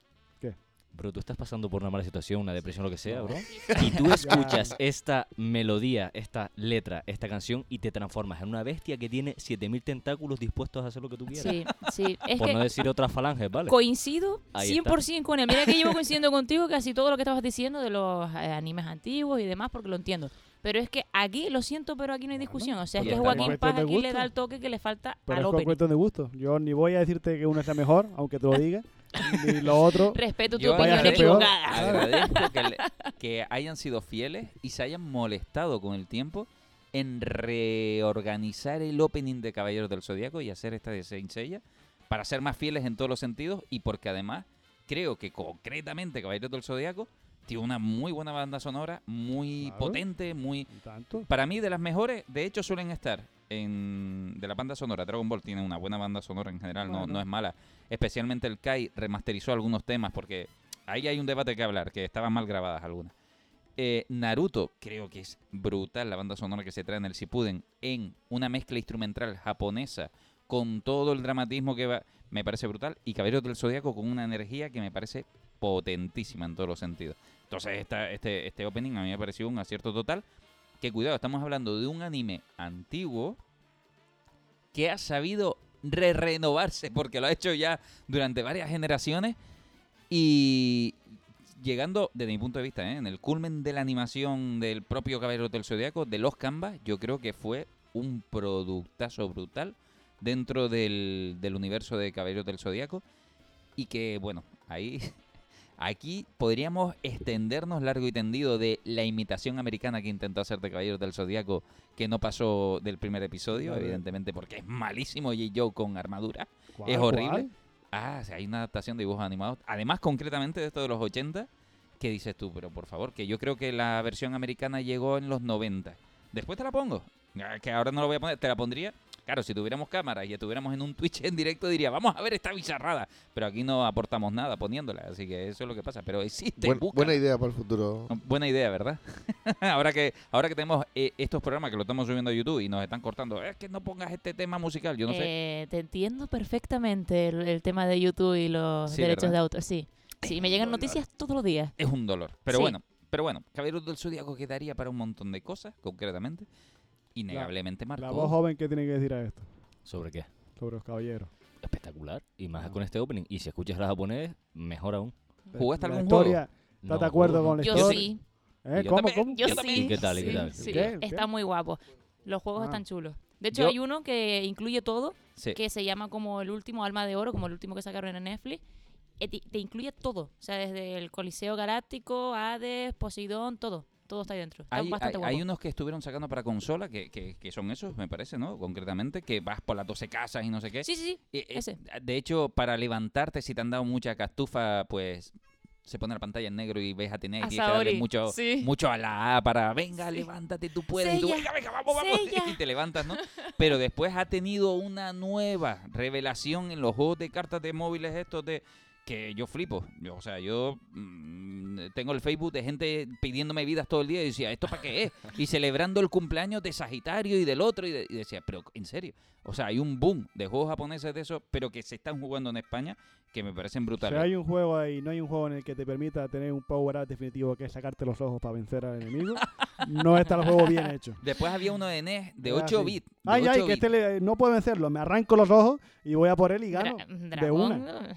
[SPEAKER 4] Bro, tú estás pasando por una mala situación, una depresión, lo que sea,
[SPEAKER 3] No.
[SPEAKER 4] bro. Y tú escuchas esta melodía, esta letra, esta canción y te transformas en una bestia que tiene siete mil tentáculos dispuestos a hacer lo que tú quieras.
[SPEAKER 6] Sí, sí. Es
[SPEAKER 4] Por
[SPEAKER 6] que
[SPEAKER 4] no decir otras falanges, ¿vale?
[SPEAKER 6] coincido
[SPEAKER 4] Ahí
[SPEAKER 6] cien por ciento con él. Mira que llevo coincidiendo contigo casi todo lo que estabas diciendo de los eh, animes antiguos y demás, porque lo entiendo. Pero es que aquí, lo siento, pero aquí no hay discusión. O sea, es
[SPEAKER 2] pues
[SPEAKER 6] que
[SPEAKER 2] ya está.
[SPEAKER 6] Joaquín
[SPEAKER 3] Cuestión
[SPEAKER 6] Paz
[SPEAKER 3] de
[SPEAKER 6] aquí le
[SPEAKER 3] gusto.
[SPEAKER 6] da el toque que le falta
[SPEAKER 3] Pero
[SPEAKER 6] al
[SPEAKER 3] es con
[SPEAKER 6] opening.
[SPEAKER 3] cuestión de gusto. Yo ni voy a decirte que uno sea mejor, aunque te lo diga. Ni lo otro.
[SPEAKER 6] Respeto tu
[SPEAKER 2] Yo
[SPEAKER 6] opinión
[SPEAKER 3] vaya a ser peor.
[SPEAKER 6] equivocada.
[SPEAKER 2] agradezco que, le- que hayan sido fieles y se hayan molestado con el tiempo en reorganizar el opening de Caballeros del Zodíaco y hacer esta de Saint Seiya para ser más fieles en todos los sentidos y porque además creo que concretamente Caballeros del Zodíaco tiene una muy buena banda sonora, muy
[SPEAKER 3] Claro.
[SPEAKER 2] potente, muy...
[SPEAKER 3] Y tanto.
[SPEAKER 2] Para mí de las mejores, de hecho suelen estar en de la banda sonora. Dragon Ball tiene una buena banda sonora en general, no,
[SPEAKER 3] Bueno.
[SPEAKER 2] no es mala. Especialmente el Kai remasterizó algunos temas porque ahí hay un debate que hablar, que estaban mal grabadas algunas. Eh, Naruto creo que es brutal la banda sonora que se trae en el Shippuden en una mezcla instrumental japonesa con todo el dramatismo que va, me parece brutal. Y Caballeros del Zodíaco con una energía que me parece potentísima en todos los sentidos. Entonces esta, este, este opening a mí me pareció un acierto total. Que cuidado, estamos hablando de un anime antiguo que ha sabido re renovarse porque lo ha hecho ya durante varias generaciones y llegando, desde mi punto de vista, ¿eh? en el culmen de la animación del propio Caballero del Zodíaco, de los Canvas, yo creo que fue un productazo brutal dentro del, del universo de Caballeros del Zodíaco y que, bueno, ahí... Aquí podríamos extendernos largo y tendido de la imitación americana que intentó hacer de Caballeros del Zodíaco, que no pasó del primer episodio,
[SPEAKER 3] Vale.
[SPEAKER 2] evidentemente, porque es malísimo G. Joe con armadura.
[SPEAKER 3] ¿Cuál,
[SPEAKER 2] Es horrible.
[SPEAKER 3] cuál?
[SPEAKER 2] Ah, o sea, hay una adaptación de dibujos animados. Además, concretamente de esto de los ochenta, ¿qué dices tú? Pero por favor, que yo creo que la versión americana llegó en los noventa. Después te la pongo. Ah, Que ahora no lo voy a poner. Te la pondría. Claro, si tuviéramos cámaras y estuviéramos en un Twitch en directo, diría, vamos a ver esta bizarrada. Pero aquí no aportamos nada poniéndola. Así que eso es lo que pasa. Pero existe.
[SPEAKER 5] Buen-
[SPEAKER 2] búscala.
[SPEAKER 5] buena idea para el futuro.
[SPEAKER 2] No, Buena idea, ¿verdad? ahora que ahora que tenemos eh, estos programas que lo estamos subiendo a YouTube y nos están cortando, es que no pongas este tema musical, yo no sé.
[SPEAKER 6] Eh, te entiendo perfectamente el, el tema de YouTube y los
[SPEAKER 2] Sí,
[SPEAKER 6] derechos
[SPEAKER 2] ¿verdad?
[SPEAKER 6] de autor. Sí, sí, me llegan noticias todos los días.
[SPEAKER 2] Es un dolor. Pero
[SPEAKER 6] Sí.
[SPEAKER 2] bueno, pero bueno, Caballeros del Zodíaco quedaría para un montón de cosas, concretamente. Innegablemente
[SPEAKER 3] La
[SPEAKER 2] marcó.
[SPEAKER 3] voz joven que tiene que decir a esto,
[SPEAKER 4] ¿Sobre qué?
[SPEAKER 3] sobre los caballeros.
[SPEAKER 4] Espectacular. Y más
[SPEAKER 3] Ah.
[SPEAKER 4] con este opening. Y si escuchas la japonés, mejor aún.
[SPEAKER 2] ¿Jugaste
[SPEAKER 3] La
[SPEAKER 2] algún
[SPEAKER 3] historia, ¿estás
[SPEAKER 4] No,
[SPEAKER 3] de acuerdo
[SPEAKER 4] juego,
[SPEAKER 3] con la
[SPEAKER 6] Yo
[SPEAKER 3] historia?
[SPEAKER 6] sí,
[SPEAKER 3] ¿Eh?
[SPEAKER 2] Yo
[SPEAKER 3] ¿Cómo,
[SPEAKER 2] también.
[SPEAKER 3] cómo?
[SPEAKER 6] yo
[SPEAKER 2] Yo
[SPEAKER 6] sí.
[SPEAKER 2] también.
[SPEAKER 4] ¿Y qué tal, y qué
[SPEAKER 6] sí,
[SPEAKER 4] tal?
[SPEAKER 6] sí.
[SPEAKER 3] ¿Qué?
[SPEAKER 6] Está
[SPEAKER 3] ¿Qué?
[SPEAKER 6] muy guapo. Los juegos
[SPEAKER 3] Ah.
[SPEAKER 6] están chulos. De hecho,
[SPEAKER 2] Yo-
[SPEAKER 6] hay uno que incluye todo,
[SPEAKER 2] Sí.
[SPEAKER 6] que se llama como el último Alma de Oro, como el último que sacaron en Netflix. Eh, Te, te incluye todo. O sea, desde el Coliseo Galáctico, Hades, Poseidón, todo. Todo está ahí dentro. Está
[SPEAKER 2] Hay,
[SPEAKER 6] bastante
[SPEAKER 2] hay-
[SPEAKER 6] guapo.
[SPEAKER 2] hay unos que estuvieron sacando para consola, que, que, que son esos, me parece, ¿no? Concretamente, que vas por las doce casas y no sé qué.
[SPEAKER 6] Sí, sí, sí.
[SPEAKER 2] Eh, eh,
[SPEAKER 6] ese.
[SPEAKER 2] De hecho, para levantarte, si te han dado mucha castufa, pues se pone la pantalla en negro y ves a tener
[SPEAKER 6] A
[SPEAKER 2] y tienes que darle
[SPEAKER 6] Saori,
[SPEAKER 2] mucho,
[SPEAKER 6] sí.
[SPEAKER 2] mucho a la A para, venga,
[SPEAKER 6] Sí.
[SPEAKER 2] levántate, tú puedes. Y tú,
[SPEAKER 6] Sella,
[SPEAKER 2] venga, venga, vamos, vamos.
[SPEAKER 6] Sella.
[SPEAKER 2] Y te levantas, ¿no? Pero después ha tenido una nueva revelación en los juegos de cartas de móviles estos de... Que yo flipo. Yo, o sea, yo mm, tengo el Facebook de gente pidiéndome vidas todo el día y decía, ¿esto para qué es? Y celebrando el cumpleaños de Sagitario y del otro. Y, de- y decía, pero en serio. O sea, hay un boom de juegos japoneses de esos, pero que se están jugando en España, que me parecen
[SPEAKER 3] Si
[SPEAKER 2] brutales.
[SPEAKER 3] hay un juego ahí, no hay un juego en el que te permita tener un power up definitivo que es sacarte los ojos para vencer al enemigo, no está el juego bien hecho.
[SPEAKER 2] Después había uno de N E S de
[SPEAKER 3] Ah,
[SPEAKER 2] ocho
[SPEAKER 3] sí.
[SPEAKER 2] bits. de
[SPEAKER 3] Ay, ay,
[SPEAKER 2] ocho
[SPEAKER 3] que
[SPEAKER 2] bits.
[SPEAKER 3] este le- no puedo vencerlo. Me arranco los ojos y voy a por él y gano.
[SPEAKER 6] Dra-
[SPEAKER 3] de
[SPEAKER 6] dragón,
[SPEAKER 3] una.
[SPEAKER 6] ¿no?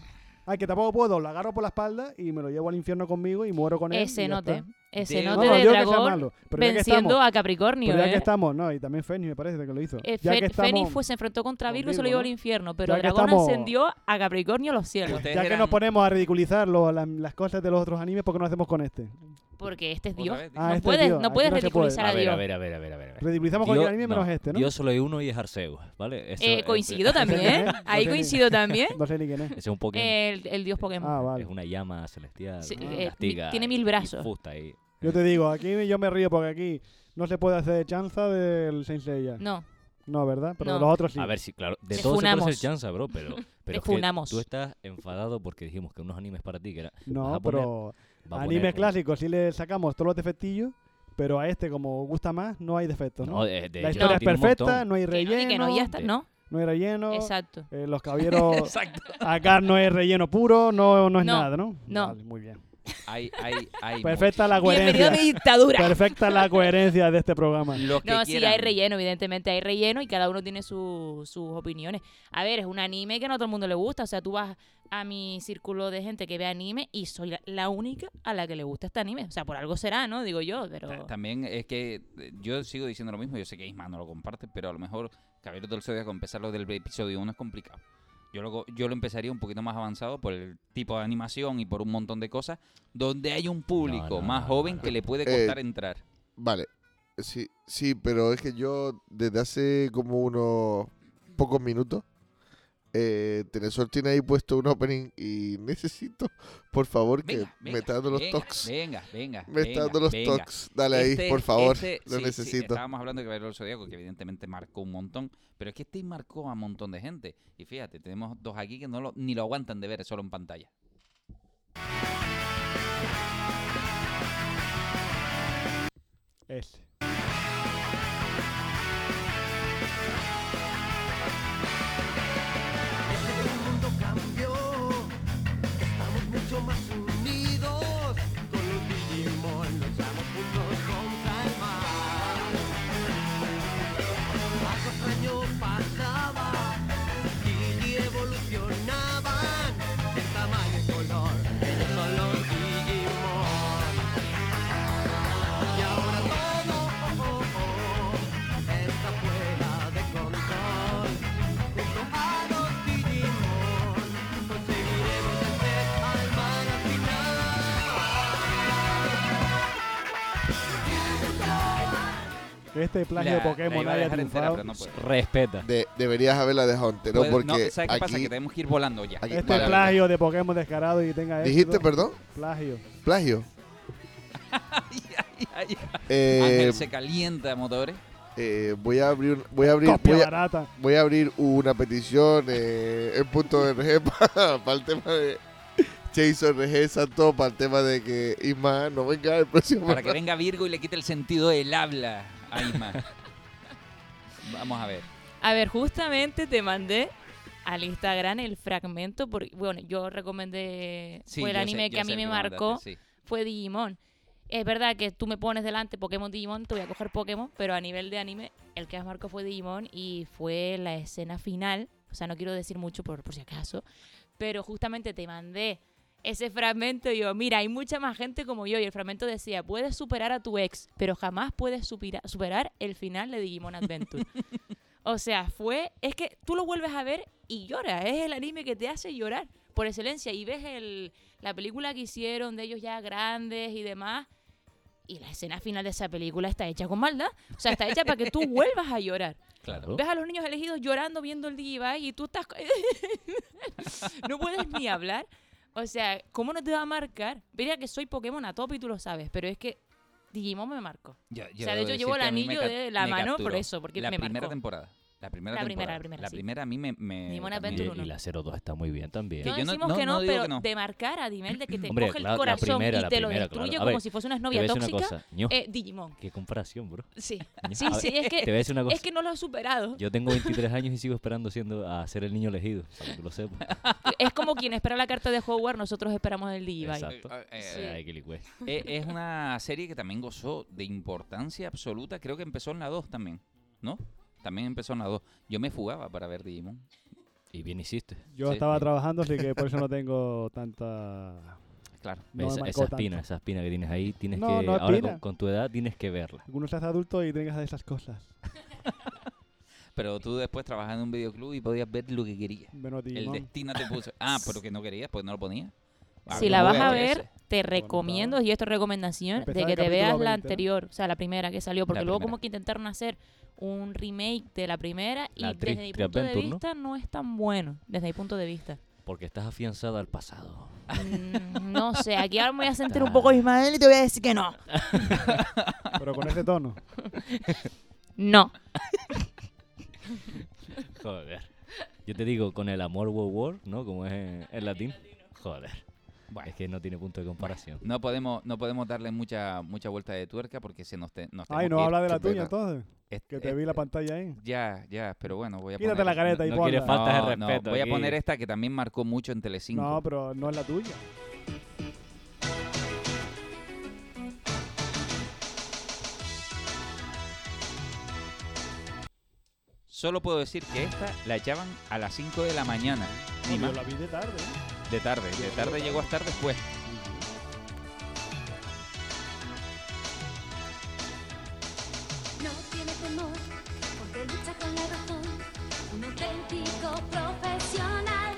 [SPEAKER 3] Ay, que tampoco puedo, lo agarro por la espalda y me lo llevo al infierno conmigo y muero con él. y
[SPEAKER 6] Ese
[SPEAKER 3] ya
[SPEAKER 6] note.
[SPEAKER 3] está.
[SPEAKER 6] Ese
[SPEAKER 2] De-
[SPEAKER 3] No,
[SPEAKER 6] note
[SPEAKER 3] no,
[SPEAKER 6] de
[SPEAKER 3] digo que sea
[SPEAKER 6] dragón
[SPEAKER 3] malo, pero ya que
[SPEAKER 6] venciendo
[SPEAKER 3] estamos-
[SPEAKER 6] a Capricornio,
[SPEAKER 3] Pero ya
[SPEAKER 6] ¿eh?
[SPEAKER 3] que estamos, no, y también Fénix me parece que lo hizo.
[SPEAKER 6] Eh,
[SPEAKER 3] ya
[SPEAKER 6] Fe-
[SPEAKER 3] que estamos,
[SPEAKER 6] Fénix fue, se enfrentó contra
[SPEAKER 3] con
[SPEAKER 6] Virgo y se lo
[SPEAKER 3] Virgo,
[SPEAKER 6] llevó
[SPEAKER 3] ¿no?
[SPEAKER 6] al infierno, pero
[SPEAKER 3] Ya que
[SPEAKER 6] Dragón
[SPEAKER 3] estamos-
[SPEAKER 6] ascendió a Capricornio a los cielos.
[SPEAKER 2] Ustedes
[SPEAKER 3] ya que
[SPEAKER 2] eran-
[SPEAKER 3] nos ponemos a ridiculizar lo- la- las cosas de los otros animes, ¿por qué no lo hacemos con este?
[SPEAKER 6] Porque este es
[SPEAKER 2] Otra
[SPEAKER 6] Dios.
[SPEAKER 2] vez,
[SPEAKER 3] Ah,
[SPEAKER 6] no,
[SPEAKER 3] este
[SPEAKER 6] puedes,
[SPEAKER 3] Dios,
[SPEAKER 6] no
[SPEAKER 3] aquí
[SPEAKER 6] puedes
[SPEAKER 3] no se puede.
[SPEAKER 6] ridiculizar
[SPEAKER 4] A
[SPEAKER 6] a,
[SPEAKER 4] ver,
[SPEAKER 6] Dios.
[SPEAKER 4] a ver, a ver, a ver, a ver.
[SPEAKER 3] Ridiculizamos
[SPEAKER 4] Dios-
[SPEAKER 3] cualquier anime menos este, ¿no?
[SPEAKER 4] Dios solo hay uno y es Arceus, ¿vale? Eso
[SPEAKER 6] Eh,
[SPEAKER 4] es-
[SPEAKER 6] coincido
[SPEAKER 3] quién
[SPEAKER 6] también.
[SPEAKER 3] es,
[SPEAKER 6] Ahí
[SPEAKER 3] no sé ni-
[SPEAKER 6] coincido también.
[SPEAKER 3] No sé ni quién es.
[SPEAKER 4] Ese es un Pokémon.
[SPEAKER 6] El, el dios Pokémon.
[SPEAKER 3] Ah, vale.
[SPEAKER 4] Es una llama celestial.
[SPEAKER 6] Sí,
[SPEAKER 4] ¿no?
[SPEAKER 6] eh,
[SPEAKER 4] Castiga
[SPEAKER 6] tiene
[SPEAKER 4] y-
[SPEAKER 6] mil
[SPEAKER 4] y
[SPEAKER 6] brazos.
[SPEAKER 4] fusta ahí.
[SPEAKER 3] Yo te digo, aquí yo me río porque aquí no se puede hacer chanza del Saint Seiya.
[SPEAKER 6] No.
[SPEAKER 3] No, ¿verdad? Pero
[SPEAKER 6] No.
[SPEAKER 3] los otros sí.
[SPEAKER 4] A ver, sí, claro. De
[SPEAKER 6] Te
[SPEAKER 4] todo se puede
[SPEAKER 6] funamos.
[SPEAKER 4] hacer chanza, bro, pero... pero es que
[SPEAKER 6] funamos.
[SPEAKER 4] tú estás enfadado porque dijimos que unos animes para ti, que era... vas
[SPEAKER 3] No,
[SPEAKER 4] a poner-
[SPEAKER 3] pero
[SPEAKER 4] va a
[SPEAKER 3] animes
[SPEAKER 4] poner-
[SPEAKER 3] clásicos sí le sacamos todos los defectillos, pero a este, como gusta más, no hay defectos, ¿no?
[SPEAKER 4] No, de, de
[SPEAKER 3] La
[SPEAKER 4] hecho,
[SPEAKER 3] historia es
[SPEAKER 4] tiene un
[SPEAKER 3] perfecta,
[SPEAKER 4] montón.
[SPEAKER 3] no hay
[SPEAKER 6] Que no, y
[SPEAKER 3] relleno.
[SPEAKER 6] que no, ya está.
[SPEAKER 4] de-
[SPEAKER 6] No,
[SPEAKER 3] no hay relleno.
[SPEAKER 6] exacto.
[SPEAKER 3] eh, los caballeros...
[SPEAKER 2] Exacto.
[SPEAKER 3] Acá no es relleno puro, no, no es
[SPEAKER 6] No,
[SPEAKER 3] nada, ¿no?
[SPEAKER 6] no.
[SPEAKER 3] Vale, muy bien.
[SPEAKER 2] Hay, hay, hay
[SPEAKER 3] Perfecta la
[SPEAKER 2] muchísimo.
[SPEAKER 6] Bienvenido a
[SPEAKER 3] coherencia.
[SPEAKER 6] mi dictadura.
[SPEAKER 3] Perfecta la coherencia de este programa.
[SPEAKER 2] Los que
[SPEAKER 6] No, sí,
[SPEAKER 2] quieran.
[SPEAKER 6] hay relleno, evidentemente hay relleno y cada uno tiene su- sus opiniones. A ver, es un anime que no a todo el mundo le gusta. O sea, tú vas a mi círculo de gente que ve anime y soy la, la única a la que le gusta este anime. O sea, por algo será, ¿no? Digo yo, pero...
[SPEAKER 2] Ta- También es que eh, yo sigo diciendo lo mismo. Yo sé que Isma no lo comparte, pero a lo mejor Caballeros del Zodiaco empezarlo del episodio uno es complicado. Yo lo, yo lo empezaría un poquito más avanzado por el tipo de animación y por un montón de cosas donde hay un público
[SPEAKER 4] no,
[SPEAKER 2] más
[SPEAKER 4] no,
[SPEAKER 2] joven
[SPEAKER 4] no,
[SPEAKER 2] que
[SPEAKER 4] no.
[SPEAKER 2] le puede
[SPEAKER 5] Eh,
[SPEAKER 2] costar entrar.
[SPEAKER 5] Vale, sí, sí, pero es que yo desde hace como unos pocos minutos, eh, Telesur tiene ahí puesto un opening y necesito, por favor, que
[SPEAKER 2] Venga,
[SPEAKER 5] me
[SPEAKER 2] venga,
[SPEAKER 5] está dando los
[SPEAKER 2] venga,
[SPEAKER 5] tocs.
[SPEAKER 2] Venga, venga,
[SPEAKER 5] Me está
[SPEAKER 2] venga,
[SPEAKER 5] dando los
[SPEAKER 2] venga.
[SPEAKER 5] tocs. Dale ahí,
[SPEAKER 2] Este-
[SPEAKER 5] por favor,
[SPEAKER 2] este-
[SPEAKER 5] lo
[SPEAKER 2] sí, sí,
[SPEAKER 5] necesito.
[SPEAKER 2] estábamos hablando de Caballero del Zodíaco, que evidentemente marcó un montón, pero es que este marcó a un montón de gente. Y fíjate, tenemos dos aquí que no lo, ni lo aguantan de ver solo en pantalla.
[SPEAKER 3] Ese.
[SPEAKER 9] El mundo cambió, estamos mucho más unidos. Con los Digimon luchamos juntos contra el mal. Algo extraño pasaba, Digi evolucionaban en tamaño y color. Ellos son los Digimon. Y ahora todo oh, oh, oh, está fuera de control. Junto a los Digimon conseguiremos vencer al mal al
[SPEAKER 3] Este plagio
[SPEAKER 2] La-
[SPEAKER 3] de
[SPEAKER 2] la
[SPEAKER 3] Pokémon
[SPEAKER 2] iba a
[SPEAKER 3] haya
[SPEAKER 2] dejar entera,
[SPEAKER 3] triunfado.
[SPEAKER 2] pero no puedo.
[SPEAKER 4] Respeta.
[SPEAKER 5] De- deberías haberla dejado entero
[SPEAKER 2] Pues,
[SPEAKER 5] porque
[SPEAKER 2] no, ¿sabes qué pasa?
[SPEAKER 5] aquí-
[SPEAKER 2] Que tenemos que ir volando ya.
[SPEAKER 5] aquí-
[SPEAKER 3] Este
[SPEAKER 5] vale, vale.
[SPEAKER 3] plagio de Pokémon descarado y tenga
[SPEAKER 5] ¿Dijiste,
[SPEAKER 3] éxito.
[SPEAKER 5] perdón?
[SPEAKER 3] Plagio.
[SPEAKER 5] Plagio.
[SPEAKER 2] Ay, ay, ay.
[SPEAKER 5] Eh,
[SPEAKER 2] Ángel se calienta, motores.
[SPEAKER 5] eh, voy a abrir, voy a abrir,
[SPEAKER 3] Copia
[SPEAKER 5] voy a,
[SPEAKER 3] barata.
[SPEAKER 5] voy a abrir una petición eh, en punto de R G para el tema de Jason R G Santo, para el tema de que Isma no venga el próximo.
[SPEAKER 2] Para que venga Virgo y le quite el sentido del habla a Isma. Vamos a ver.
[SPEAKER 6] A ver, justamente te mandé al Instagram el fragmento, porque, bueno, yo recomendé,
[SPEAKER 2] Sí,
[SPEAKER 6] fue el
[SPEAKER 2] yo sé-
[SPEAKER 6] anime
[SPEAKER 2] yo
[SPEAKER 6] que a
[SPEAKER 2] sé
[SPEAKER 6] mí
[SPEAKER 2] el
[SPEAKER 6] me
[SPEAKER 2] que
[SPEAKER 6] marcó,
[SPEAKER 2] mandaste, sí.
[SPEAKER 6] fue Digimon. Es verdad que tú me pones delante Pokémon Digimon, te voy a coger Pokémon, pero a nivel de anime, el que más marcó fue Digimon y fue la escena final. O sea, no quiero decir mucho por, por si acaso, pero justamente te mandé ese fragmento y yo, mira, hay mucha más gente como yo. Y el fragmento decía, puedes superar a tu ex, pero jamás puedes supera- superar el final de Digimon Adventure. O sea, fue, es que tú lo vuelves a ver y lloras. Es el anime que te hace llorar por excelencia. Y ves el, la película que hicieron de ellos ya grandes y demás. Y la escena final de esa película está hecha con maldad. O sea, está hecha para que tú vuelvas a llorar.
[SPEAKER 2] Claro.
[SPEAKER 6] Ves a los niños elegidos llorando viendo el Digivice y tú estás... no puedes ni hablar. O sea, ¿cómo no te va a marcar? Mira que soy Pokémon a tope y tú lo sabes, pero es que Digimon me marcó.
[SPEAKER 2] Yo- yo
[SPEAKER 6] O sea, de
[SPEAKER 2] debo
[SPEAKER 6] hecho
[SPEAKER 2] decir
[SPEAKER 6] llevo el
[SPEAKER 2] que a mí me
[SPEAKER 6] anillo
[SPEAKER 2] cap-
[SPEAKER 6] de la
[SPEAKER 2] me
[SPEAKER 6] mano por
[SPEAKER 2] capturó.
[SPEAKER 6] eso, porque
[SPEAKER 2] la
[SPEAKER 6] me
[SPEAKER 2] primera
[SPEAKER 6] marcó.
[SPEAKER 2] temporada. La primera
[SPEAKER 6] La primera,
[SPEAKER 2] temporada.
[SPEAKER 6] la primera,
[SPEAKER 2] La
[SPEAKER 6] sí.
[SPEAKER 2] primera a mí me... me
[SPEAKER 6] Digimon
[SPEAKER 2] también-
[SPEAKER 6] Adventure
[SPEAKER 4] Y,
[SPEAKER 6] uno.
[SPEAKER 4] y la cero dos está muy bien también.
[SPEAKER 2] Que
[SPEAKER 6] No
[SPEAKER 2] yo no-
[SPEAKER 6] decimos
[SPEAKER 2] no-
[SPEAKER 6] que no,
[SPEAKER 2] no digo
[SPEAKER 6] pero
[SPEAKER 2] que no.
[SPEAKER 6] de marcar a nivel de que te
[SPEAKER 4] Hombre,
[SPEAKER 6] coge
[SPEAKER 4] la-
[SPEAKER 6] el
[SPEAKER 4] la
[SPEAKER 6] corazón
[SPEAKER 4] primera,
[SPEAKER 6] y
[SPEAKER 4] la
[SPEAKER 6] te lo
[SPEAKER 4] primera,
[SPEAKER 6] destruye
[SPEAKER 4] claro. A
[SPEAKER 6] como
[SPEAKER 4] ver,
[SPEAKER 6] si fuese una
[SPEAKER 4] Te voy
[SPEAKER 6] novia
[SPEAKER 4] a decir una
[SPEAKER 6] tóxica.
[SPEAKER 4] cosa. Ño,
[SPEAKER 6] Eh, Digimon.
[SPEAKER 4] qué comparación, bro.
[SPEAKER 6] Sí,
[SPEAKER 4] Ño,
[SPEAKER 6] sí,
[SPEAKER 4] a ver,
[SPEAKER 6] sí, es
[SPEAKER 4] Te voy
[SPEAKER 6] que,
[SPEAKER 4] a decir una cosa.
[SPEAKER 6] es que no lo he superado.
[SPEAKER 4] Yo tengo veintitrés años y sigo esperando siendo a ser el niño elegido, para que tú lo sepas.
[SPEAKER 6] Es como quien espera la carta de Hogwarts, nosotros esperamos el Digivice.
[SPEAKER 4] Exacto.
[SPEAKER 2] Eh, eh,
[SPEAKER 6] Sí.
[SPEAKER 4] Ay, qué licue.
[SPEAKER 2] Eh, es una serie que también gozó de importancia absoluta. Creo que empezó en la dos también, ¿no? También empezó en la dos. Yo me fugaba para ver Digimon.
[SPEAKER 4] Y bien hiciste.
[SPEAKER 3] Yo
[SPEAKER 2] Sí,
[SPEAKER 3] estaba
[SPEAKER 2] bien.
[SPEAKER 3] trabajando, así que por eso no tengo tanta...
[SPEAKER 2] Claro.
[SPEAKER 3] No me
[SPEAKER 4] esa,
[SPEAKER 3] marcó
[SPEAKER 4] esa espina,
[SPEAKER 3] tanto.
[SPEAKER 4] esa espina que tienes ahí, tienes
[SPEAKER 3] No,
[SPEAKER 4] que...
[SPEAKER 3] no es
[SPEAKER 4] ahora
[SPEAKER 3] espina.
[SPEAKER 4] con, con tu edad tienes que verla.
[SPEAKER 3] Algunos se hace adulto y tienes que hacer esas cosas.
[SPEAKER 2] Pero tú después trabajabas en un videoclub y podías ver lo que querías.
[SPEAKER 3] Menos
[SPEAKER 2] El
[SPEAKER 3] Digimon.
[SPEAKER 2] destino te puso. Ah, pero que no querías, pues no lo ponías. Ah,
[SPEAKER 6] Si la
[SPEAKER 2] ¿cómo
[SPEAKER 6] vas a
[SPEAKER 2] V H S?
[SPEAKER 6] ver, te recomiendo, y esto es recomendación, de
[SPEAKER 3] Empezar
[SPEAKER 6] que
[SPEAKER 3] el
[SPEAKER 6] te
[SPEAKER 3] capítulo
[SPEAKER 6] veas la
[SPEAKER 3] veinte, ¿no?
[SPEAKER 6] anterior, o sea, la primera que salió, porque
[SPEAKER 2] La
[SPEAKER 6] luego
[SPEAKER 2] primera.
[SPEAKER 6] como que intentaron hacer un remake de la primera y
[SPEAKER 4] La Tri-
[SPEAKER 6] desde mi punto de
[SPEAKER 4] Triadventure, ¿no?
[SPEAKER 6] vista ¿no? es tan bueno, desde mi punto de vista.
[SPEAKER 4] Porque estás afianzada al pasado.
[SPEAKER 6] Mm, no sé, aquí ahora me voy a sentir un poco Ismael y te voy a decir que no.
[SPEAKER 3] Pero con ese tono.
[SPEAKER 6] No.
[SPEAKER 4] Joder. Yo te digo, con el amor World War, ¿no? Como es en, en latín. Joder.
[SPEAKER 2] Bueno.
[SPEAKER 4] Es que no tiene punto de comparación.
[SPEAKER 2] No podemos, no podemos darle mucha, mucha vuelta de tuerca porque se nos, te, nos
[SPEAKER 3] Ay,
[SPEAKER 2] tenemos
[SPEAKER 3] no
[SPEAKER 2] que ir.
[SPEAKER 3] habla de la
[SPEAKER 5] Qué
[SPEAKER 3] tuya
[SPEAKER 5] pena.
[SPEAKER 3] entonces.
[SPEAKER 2] Es-
[SPEAKER 3] Que te
[SPEAKER 2] es-
[SPEAKER 3] vi la pantalla ahí.
[SPEAKER 2] Ya, ya, pero bueno, voy a
[SPEAKER 3] Quítate
[SPEAKER 2] poner...
[SPEAKER 3] la careta y
[SPEAKER 4] no quiere
[SPEAKER 3] ponla.
[SPEAKER 4] faltas de
[SPEAKER 2] No, no,
[SPEAKER 4] respeto
[SPEAKER 2] voy a
[SPEAKER 4] aquí.
[SPEAKER 2] poner esta que también marcó mucho en Telecinco.
[SPEAKER 3] No, pero no es la tuya.
[SPEAKER 2] Solo puedo decir que esta la echaban a las cinco de la mañana. Ni
[SPEAKER 3] No,
[SPEAKER 2] más.
[SPEAKER 3] yo la vi de tarde. ¿eh?
[SPEAKER 2] De tarde. De tarde llegó a estar después.
[SPEAKER 8] No tiene temor porque lucha con la razón, un auténtico profesional.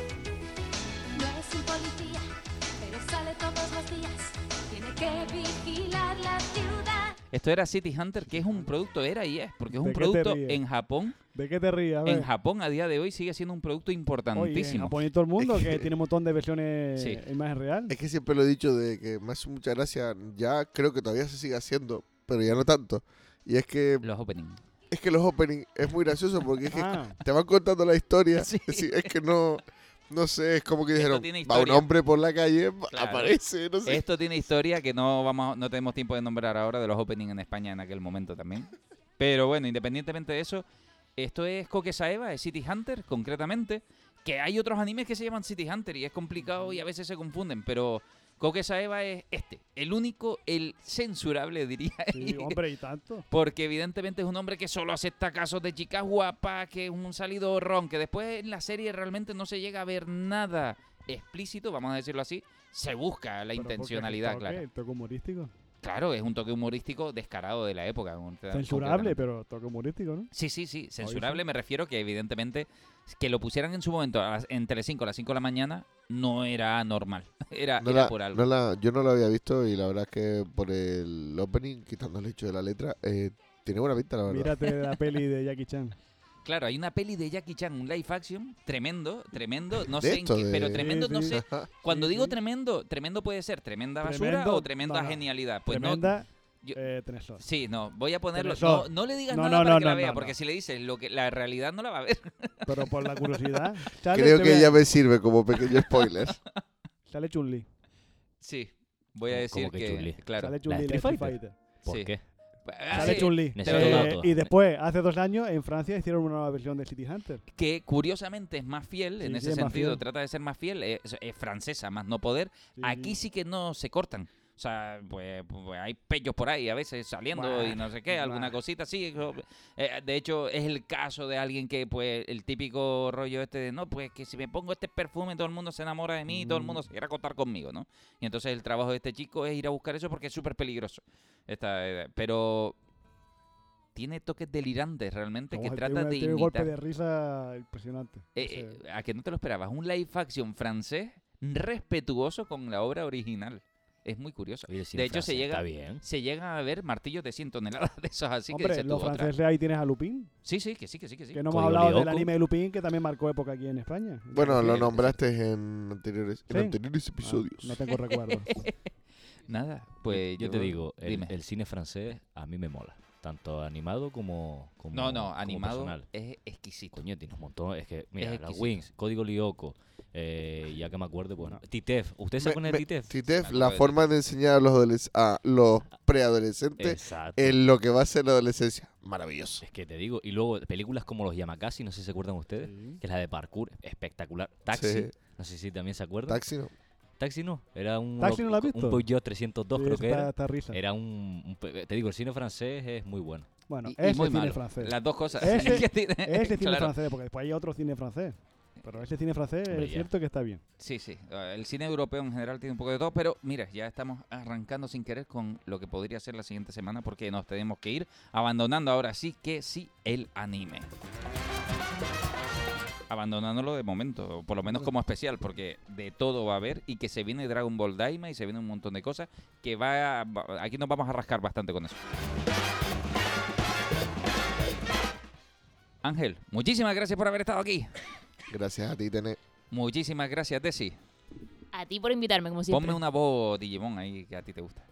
[SPEAKER 8] No es un policía, pero sale todos los días, tiene que vigilar la ciudad.
[SPEAKER 2] Esto era City Hunter, que es un producto, era y es, porque es un
[SPEAKER 3] ¿De qué te
[SPEAKER 2] producto
[SPEAKER 3] ríes?
[SPEAKER 2] en Japón.
[SPEAKER 3] ¿De qué te ríes? A ver.
[SPEAKER 2] En Japón a día de hoy sigue siendo un producto
[SPEAKER 3] Oye, en
[SPEAKER 2] importantísimo.
[SPEAKER 3] Japón y todo el mundo,
[SPEAKER 5] Es
[SPEAKER 3] que
[SPEAKER 5] que-
[SPEAKER 3] tiene un montón de versiones
[SPEAKER 2] Sí.
[SPEAKER 3] en imagen real.
[SPEAKER 5] Es que siempre lo he dicho de que me hace mucha gracia, ya creo que todavía se sigue haciendo, pero ya no tanto. Y es que
[SPEAKER 2] Los openings.
[SPEAKER 5] es que los openings es muy gracioso porque es que
[SPEAKER 3] Ah,
[SPEAKER 5] te van contando la historia.
[SPEAKER 2] Sí.
[SPEAKER 5] Es, decir, es que no, no sé, es como que
[SPEAKER 2] Esto
[SPEAKER 5] dijeron,
[SPEAKER 2] tiene
[SPEAKER 5] va un
[SPEAKER 2] historia.
[SPEAKER 5] hombre por la calle,
[SPEAKER 2] Claro.
[SPEAKER 5] aparece, no sé.
[SPEAKER 2] Esto tiene historia que no vamos, no tenemos tiempo de nombrar ahora de los openings en España en aquel momento también. Pero bueno, independientemente de eso, esto es Koke-Saeva, es City Hunter concretamente, que hay otros animes que se llaman City Hunter y es complicado y a veces se confunden, pero Koke-Saeva es este, el único, el censurable diría.
[SPEAKER 3] sí, hombre, y tanto.
[SPEAKER 2] Porque evidentemente es un hombre que solo acepta casos de chicas guapas, que es un salido ron, que después en la serie realmente no se llega a ver nada explícito, vamos a decirlo así. Se busca la
[SPEAKER 3] Pero porque
[SPEAKER 2] intencionalidad,
[SPEAKER 3] el toque,
[SPEAKER 2] claro.
[SPEAKER 3] El toque humorístico.
[SPEAKER 2] Claro, es un toque humorístico descarado de la época. un-
[SPEAKER 3] Censurable,
[SPEAKER 2] concretamente.
[SPEAKER 3] pero toque humorístico, ¿no?
[SPEAKER 2] Sí, sí, sí. Censurable
[SPEAKER 3] sí.
[SPEAKER 2] me refiero que evidentemente que lo pusieran en su momento a las- en Telecinco a las cinco de la mañana no era normal. Era,
[SPEAKER 5] No
[SPEAKER 2] era
[SPEAKER 5] la-
[SPEAKER 2] por algo.
[SPEAKER 5] no la- yo no lo había visto y la verdad es que por el opening, quitando el hecho de la letra, eh, tiene buena pinta, la verdad.
[SPEAKER 3] Mírate la peli de Jackie Chan.
[SPEAKER 2] Claro, hay una peli de Jackie Chan, un live action, tremendo, tremendo, no
[SPEAKER 5] De
[SPEAKER 2] sé en
[SPEAKER 5] esto,
[SPEAKER 2] qué,
[SPEAKER 5] de-
[SPEAKER 2] pero tremendo,
[SPEAKER 3] Sí,
[SPEAKER 2] no
[SPEAKER 3] sí.
[SPEAKER 2] sé. Cuando
[SPEAKER 3] Sí,
[SPEAKER 2] digo
[SPEAKER 3] sí.
[SPEAKER 2] tremendo, tremendo puede ser tremenda basura
[SPEAKER 3] Tremendo,
[SPEAKER 2] o tremenda
[SPEAKER 3] no, no.
[SPEAKER 2] genialidad. Pues
[SPEAKER 3] Tremenda
[SPEAKER 2] yo-
[SPEAKER 3] eh, Tenesor.
[SPEAKER 2] no, sí, no, voy a ponerlo. No,
[SPEAKER 3] Televisor.
[SPEAKER 2] no le digas
[SPEAKER 3] No,
[SPEAKER 2] nada
[SPEAKER 3] no,
[SPEAKER 2] para
[SPEAKER 3] no,
[SPEAKER 2] que la
[SPEAKER 3] no,
[SPEAKER 2] vea,
[SPEAKER 3] no,
[SPEAKER 2] porque
[SPEAKER 3] no.
[SPEAKER 2] si le dices lo que la realidad no la va a ver.
[SPEAKER 3] Pero por la curiosidad. Sale,
[SPEAKER 5] Creo
[SPEAKER 3] te
[SPEAKER 5] que
[SPEAKER 3] ve-
[SPEAKER 5] ya me sirve como pequeño spoiler.
[SPEAKER 3] Sale Chun-Li.
[SPEAKER 2] Sí, voy a
[SPEAKER 4] ¿Cómo-
[SPEAKER 2] decir
[SPEAKER 4] cómo que
[SPEAKER 2] que,
[SPEAKER 4] Chun-Li?
[SPEAKER 2] claro.
[SPEAKER 3] Sale Chun-Li,
[SPEAKER 4] Street
[SPEAKER 3] la Street
[SPEAKER 4] Fighter?
[SPEAKER 3] Fighter.
[SPEAKER 4] ¿Por
[SPEAKER 2] Sí.
[SPEAKER 4] qué?
[SPEAKER 2] Ah,
[SPEAKER 3] Sale
[SPEAKER 2] sí,
[SPEAKER 3] Chun-Li.
[SPEAKER 4] Necesito
[SPEAKER 2] Eh,
[SPEAKER 4] datos.
[SPEAKER 3] Y después, hace dos años, en Francia hicieron una nueva versión de City Hunter.
[SPEAKER 2] que curiosamente es más fiel en
[SPEAKER 3] Sí,
[SPEAKER 2] ese
[SPEAKER 3] sí, es más
[SPEAKER 2] sentido,
[SPEAKER 3] fiel.
[SPEAKER 2] trata de ser más fiel, es, es francesa, más no poder.
[SPEAKER 3] Sí,
[SPEAKER 2] Aquí
[SPEAKER 3] sí.
[SPEAKER 2] sí que no se cortan. O sea, pues, pues hay pellos por ahí a veces saliendo
[SPEAKER 3] Buah,
[SPEAKER 2] y no sé qué, alguna
[SPEAKER 3] buah.
[SPEAKER 2] cosita así. eso, eh, de hecho, es el caso de alguien que, pues, el típico rollo este de, no, pues que si me pongo este perfume todo el mundo se enamora de mí y todo el
[SPEAKER 3] Mm.
[SPEAKER 2] mundo se quiere acostar conmigo, ¿no? Y entonces el trabajo de este chico es ir a buscar eso porque es súper peligroso. Esta, eh, pero tiene toques delirantes realmente
[SPEAKER 3] No,
[SPEAKER 2] que
[SPEAKER 3] tiene
[SPEAKER 2] trata
[SPEAKER 3] una-
[SPEAKER 2] de
[SPEAKER 3] tiene un golpe
[SPEAKER 2] imitar.
[SPEAKER 3] de risa impresionante.
[SPEAKER 2] Eh,
[SPEAKER 3] O sea,
[SPEAKER 2] eh, a que no te lo esperabas. Un live action francés respetuoso con la obra original. Es muy curioso.
[SPEAKER 4] Oye, si
[SPEAKER 2] de
[SPEAKER 4] en
[SPEAKER 2] hecho, se
[SPEAKER 4] francés
[SPEAKER 2] llega,
[SPEAKER 4] está bien.
[SPEAKER 2] se llega a ver martillos de cien toneladas de esos así que
[SPEAKER 3] hombre,
[SPEAKER 2] dices tú,
[SPEAKER 3] los
[SPEAKER 2] otra.
[SPEAKER 3] franceses ahí tienes a Lupin.
[SPEAKER 2] Sí, sí, que sí, que sí, que sí.
[SPEAKER 3] Que no hemos
[SPEAKER 4] Código
[SPEAKER 3] hablado del
[SPEAKER 4] Lyoko.
[SPEAKER 3] anime de Lupin, que también marcó época aquí en España.
[SPEAKER 5] Bueno, lo
[SPEAKER 2] Sí,
[SPEAKER 5] nombraste en anteriores, en
[SPEAKER 3] ¿Sí?
[SPEAKER 5] anteriores
[SPEAKER 3] Ah,
[SPEAKER 5] episodios.
[SPEAKER 3] no tengo recuerdos.
[SPEAKER 2] Nada, pues
[SPEAKER 4] yo te digo, el,
[SPEAKER 2] dime.
[SPEAKER 4] el cine francés a mí me mola. Tanto animado como, como
[SPEAKER 2] No, no,
[SPEAKER 4] como
[SPEAKER 2] animado
[SPEAKER 4] personal.
[SPEAKER 2] es exquisito.
[SPEAKER 4] Coño, tiene un montón. Es que, mira, las
[SPEAKER 2] exquisito.
[SPEAKER 4] Wings, Código Lyoko, eh, ya que me acuerdo, bueno, Titef. ¿Usted se
[SPEAKER 5] Me-
[SPEAKER 4] acuerda
[SPEAKER 5] me-
[SPEAKER 4] de Titef?
[SPEAKER 5] Titef,
[SPEAKER 2] Me
[SPEAKER 5] la
[SPEAKER 2] acuerdo de
[SPEAKER 5] forma de enseñar a los, adoles- a los preadolescentes
[SPEAKER 4] Exacto.
[SPEAKER 5] en lo que va a ser la adolescencia. Maravilloso.
[SPEAKER 4] Es que te digo. Y luego películas como Los Yamakasi, no sé si se acuerdan ustedes,
[SPEAKER 3] Sí.
[SPEAKER 4] que es la de parkour, espectacular. Taxi,
[SPEAKER 5] Sí.
[SPEAKER 4] no sé si también se acuerdan.
[SPEAKER 5] Taxi, ¿no?
[SPEAKER 4] Taxi no, era un,
[SPEAKER 3] ¿Taxi no la has
[SPEAKER 4] un
[SPEAKER 3] visto?
[SPEAKER 4] Peugeot trescientos dos
[SPEAKER 3] Sí,
[SPEAKER 4] creo
[SPEAKER 3] esa
[SPEAKER 4] que
[SPEAKER 3] está,
[SPEAKER 4] era.
[SPEAKER 3] está risa.
[SPEAKER 4] Era un, un pe- te digo, el cine francés es muy bueno.
[SPEAKER 3] Bueno,
[SPEAKER 2] Y, y
[SPEAKER 3] ese
[SPEAKER 2] muy
[SPEAKER 3] cine
[SPEAKER 2] malo.
[SPEAKER 3] francés.
[SPEAKER 2] Las dos cosas.
[SPEAKER 3] Ese-
[SPEAKER 2] que tiene,
[SPEAKER 3] Ese cine
[SPEAKER 2] claro.
[SPEAKER 3] francés, porque después hay otro cine francés. Pero ese cine francés
[SPEAKER 4] Hombre,
[SPEAKER 3] es
[SPEAKER 4] ya.
[SPEAKER 3] cierto que está bien.
[SPEAKER 2] Sí, sí. eh, El cine europeo en general tiene un poco de todo, pero mira, ya estamos arrancando sin querer con lo que podría ser la siguiente semana porque nos tenemos que ir abandonando ahora sí que sí el anime. Abandonándolo de momento, o por lo menos como especial, porque de todo va a haber y que se viene Dragon Ball Daima y se viene un montón de cosas que va, va- aquí nos vamos a rascar bastante con eso. Ángel, muchísimas gracias por haber estado aquí.
[SPEAKER 5] Gracias a ti, Tené.
[SPEAKER 2] Muchísimas gracias, Desi.
[SPEAKER 6] A ti por invitarme, como siempre.
[SPEAKER 2] Ponme una voz Digimon ahí que a ti te gusta.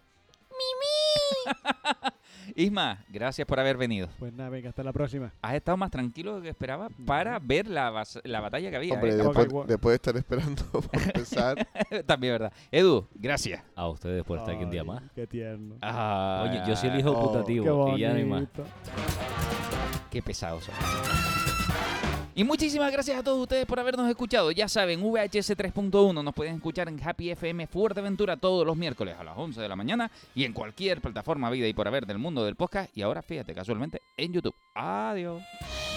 [SPEAKER 2] Isma, gracias por haber venido.
[SPEAKER 3] Pues nada, venga, hasta la próxima.
[SPEAKER 2] Has estado más tranquilo de lo que esperaba para ver la, bas- la batalla que había.
[SPEAKER 5] Hombre,
[SPEAKER 2] ¿eh?
[SPEAKER 5] después,
[SPEAKER 3] igual.
[SPEAKER 5] después de estar esperando por empezar.
[SPEAKER 2] También, ¿verdad? Edu, gracias.
[SPEAKER 4] A ustedes por estar aquí un día
[SPEAKER 3] Ay,
[SPEAKER 4] más.
[SPEAKER 3] Qué tierno.
[SPEAKER 2] Ah,
[SPEAKER 4] Oye, yo soy el hijo
[SPEAKER 5] oh,
[SPEAKER 4] putativo
[SPEAKER 3] Qué
[SPEAKER 4] y ya no hay más.
[SPEAKER 3] bonito.
[SPEAKER 2] Qué pesados son. Y muchísimas gracias a todos ustedes por habernos escuchado. Ya saben, V H S tres punto uno nos pueden escuchar en Happy F M Fuerteventura todos los miércoles a las once de la mañana y en cualquier plataforma vida y por haber del mundo del podcast. Y ahora, fíjate, casualmente, en YouTube. Adiós.